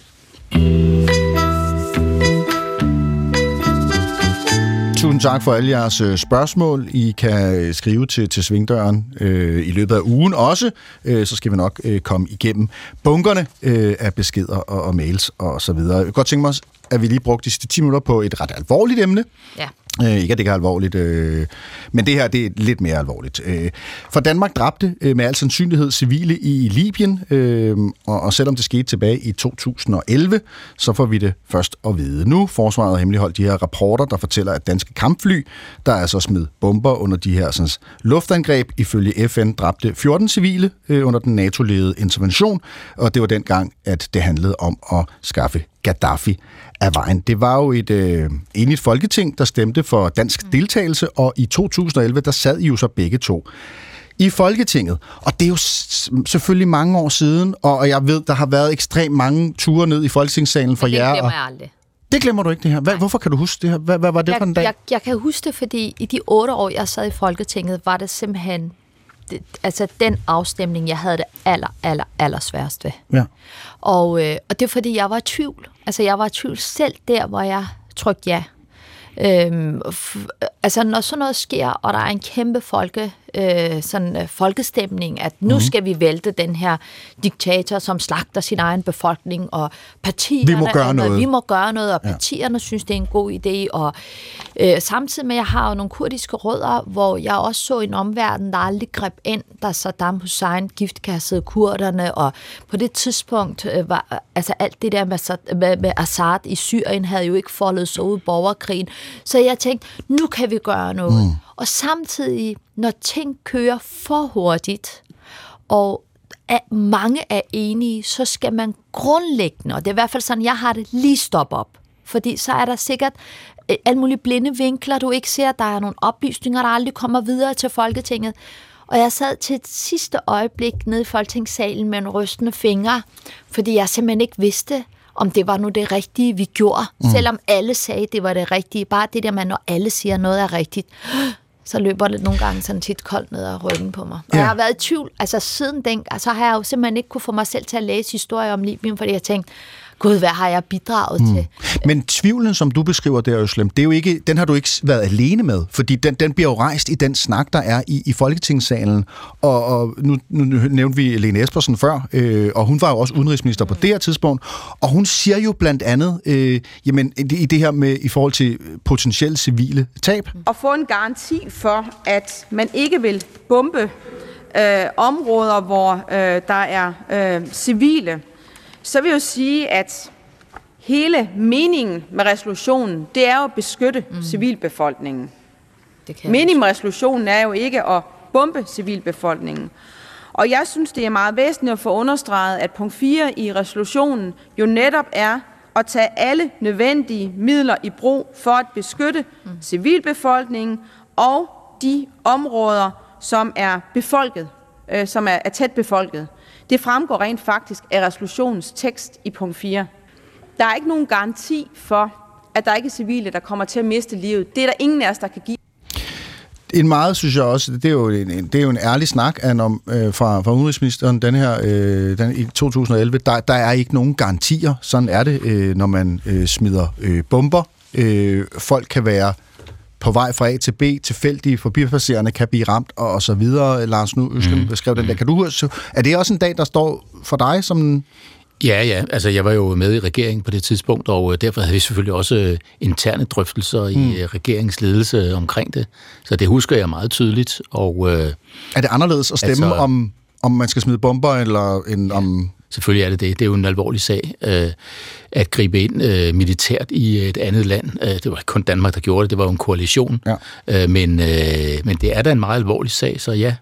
Tusind tak for alle jeres spørgsmål. I kan skrive til Svingdøren i løbet af ugen også. Så skal vi nok komme igennem bunkerne af beskeder og mails og så videre. Jeg kan godt tænke mig, at vi lige brugte de sidste 10 minutter på et ret alvorligt emne. Ja. Ikke at det ikke er alvorligt, men det her det er lidt mere alvorligt. For Danmark dræbte med al sandsynlighed civile i Libyen, og selvom det skete tilbage i 2011, så får vi det først at vide nu. Forsvaret har hemmeligholdt de her rapporter, der fortæller, at danske kampfly, der altså smed bomber under de her sådan, luftangreb, ifølge FN dræbte 14 civile under den NATO-ledede intervention, og det var dengang, at det handlede om at skaffe Gaddafi af vejen. Det var jo et enigt folketing, der stemte for dansk deltagelse, og i 2011, der sad I jo så begge to i Folketinget. Og det er jo selvfølgelig mange år siden, og jeg ved, der har været ekstremt mange ture ned i Folketingssalen for jer. Det glemmer jeg aldrig. Det glemmer du ikke, det her. Hvorfor kan du huske det her? Hvad var det for en dag? Jeg kan huske det, fordi i de 8 år, jeg sad i Folketinget, var det simpelthen den afstemning, jeg havde det aller sværest ved. Ja. Og det er fordi, jeg var i tvivl. Altså, jeg var i tvivl selv der, hvor jeg trykte ja. Når sådan noget sker, og der er en kæmpe folkestemning, at nu skal vi vælte den her diktator, som slagter sin egen befolkning, og partierne... Vi må gøre noget, og partierne synes, det er en god idé, og samtidig med, at jeg har jo nogle kurdiske rødder, hvor jeg også så en omverden, der aldrig greb ind, da Saddam Hussein giftkassede kurderne, og på det tidspunkt var alt det der med Assad i Syrien havde jo ikke foldet sig ud i borgerkrigen, så jeg tænkte, nu kan vi gøre noget. Og samtidig, når ting kører for hurtigt, og mange er enige, så skal man grundlæggende, og det er i hvert fald sådan, jeg har det, lige stoppe op. Fordi så er der sikkert alle mulige blinde vinkler, du ikke ser, der er nogle oplysninger, der aldrig kommer videre til Folketinget. Og jeg sad til et sidste øjeblik nede i Folketingssalen med en rystende fingre, fordi jeg simpelthen ikke vidste, om det var nu det rigtige, vi gjorde. Selvom alle sagde, det var det rigtige. Bare det der, man når alle siger, noget er rigtigt, så løber det nogle gange sådan tit koldt ned ad ryggen på mig. Og jeg har været i tvivl, siden den, så har jeg jo simpelthen ikke kunne få mig selv til at læse historier om Libyen, fordi jeg tænkte, gud, hvad har jeg bidraget til? Men tvivlen, som du beskriver der, Özlem, det er jo ikke, den har du ikke været alene med, fordi den bliver jo rejst i den snak, der er i Folketingssalen. Og nu nævnte vi Lene Espersen før, og hun var jo også udenrigsminister på det her tidspunkt, og hun siger jo blandt andet, i det her med i forhold til potentielle civile tab. Og få en garanti for, at man ikke vil bombe områder, hvor der er civile, så vil jeg jo sige, at hele meningen med resolutionen, det er jo at beskytte civilbefolkningen. Meningen med resolutionen er jo ikke at bombe civilbefolkningen. Og jeg synes, det er meget væsentligt at få understreget, at punkt 4 i resolutionen jo netop er at tage alle nødvendige midler i brug for at beskytte civilbefolkningen og de områder, som er befolket, som er tæt befolket. Det fremgår rent faktisk af resolutionens tekst i punkt 4. Der er ikke nogen garanti for, at der ikke er civile, der kommer til at miste livet. Det er der ingen af os, der kan give. En meget, synes jeg også, det er jo en ærlig snak fra udenrigsministeren, den i 2011. Der er ikke nogen garantier. Sådan er det, når man smider bomber. Folk kan være på vej fra A til B, tilfældige forbipasserende kan blive ramt, og så videre. Lars, nu skrev den der. Kan du huske, er det også en dag, der står for dig som... Ja, altså jeg var jo med i regeringen på det tidspunkt, og derfor havde vi selvfølgelig også interne drøftelser i regeringsledelse omkring det. Så det husker jeg meget tydeligt. Og, er det anderledes at stemme om man skal smide bomber, eller om... Selvfølgelig er det det. Det er jo en alvorlig sag at gribe ind militært i et andet land. Det var ikke kun Danmark, der gjorde det. Det var jo en koalition. Ja. Men det er da en meget alvorlig sag, så ja.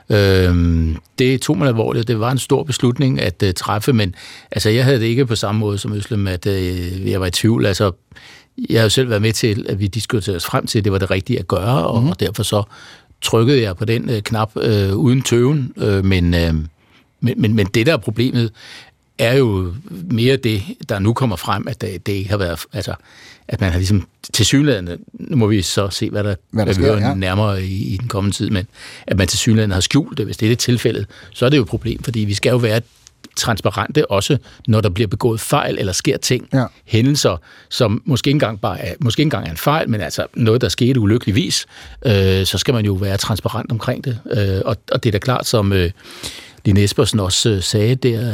Det tog mig alvorligt. Det var en stor beslutning at træffe, men altså, jeg havde det ikke på samme måde som Özlem, at jeg var i tvivl. Altså, jeg har jo selv været med til, at vi diskuterede os frem til, at det var det rigtige at gøre, og derfor så trykkede jeg på den knap uden tøven. Men det, der er problemet, er jo mere det, der nu kommer frem, at det ikke har været, altså, at man har ligesom tilsyneladende, nu må vi så se, hvad der sker nærmere i den kommende tid, men at man tilsyneladende har skjult det, hvis det er det tilfældet, så er det jo et problem, fordi vi skal jo være transparente også, når der bliver begået fejl eller sker ting, hændelser, som måske ikke engang er en fejl, men altså noget, der skete ulykkeligvis, så skal man jo være transparent omkring det. Og det er da klart, som Lene Espersen også sagde der,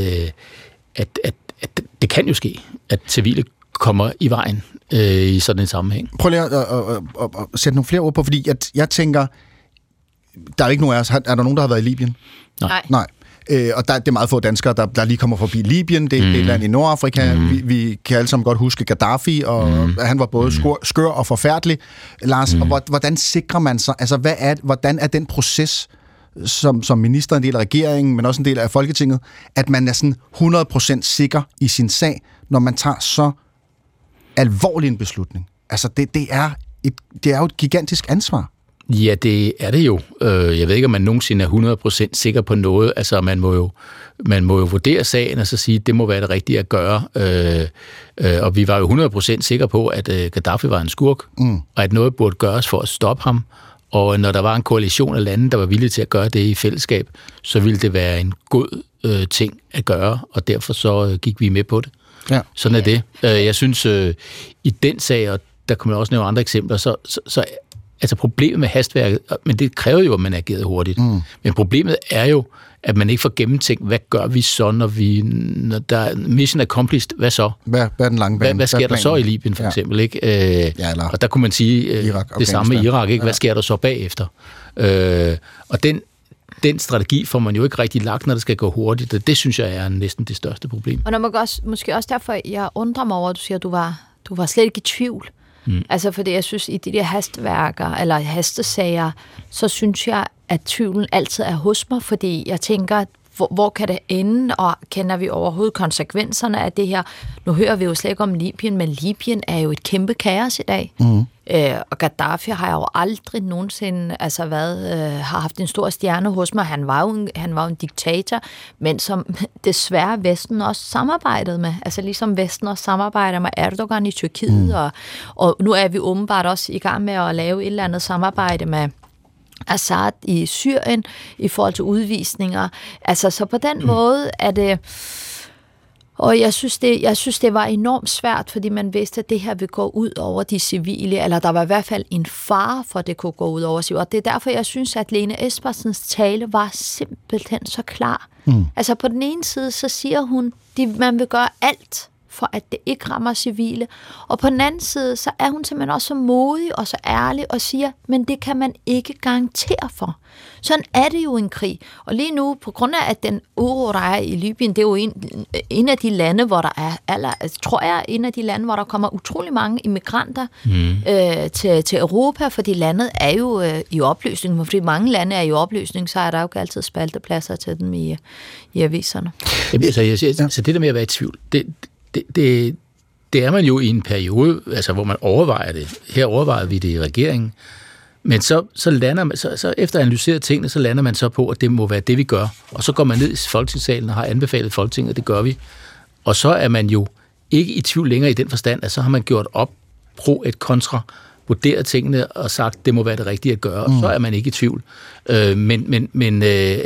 at det kan jo ske, at civile kommer i vejen i sådan en sammenhæng. Prøv lige at sætte nogle flere ord på, fordi jeg tænker, der er ikke nogen af os, er der nogen, der har været i Libyen? Nej. Og det er meget få danskere, der lige kommer forbi Libyen. Det er et land i Nordafrika. Vi kan alle sammen godt huske Gaddafi, og han var både skør og forfærdelig. Lars, og hvordan sikrer man sig? Altså, hvordan er den proces, som minister, en del af regeringen, men også en del af Folketinget, at man er sådan 100% sikker i sin sag, når man tager så alvorlig en beslutning? Altså, det er jo et gigantisk ansvar. Ja, det er det jo. Jeg ved ikke, om man nogensinde er 100% sikker på noget. Altså, man må jo vurdere sagen og så sige, at det må være det rigtige at gøre. Og vi var jo 100% sikre på, at Gaddafi var en skurk, og at noget burde gøres for at stoppe ham. Og når der var en koalition af lande, der var villige til at gøre det i fællesskab, så ville det være en god ting at gøre, og derfor så gik vi med på det. Ja. Sådan er det. Jeg synes, i den sag, og der kan man også nævne andre eksempler, så altså problemet med hastværket, men det kræver jo, at man agerer hurtigt. Men problemet er jo, at man ikke får gennemtænkt, hvad gør vi så, når der er mission accomplished, hvad så? Hvad er den lange bane? Hvad sker der så i Libyen, for eksempel? Ikke? Og der kunne man sige Irak, det samme med Irak, ikke? Hvad sker der så bagefter? Og den strategi får man jo ikke rigtig lagt, når det skal gå hurtigt, og det synes jeg er næsten det største problem. Og måske også derfor, jeg undrer mig over, at du siger, at du var slet ikke i tvivl. Altså, fordi jeg synes, i de der hastværker, eller hastesager, så synes jeg, at tvivlen altid er hos mig, fordi jeg tænker, hvor kan det ende, og kender vi overhovedet konsekvenserne af det her? Nu hører vi jo slet ikke om Libyen, men Libyen er jo et kæmpe kaos i dag. Og Gaddafi har jo aldrig nogensinde har haft en stor stjerne hos mig. Han var jo en diktator, men som desværre Vesten også samarbejdede med. Altså ligesom Vesten også samarbejder med Erdogan i Tyrkiet, og nu er vi åbenbart også i gang med at lave et eller andet samarbejde med Assad i Syrien i forhold til udvisninger. Altså, så på den måde er det... Og jeg synes, det var enormt svært, fordi man vidste, at det her ville gå ud over de civile, eller der var i hvert fald en fare for, at det kunne gå ud over civile. Og det er derfor, jeg synes, at Lene Espersens tale var simpelthen så klar. Altså, på den ene side, så siger hun, at man vil gøre alt for at det ikke rammer civile. Og på den anden side, så er hun simpelthen også så modig og så ærlig og siger, men det kan man ikke garantere for. Sådan er det jo en krig. Og lige nu, på grund af, at den uro, der er i Libyen, det er jo en af de lande, hvor der er, en af de lande, hvor der kommer utrolig mange immigranter til Europa, fordi landet er jo i opløsning. Fordi mange lande er i opløsning, så er der jo ikke altid spaltepladser til dem i aviserne. Så det der med at være i tvivl, det er man jo i en periode, altså, hvor man overvejer det. Her overvejer vi det i regeringen. Men så lander man, så efter at analysere tingene, så lander man så på, at det må være det, vi gør. Og så går man ned i Folketingssalen og har anbefalet Folketinget, at det gør vi. Og så er man jo ikke i tvivl længere i den forstand, at så har man gjort op pro et kontra, vurderet tingene og sagt, det må være det rigtige at gøre. Og så er man ikke i tvivl. Men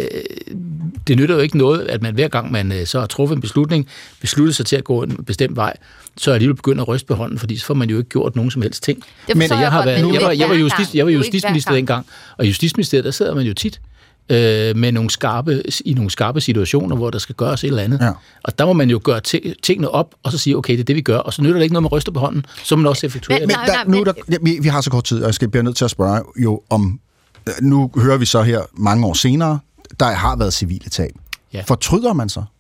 det nytter jo ikke noget, at man hver gang man så har truffet en beslutning, beslutter sig til at gå en bestemt vej, så er alligevel begyndt at ryste på hånden, fordi så får man jo ikke gjort nogen som helst ting. Men jeg var justitsminister dengang, og i Justitsministeriet, der sidder man jo tit med nogle skarpe situationer, hvor der skal gøres et eller andet. Ja. Og der må man jo gøre tingene op, og så sige, okay, det er det, vi gør, og så nytter det ikke noget med ryster på hånden, så man også effektuerer. Vi har så kort tid, og jeg skal blive nødt til at spørge jo om, nu hører vi så her mange år senere, der har været civile tab. Ja. Fortryder man så?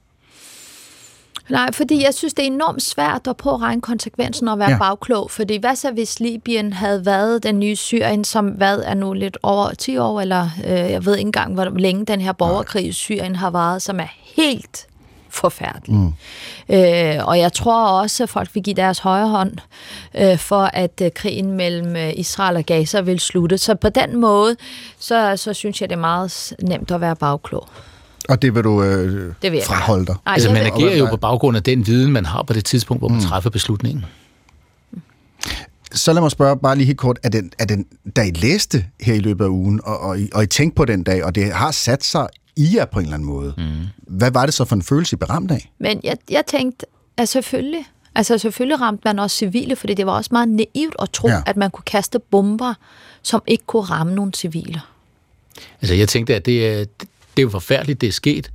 Nej, fordi jeg synes, det er enormt svært at påregne konsekvensen og være bagklog. Fordi hvad så, hvis Libyen havde været den nye Syrien, som er nu lidt over 10 år, eller jeg ved ikke engang, hvor længe den her borgerkrig i Syrien har varet, som er helt forfærdelig. Og jeg tror også, at folk vil give deres højre hånd for, at krigen mellem Israel og Gaza vil slutte. Så på den måde, så synes jeg, det er meget nemt at være bagklog. Og det vil du fraholde dig? Nej, altså, man agerer jo på baggrund af den viden, man har på det tidspunkt, hvor man træffer beslutningen. Så lad mig spørge bare lige helt kort, er den, da I læste her i løbet af ugen, og I tænkte på den dag, og det har sat sig i jer på en eller anden måde, hvad var det så for en følelse, I blev ramt af? Men jeg tænkte, at selvfølgelig ramte man også civile, fordi det var også meget naivt at tro, at man kunne kaste bomber, som ikke kunne ramme nogle civile. Altså, jeg tænkte, at det er jo forfærdeligt, det er sket,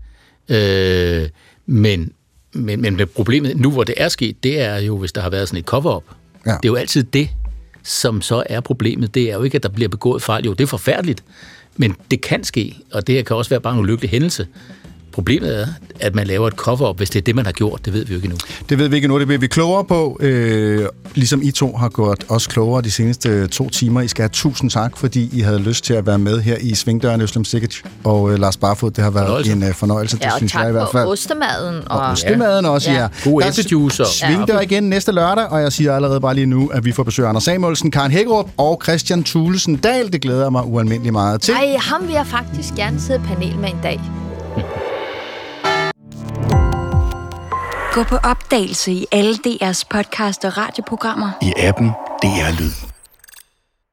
men problemet nu, hvor det er sket, det er jo, hvis der har været sådan et cover-up. Ja. Det er jo altid det, som så er problemet. Det er jo ikke, at der bliver begået fejl. Jo, det er forfærdeligt, men det kan ske, og det her kan også være bare en ulykkelig hændelse. Problemet er, at man laver et cover-up, hvis det er det, man har gjort. Det ved vi jo ikke endnu. Det ved vi ikke endnu. Det bliver vi klogere på. Ligesom I to har gjort os klogere de seneste 2 timer. I skal have 1000 tak, fordi I havde lyst til at være med her i Svingdøren, Özlem Cekic og Lars Barfod. Det har været en fornøjelse, det synes jeg i hvert fald. Og ostemaden. Og ostemaden også, ja. God æblejuicer. Svingdør igen næste lørdag, og jeg siger allerede bare lige nu, at vi får besøg af Anders Samuelsen, Karen Hækkerup og Christian Thulesen Dahl. Det glæder jeg mig ualmindeligt meget til. Nej, ham vil jeg faktisk gerne sidde i panel med en dag. Gå på opdagelse i alle DR's podcast og radioprogrammer. I appen DR Lyd.